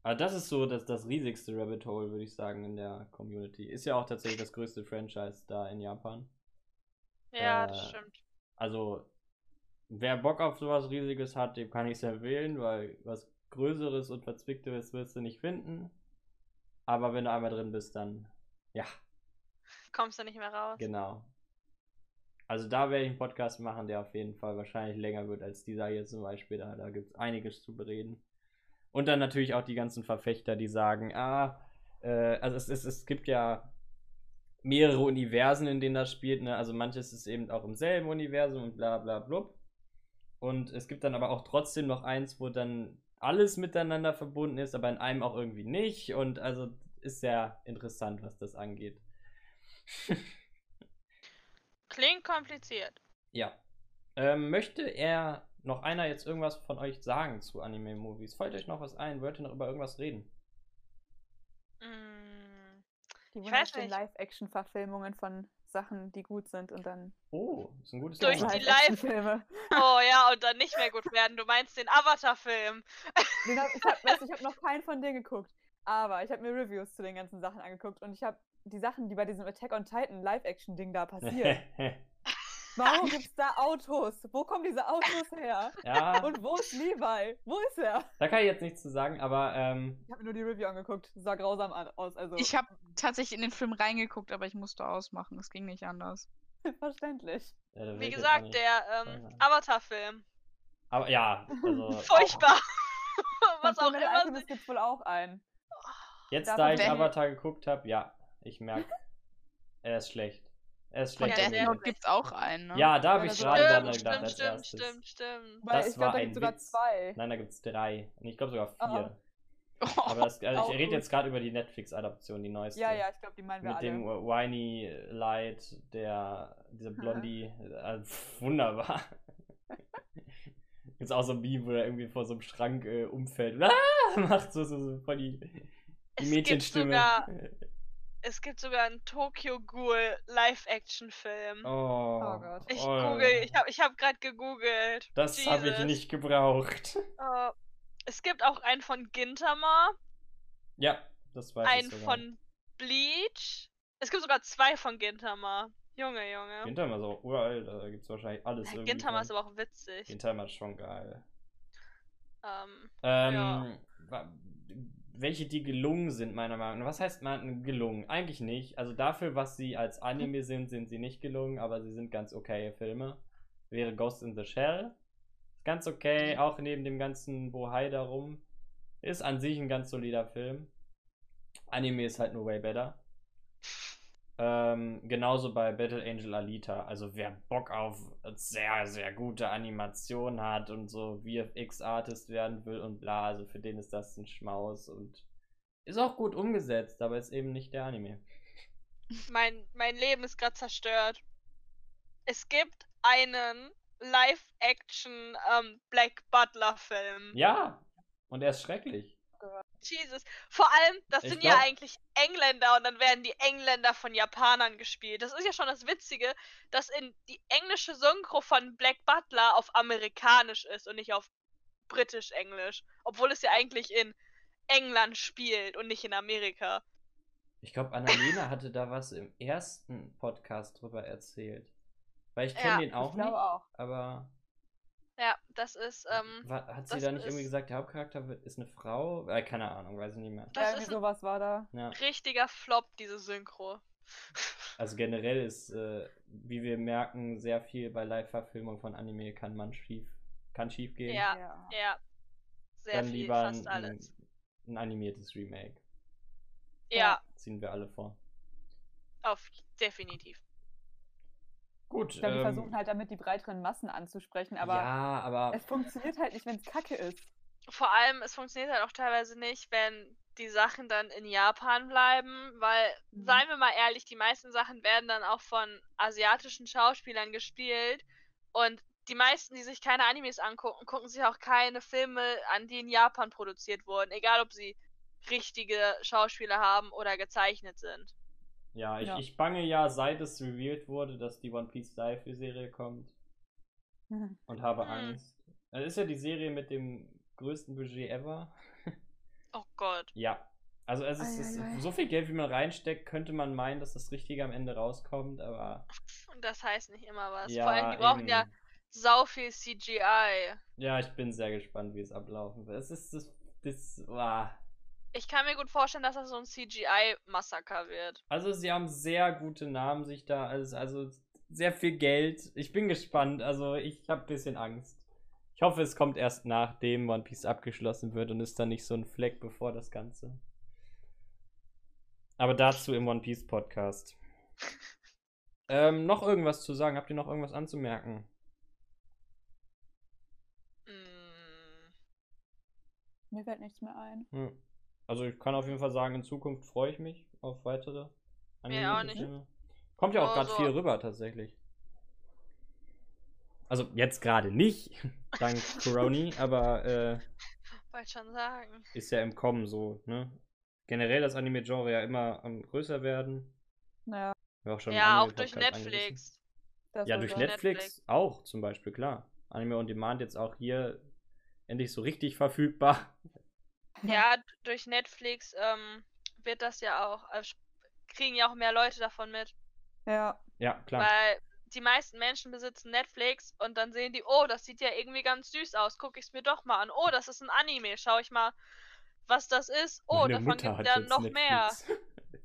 Aber das ist so das, das riesigste Rabbit Hole, würde ich sagen, in der Community. Ist ja auch tatsächlich das größte Franchise da in Japan. Ja, Äh, das stimmt. Also, wer Bock auf sowas Riesiges hat, dem kann ich es empfehlen, weil was Größeres und Verzwickteres wirst du nicht finden. Aber wenn du einmal drin bist, dann, ja, Kommst du nicht mehr raus. genau. Also da werde ich einen Podcast machen, der auf jeden Fall wahrscheinlich länger wird als dieser hier zum Beispiel. Da, da gibt es einiges zu bereden. Und dann natürlich auch die ganzen Verfechter, die sagen, ah, äh, also es, es, es gibt ja mehrere Universen, in denen das spielt, ne? Also manches ist eben auch im selben Universum und bla bla blub. Und es gibt dann aber auch trotzdem noch eins, wo dann alles miteinander verbunden ist, aber in einem auch irgendwie nicht. Und also ist sehr interessant, was das angeht. Klingt kompliziert. Ja. Ähm, möchte er noch einer jetzt irgendwas von euch sagen zu Anime-Movies? Fällt euch noch was ein? Wollt ihr noch über irgendwas reden? Mm, Die Ich weiß wunderschönen nicht. Live-Action-Verfilmungen von Sachen, die gut sind und dann Oh, ist ein gutes Durch Thema. die Live-Action-Filme. Oh ja, und dann nicht mehr gut werden. Du meinst den Avatar-Film. Den hab, ich habe ich hab noch keinen von denen geguckt, aber ich habe mir Reviews zu den ganzen Sachen angeguckt und ich habe die Sachen, die bei diesem Attack on Titan Live-Action-Ding da passieren. Warum gibt's da Autos? Wo kommen diese Autos her? Ja, Und wo ist Levi? Wo ist er? da kann ich jetzt nichts zu sagen, aber ähm, Ich habe mir nur die Review angeguckt. Sah grausam an, aus. Also Ich habe tatsächlich in den Film reingeguckt, aber ich musste ausmachen. Es ging nicht anders. verständlich. ja, da will Wie ich jetzt auch gesagt, nicht der ähm, spoilern. Avatar-Film. Aber ja, also Furchtbar. Was Von auch Fullmetal immer. Alchemist gibt's wohl auch einen. jetzt, Davon da ich wenn- Avatar geguckt habe, ja, ich merke, er ist schlecht. Er ist Von schlecht Ja, Death sehr umgesetzt. Note gibt's auch einen, ne? Ja, da habe Ja, ich das gerade dran Stimmt, gedacht stimmt, als stimmt, erstes. stimmt, stimmt. Weil Das ich glaube, war da ein gibt's sogar Witz. zwei. Nein, da gibt es drei. Und ich glaube sogar Ah. vier. Aber das, also Auch ich rede gut. jetzt gerade über die Netflix-Adaption, die neueste. Ja, ja, ich glaube, die meinen wir Mit alle. dem Whiny Light, der, diese Blondie, äh, pf, wunderbar. Ist auch so ein Meme, wo er irgendwie vor so einem Schrank äh, umfällt. Ah! Macht so, so, so voll die, die Es gibt Mädchenstimme. sogar- Es gibt sogar einen Tokyo Ghoul Live-Action-Film. Oh, Oh Gott. Ich oh. google, ich habe ich hab gerade gegoogelt. Das habe ich Jesus. nicht gebraucht. Äh, es gibt auch einen von Gintama, Ja, das weiß einen ich sogar. von Bleach. Es gibt sogar zwei von Gintama. Junge, Junge. Gintama ist auch uralt, da gibt es wahrscheinlich alles Ja, irgendwie Gintama von. ist aber auch witzig. Gintama ist schon geil. Ähm, Ähm, Ja. wa- welche die gelungen sind, meiner Meinung nach. Was heißt man gelungen? Eigentlich nicht. Also dafür, was sie als Anime sind, sind sie nicht gelungen, aber sie sind ganz okay Filme. Wäre Ghost in the Shell. Ist ganz okay, auch neben dem ganzen Bohai darum. Ist an sich ein ganz solider Film. Anime ist halt nur way better. Ähm, genauso bei Battle Angel Alita. Also wer Bock auf sehr, sehr gute Animation hat und so V F X-Artist werden will und bla, also für den ist das ein Schmaus und ist auch gut umgesetzt, aber ist eben nicht der Anime. mein, mein Leben ist gerade zerstört. Es gibt einen Live-Action ähm, Black Butler-Film. Ja, und er ist schrecklich. Jesus. Vor allem, das Ich sind glaub- ja eigentlich Engländer und dann werden die Engländer von Japanern gespielt. Das ist ja schon das Witzige, dass in die englische Synchro von Black Butler auf amerikanisch ist und nicht auf britisch-englisch. Obwohl es ja eigentlich in England spielt und nicht in Amerika. Ich glaube, Annalena hatte da was im ersten Podcast drüber erzählt. Weil ich kenne Ja, den auch ich glaube nicht, auch. aber Ja, das ist, ähm, wa- hat sie das da nicht irgendwie ist- gesagt, der Hauptcharakter wird- ist eine Frau? Äh, keine Ahnung, weiß ich nicht mehr. das Ja, ist irgendwie ein sowas war da. Ja. richtiger Flop, diese Synchro. Also generell ist, äh, wie wir merken, sehr viel bei Live-Verfilmung von Anime kann man schief, kann schief gehen. Ja, Ja. ja. Sehr Dann viel, lieber fast ein, alles. ein animiertes Remake. Ja, Ziehen wir alle vor. auf definitiv. Gut. Ich glaube, die ähm, versuchen halt damit die breiteren Massen anzusprechen, aber ja, aber es funktioniert halt nicht, wenn es kacke ist. Vor allem, es funktioniert halt auch teilweise nicht, wenn die Sachen dann in Japan bleiben, weil, Mhm. seien wir mal ehrlich, die meisten Sachen werden dann auch von asiatischen Schauspielern gespielt und die meisten, die sich keine Animes angucken, gucken sich auch keine Filme an, die in Japan produziert wurden, egal ob sie richtige Schauspieler haben oder gezeichnet sind. ja, ich, Ja. ich bange ja, seit es revealed wurde, dass die One Piece Live-Serie kommt und habe Hm. Angst. Das ist ja die Serie mit dem größten Budget ever. Oh Gott. Ja. Also es ist, es Eieiei. ist so viel Geld, wie man reinsteckt, könnte man meinen, dass das Richtige am Ende rauskommt, aber Und das heißt nicht immer was. Vor allem, ja, die brauchen ja eben. sau viel C G I. Ja, ich bin sehr gespannt, wie es ablaufen wird. Es ist das, das ah. Ich kann mir gut vorstellen, dass das so ein C G I-Massaker wird. Also sie haben sehr gute Namen sich da, also, also sehr viel Geld. Ich bin gespannt, also ich habe ein bisschen Angst. Ich hoffe, es kommt erst nachdem One Piece abgeschlossen wird und ist dann nicht so ein Fleck bevor das Ganze. Aber dazu im One Piece Podcast. ähm, noch irgendwas zu sagen? Habt ihr noch irgendwas anzumerken? Mm, Mir fällt nichts mehr ein. Hm. Also ich kann auf jeden Fall sagen, in Zukunft freue ich mich auf weitere Mir auch animierte nicht. Filme. Kommt ja auch Oh, gerade so. viel rüber tatsächlich. Also jetzt gerade nicht, dank Corona, aber äh, wollte schon sagen. ist ja im Kommen so, ne? Generell das Anime-Genre ja immer am größer werden. Naja, Wir auch schon im Ja, auch durch Anime-Podcast angerissen. Netflix. das Ja, war durch so. Netflix, Netflix. auch zum Beispiel, klar. Anime on Demand jetzt auch hier endlich so richtig verfügbar. Ja, d- durch Netflix ähm, wird das ja auch, äh, sp- kriegen ja auch mehr Leute davon mit. Ja, Ja, klar. Weil die meisten Menschen besitzen Netflix und dann sehen die, oh, das sieht ja irgendwie ganz süß aus, gucke ich es mir doch mal an. Oh, das ist ein Anime, schau ich mal, was das ist. Oh, Meine davon Mutter gibt hat ja jetzt noch mehr. Netflix.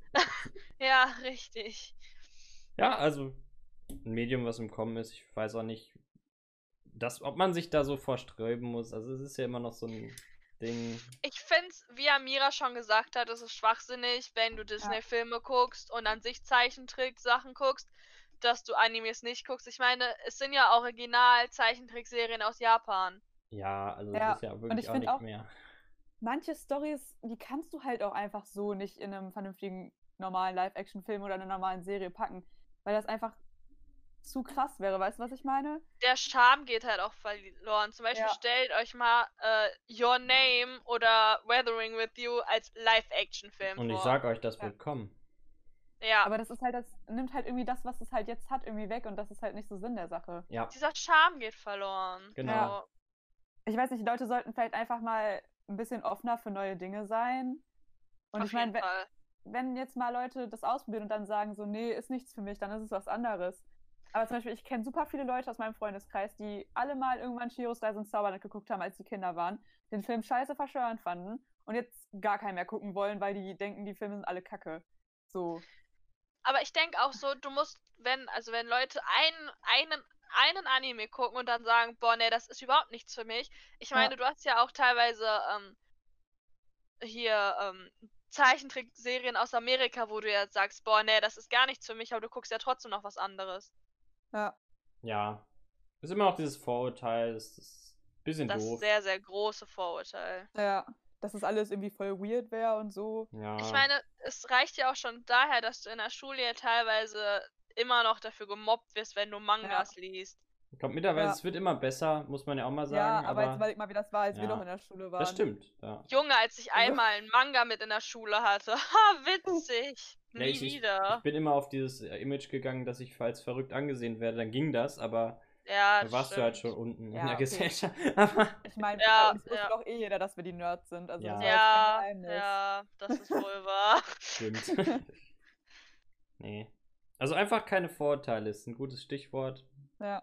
Ja, richtig. Ja, also ein Medium, was im Kommen ist. Ich weiß auch nicht, dass, ob man sich da so vorsträuben muss. Also es ist ja immer noch so ein Ding. Ich find's, wie Amira schon gesagt hat, es ist schwachsinnig, wenn du Disney-Filme guckst und an sich Zeichentrick-Sachen guckst, dass du Animes nicht guckst. Ich meine, es sind ja Original-Zeichentrickserien aus Japan. Ja, also Ja, das ist ja und wirklich ich auch find nicht auch- mehr. manche Stories, die kannst du halt auch einfach so nicht in einem vernünftigen normalen Live-Action-Film oder einer normalen Serie packen, weil das einfach zu krass wäre. Weißt du, was ich meine? Der Charme geht halt auch verloren. Zum Beispiel Ja. stellt euch mal äh, Your Name oder Weathering with You als Live-Action-Film Und vor. ich sag euch, das Ja. wird kommen. ja, Aber das ist halt, das nimmt halt irgendwie das, was es halt jetzt hat, irgendwie weg und das ist halt nicht so Sinn der Sache. Ja, dieser Charme geht verloren. Genau. Ja. Ich weiß nicht, die Leute sollten vielleicht einfach mal ein bisschen offener für neue Dinge sein. Und Auf ich meine, jeden wenn, Fall. wenn jetzt mal Leute das ausprobieren und dann sagen so, nee, ist nichts für mich, dann ist es was anderes. Aber zum Beispiel, ich kenne super viele Leute aus meinem Freundeskreis, die alle mal irgendwann Chihiros Reise ins Zauberland geguckt haben, als die Kinder waren, den Film scheiße verscheuern fanden und jetzt gar keinen mehr gucken wollen, weil die denken, die Filme sind alle kacke. So. Aber ich denke auch so, du musst, wenn, also wenn Leute einen, einen, einen Anime gucken und dann sagen, boah, nee, das ist überhaupt nichts für mich. Ich Ja. meine, du hast ja auch teilweise ähm, hier ähm, Zeichentrickserien aus Amerika, wo du jetzt sagst, boah, nee, das ist gar nichts für mich, aber du guckst ja trotzdem noch was anderes. Ja. ja. Ist immer noch dieses Vorurteil, das ist ein bisschen Das doof. sehr, sehr große Vorurteil. Ja. Dass das alles irgendwie voll weird wäre und so. Ja. Ich meine, es reicht ja auch schon daher, dass du in der Schule ja teilweise immer noch dafür gemobbt wirst, wenn du Mangas liest. Ich glaube, mittlerweile, Ja. es wird immer besser, muss man ja auch mal Ja, sagen. aber, jetzt überleg mal, wie das war, als wir Ja. noch in der Schule waren. Das stimmt, ja. Junge, als ich Also- einmal einen Manga mit in der Schule hatte. Ha, witzig. Ja, Nie ich, ich, wieder. ich bin immer auf dieses äh, Image gegangen, dass ich als verrückt angesehen werde, dann ging das, aber ja, da das warst du halt schon stimmt. unten Ja, in der okay. Gesellschaft. Aber Ich meine, Ja, bei uns wusste ja. doch eh jeder, dass wir die Nerds sind. Also Ja. das war jetzt Ja, kein Geheimnis. ja, das ist wohl wahr. stimmt. Nee. Also einfach keine Vorurteile ist ein gutes Stichwort. Ja.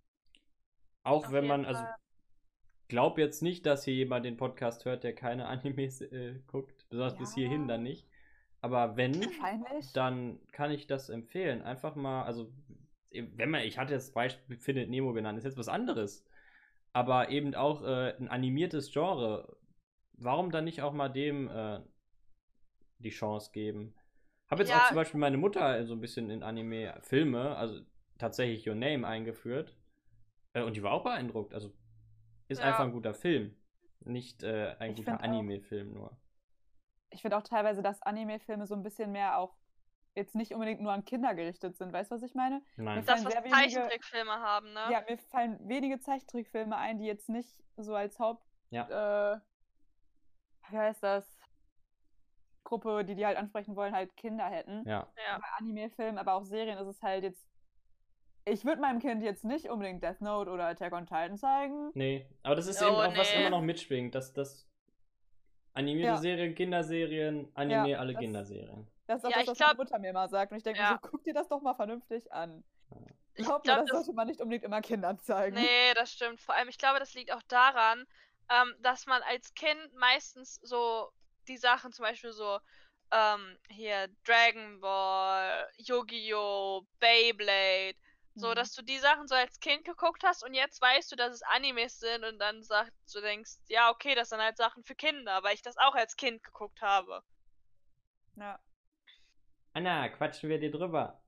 Auch Auf wenn jeden man, also Fall. glaub jetzt nicht, dass hier jemand den Podcast hört, der keine Animes äh, guckt. Besonders bis Ja. hierhin dann nicht. Aber wenn, Wahrscheinlich. dann kann ich das empfehlen. Einfach mal, also wenn man, ich hatte das Beispiel Findet Nemo genannt, ist jetzt was anderes. Aber eben auch äh, ein animiertes Genre. Warum dann nicht auch mal dem äh, die Chance geben? Habe jetzt Ja. auch zum Beispiel meine Mutter so ein bisschen in Anime-Filme, also tatsächlich Your Name eingeführt. Äh, und die war auch beeindruckt. Also ist Ja. einfach ein guter Film. Nicht äh, ein Ich guter find auch- Anime-Film nur. Ich finde auch teilweise, dass Anime-Filme so ein bisschen mehr auch jetzt nicht unbedingt nur an Kinder gerichtet sind. Weißt du, was ich meine? Nein. Das, fallen was sehr wenige- Zeichentrickfilme haben, ne? Ja, mir fallen wenige Zeichentrickfilme ein, die jetzt nicht so als Haupt... Ja. Äh, wie heißt das? Gruppe, die die halt ansprechen wollen, halt Kinder hätten. Ja. Ja. Bei Anime-Filmen, aber auch Serien ist es halt jetzt... Ich würde meinem Kind jetzt nicht unbedingt Death Note oder Attack on Titan zeigen. Nee, aber das ist Oh, eben auch, was nee. immer noch mitschwingt, dass das Animierte Ja. Serien, Kinderserien, Anime, Ja, alle das- Kinderserien. Das ist auch Ja, das, ich was meine glaub- Mutter mir immer sagt. Und ich denke Ja. mir so, guck dir das doch mal vernünftig an. Ich Glaub mir, glaub, das das- sollte man nicht unbedingt immer Kindern zeigen. Nee, das stimmt. Vor allem, ich glaube, das liegt auch daran, ähm, dass man als Kind meistens so die Sachen, zum Beispiel so, ähm, hier Dragon Ball, Yu-Gi-Oh!, Beyblade, so, Mhm. dass du die Sachen so als Kind geguckt hast und jetzt weißt du, dass es Animes sind und dann sagst du denkst, ja, okay, das sind halt Sachen für Kinder, weil ich das auch als Kind geguckt habe. Ja. Anna, quatschen wir dir drüber.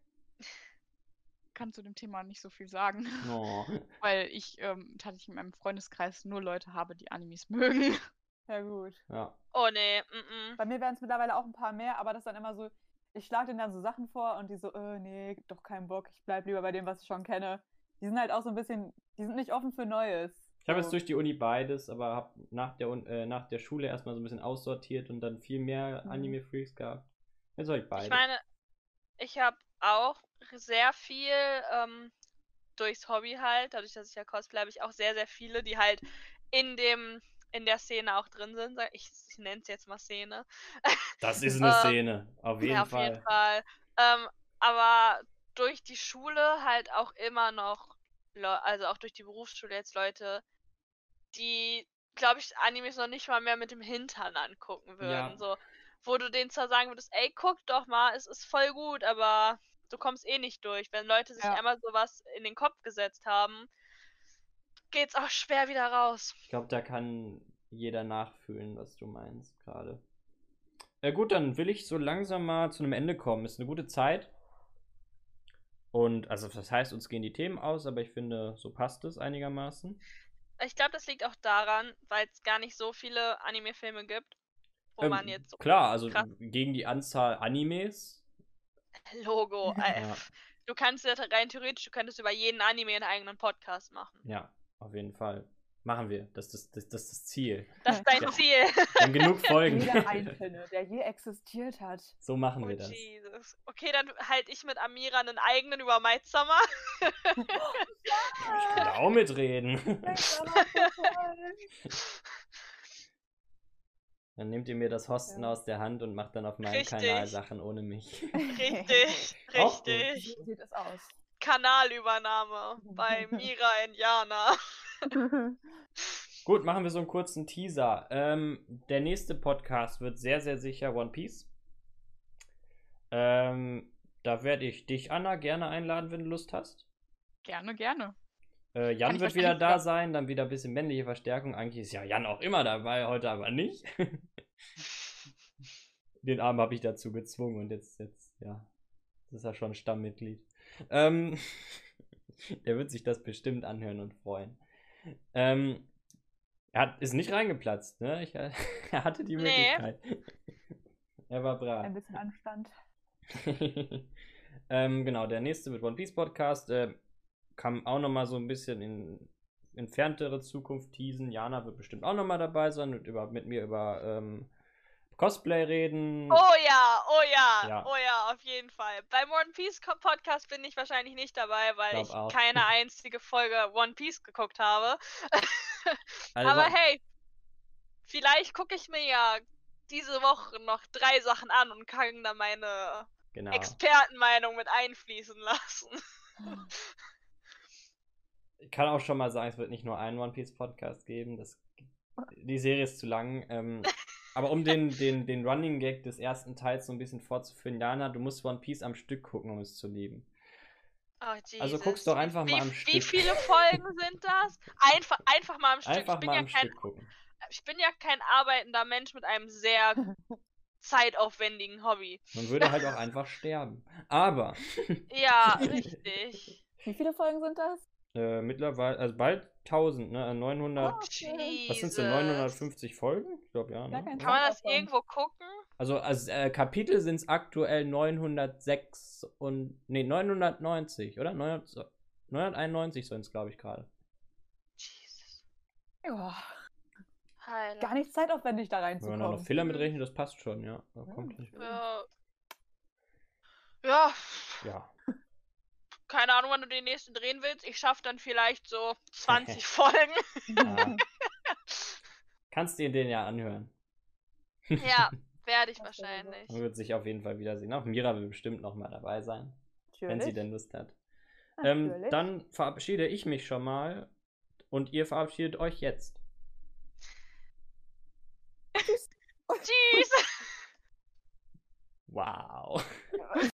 Kann zu dem Thema nicht so viel sagen, Oh. weil ich ähm, tatsächlich in meinem Freundeskreis nur Leute habe, die Animes mögen. Ja, gut. Ja. Oh nee, mm, mm. Bei mir wären es mittlerweile auch ein paar mehr, aber das dann immer so, ich schlage denen dann so Sachen vor und die so, äh, nee, doch keinen Bock, ich bleib lieber bei dem, was ich schon kenne. Die sind halt auch so ein bisschen, die sind nicht offen für Neues. Ich habe So. jetzt durch die Uni beides, aber habe nach der, Un- äh, nach der Schule erstmal so ein bisschen aussortiert und dann viel mehr Mhm. Anime-Freaks gehabt. Jetzt habe ich beide. Ich meine, ich habe auch sehr viel ähm, durchs Hobby halt, dadurch, dass ich ja Cosplay habe, ich auch sehr, sehr viele, die halt in dem, in der Szene auch drin sind. Sag- Ich, ich nenne es jetzt mal Szene. Das ist eine Ähm, Szene, auf jeden ja, auf Fall. jeden Fall. Ähm, aber durch die Schule halt auch immer noch, Leu- also auch durch die Berufsschule jetzt Leute, die, glaube ich, Animes noch nicht mal mehr mit dem Hintern angucken würden. Ja. So, wo du denen zwar sagen würdest, ey, guck doch mal, es ist voll gut, aber du kommst eh nicht durch. Wenn Leute sich Ja. einmal sowas in den Kopf gesetzt haben, geht's auch schwer wieder raus. Ich glaube, da kann jeder nachfühlen, was du meinst gerade. Äh, gut, dann will ich so langsam mal zu einem Ende kommen. Ist eine gute Zeit. Und, also, das heißt, uns gehen die Themen aus, aber ich finde, so passt es einigermaßen. Ich glaube, das liegt auch daran, weil es gar nicht so viele Anime-Filme gibt, wo Ähm, man jetzt so Klar, also krass- gegen die Anzahl Animes. Logo. Äh, Ja. Du kannst ja rein theoretisch, du könntest über jeden Anime einen eigenen Podcast machen. Ja, auf jeden Fall. Machen wir. Das ist das, das, ist das Ziel. Das ist dein Ja. Ziel. Wir haben genug Folgen. Jeder Einzelne, der je existiert hat. So machen Oh wir das. Jesus. Okay, dann halte ich mit Amira einen eigenen über Might Summer. Ich kann da auch mitreden. Dann nehmt ihr mir das Hosten Ja. aus der Hand und macht dann auf meinem Richtig. Kanal Sachen ohne mich. Richtig, Auch gut. richtig. So sieht es aus. Kanalübernahme bei Mira Indiana. Gut, machen wir so einen kurzen Teaser. Ähm, der nächste Podcast wird sehr, sehr sicher One Piece. Ähm, da werde ich dich, Anna, gerne einladen, wenn du Lust hast. Gerne, gerne. Äh, Jan ich wird wieder wahrscheinlich da sogar- sein, dann wieder ein bisschen männliche Verstärkung. Eigentlich ist ja Jan auch immer dabei, heute aber nicht. Den Arm habe ich dazu gezwungen und jetzt, jetzt, ja, das ist ja schon Stammmitglied. Ähm, der wird sich das bestimmt anhören und freuen. Ähm, er hat, ist nicht reingeplatzt, ne? Ich, er hatte die Nee. Möglichkeit. Er war brav. Ein bisschen Anstand. ähm, genau, der nächste wird One Piece Podcast. Äh, kann auch nochmal so ein bisschen in entferntere Zukunft teasen. Jana wird bestimmt auch nochmal dabei sein und über, mit mir über ähm, Cosplay reden. Oh ja, oh ja, Ja. oh ja, auf jeden Fall. Beim One Piece Co- Podcast bin ich wahrscheinlich nicht dabei, weil Glaub ich auch. keine einzige Folge One Piece geguckt habe. Also, Aber wa- hey, vielleicht gucke ich mir ja diese Woche noch drei Sachen an und kann da meine genau. Expertenmeinung mit einfließen lassen. Ich kann auch schon mal sagen, es wird nicht nur einen One Piece Podcast geben. Das, die Serie ist zu lang. Ähm, aber um den, den, den Running Gag des ersten Teils so ein bisschen fortzuführen, Jana, du musst One Piece am Stück gucken, um es zu lieben. Oh, Also Jesus. guck's doch Wie- einfach wie, mal am Wie Stück. viele Folgen sind das? Einfach, einfach mal am Stück. Einfach ich, bin mal ja am kein, Stück gucken. ich bin ja kein arbeitender Mensch mit einem sehr zeitaufwendigen Hobby. Man würde halt auch einfach sterben. Aber Ja, richtig. Wie viele Folgen sind das? äh, mittlerweile, also bald tausend, ne? neunhundert. Oh, okay. Was sind Jesus. denn, neunhundertfünfzig Folgen? Ich glaube, ja. Gar Ne? kein Kann man das Davon. irgendwo gucken? Also, als äh, Kapitel sind es aktuell neunhundertsechs und. Nee, neunhundertneunzig, oder? neunhundert, neunhunderteinundneunzig sollen es, glaube ich, gerade. Jesus. Ja, Heiler. gar nicht zeitaufwendig da Wenn man noch reinzukommen. Filler mitrechnet, das passt schon, ja. Da Ja. kommt nicht. Ja. Ja, Ja. keine Ahnung, wann du den nächsten drehen willst. Ich schaffe dann vielleicht so zwanzig Folgen. ja. Kannst dir den ja anhören. Ja, werde ich Das wäre wahrscheinlich. Man wird sich auf jeden Fall wiedersehen. Auch Mira will bestimmt nochmal dabei sein, wenn sie Natürlich. denn Lust hat. Ähm, Natürlich. dann verabschiede ich mich schon mal und ihr verabschiedet euch jetzt. Tschüss! Wow.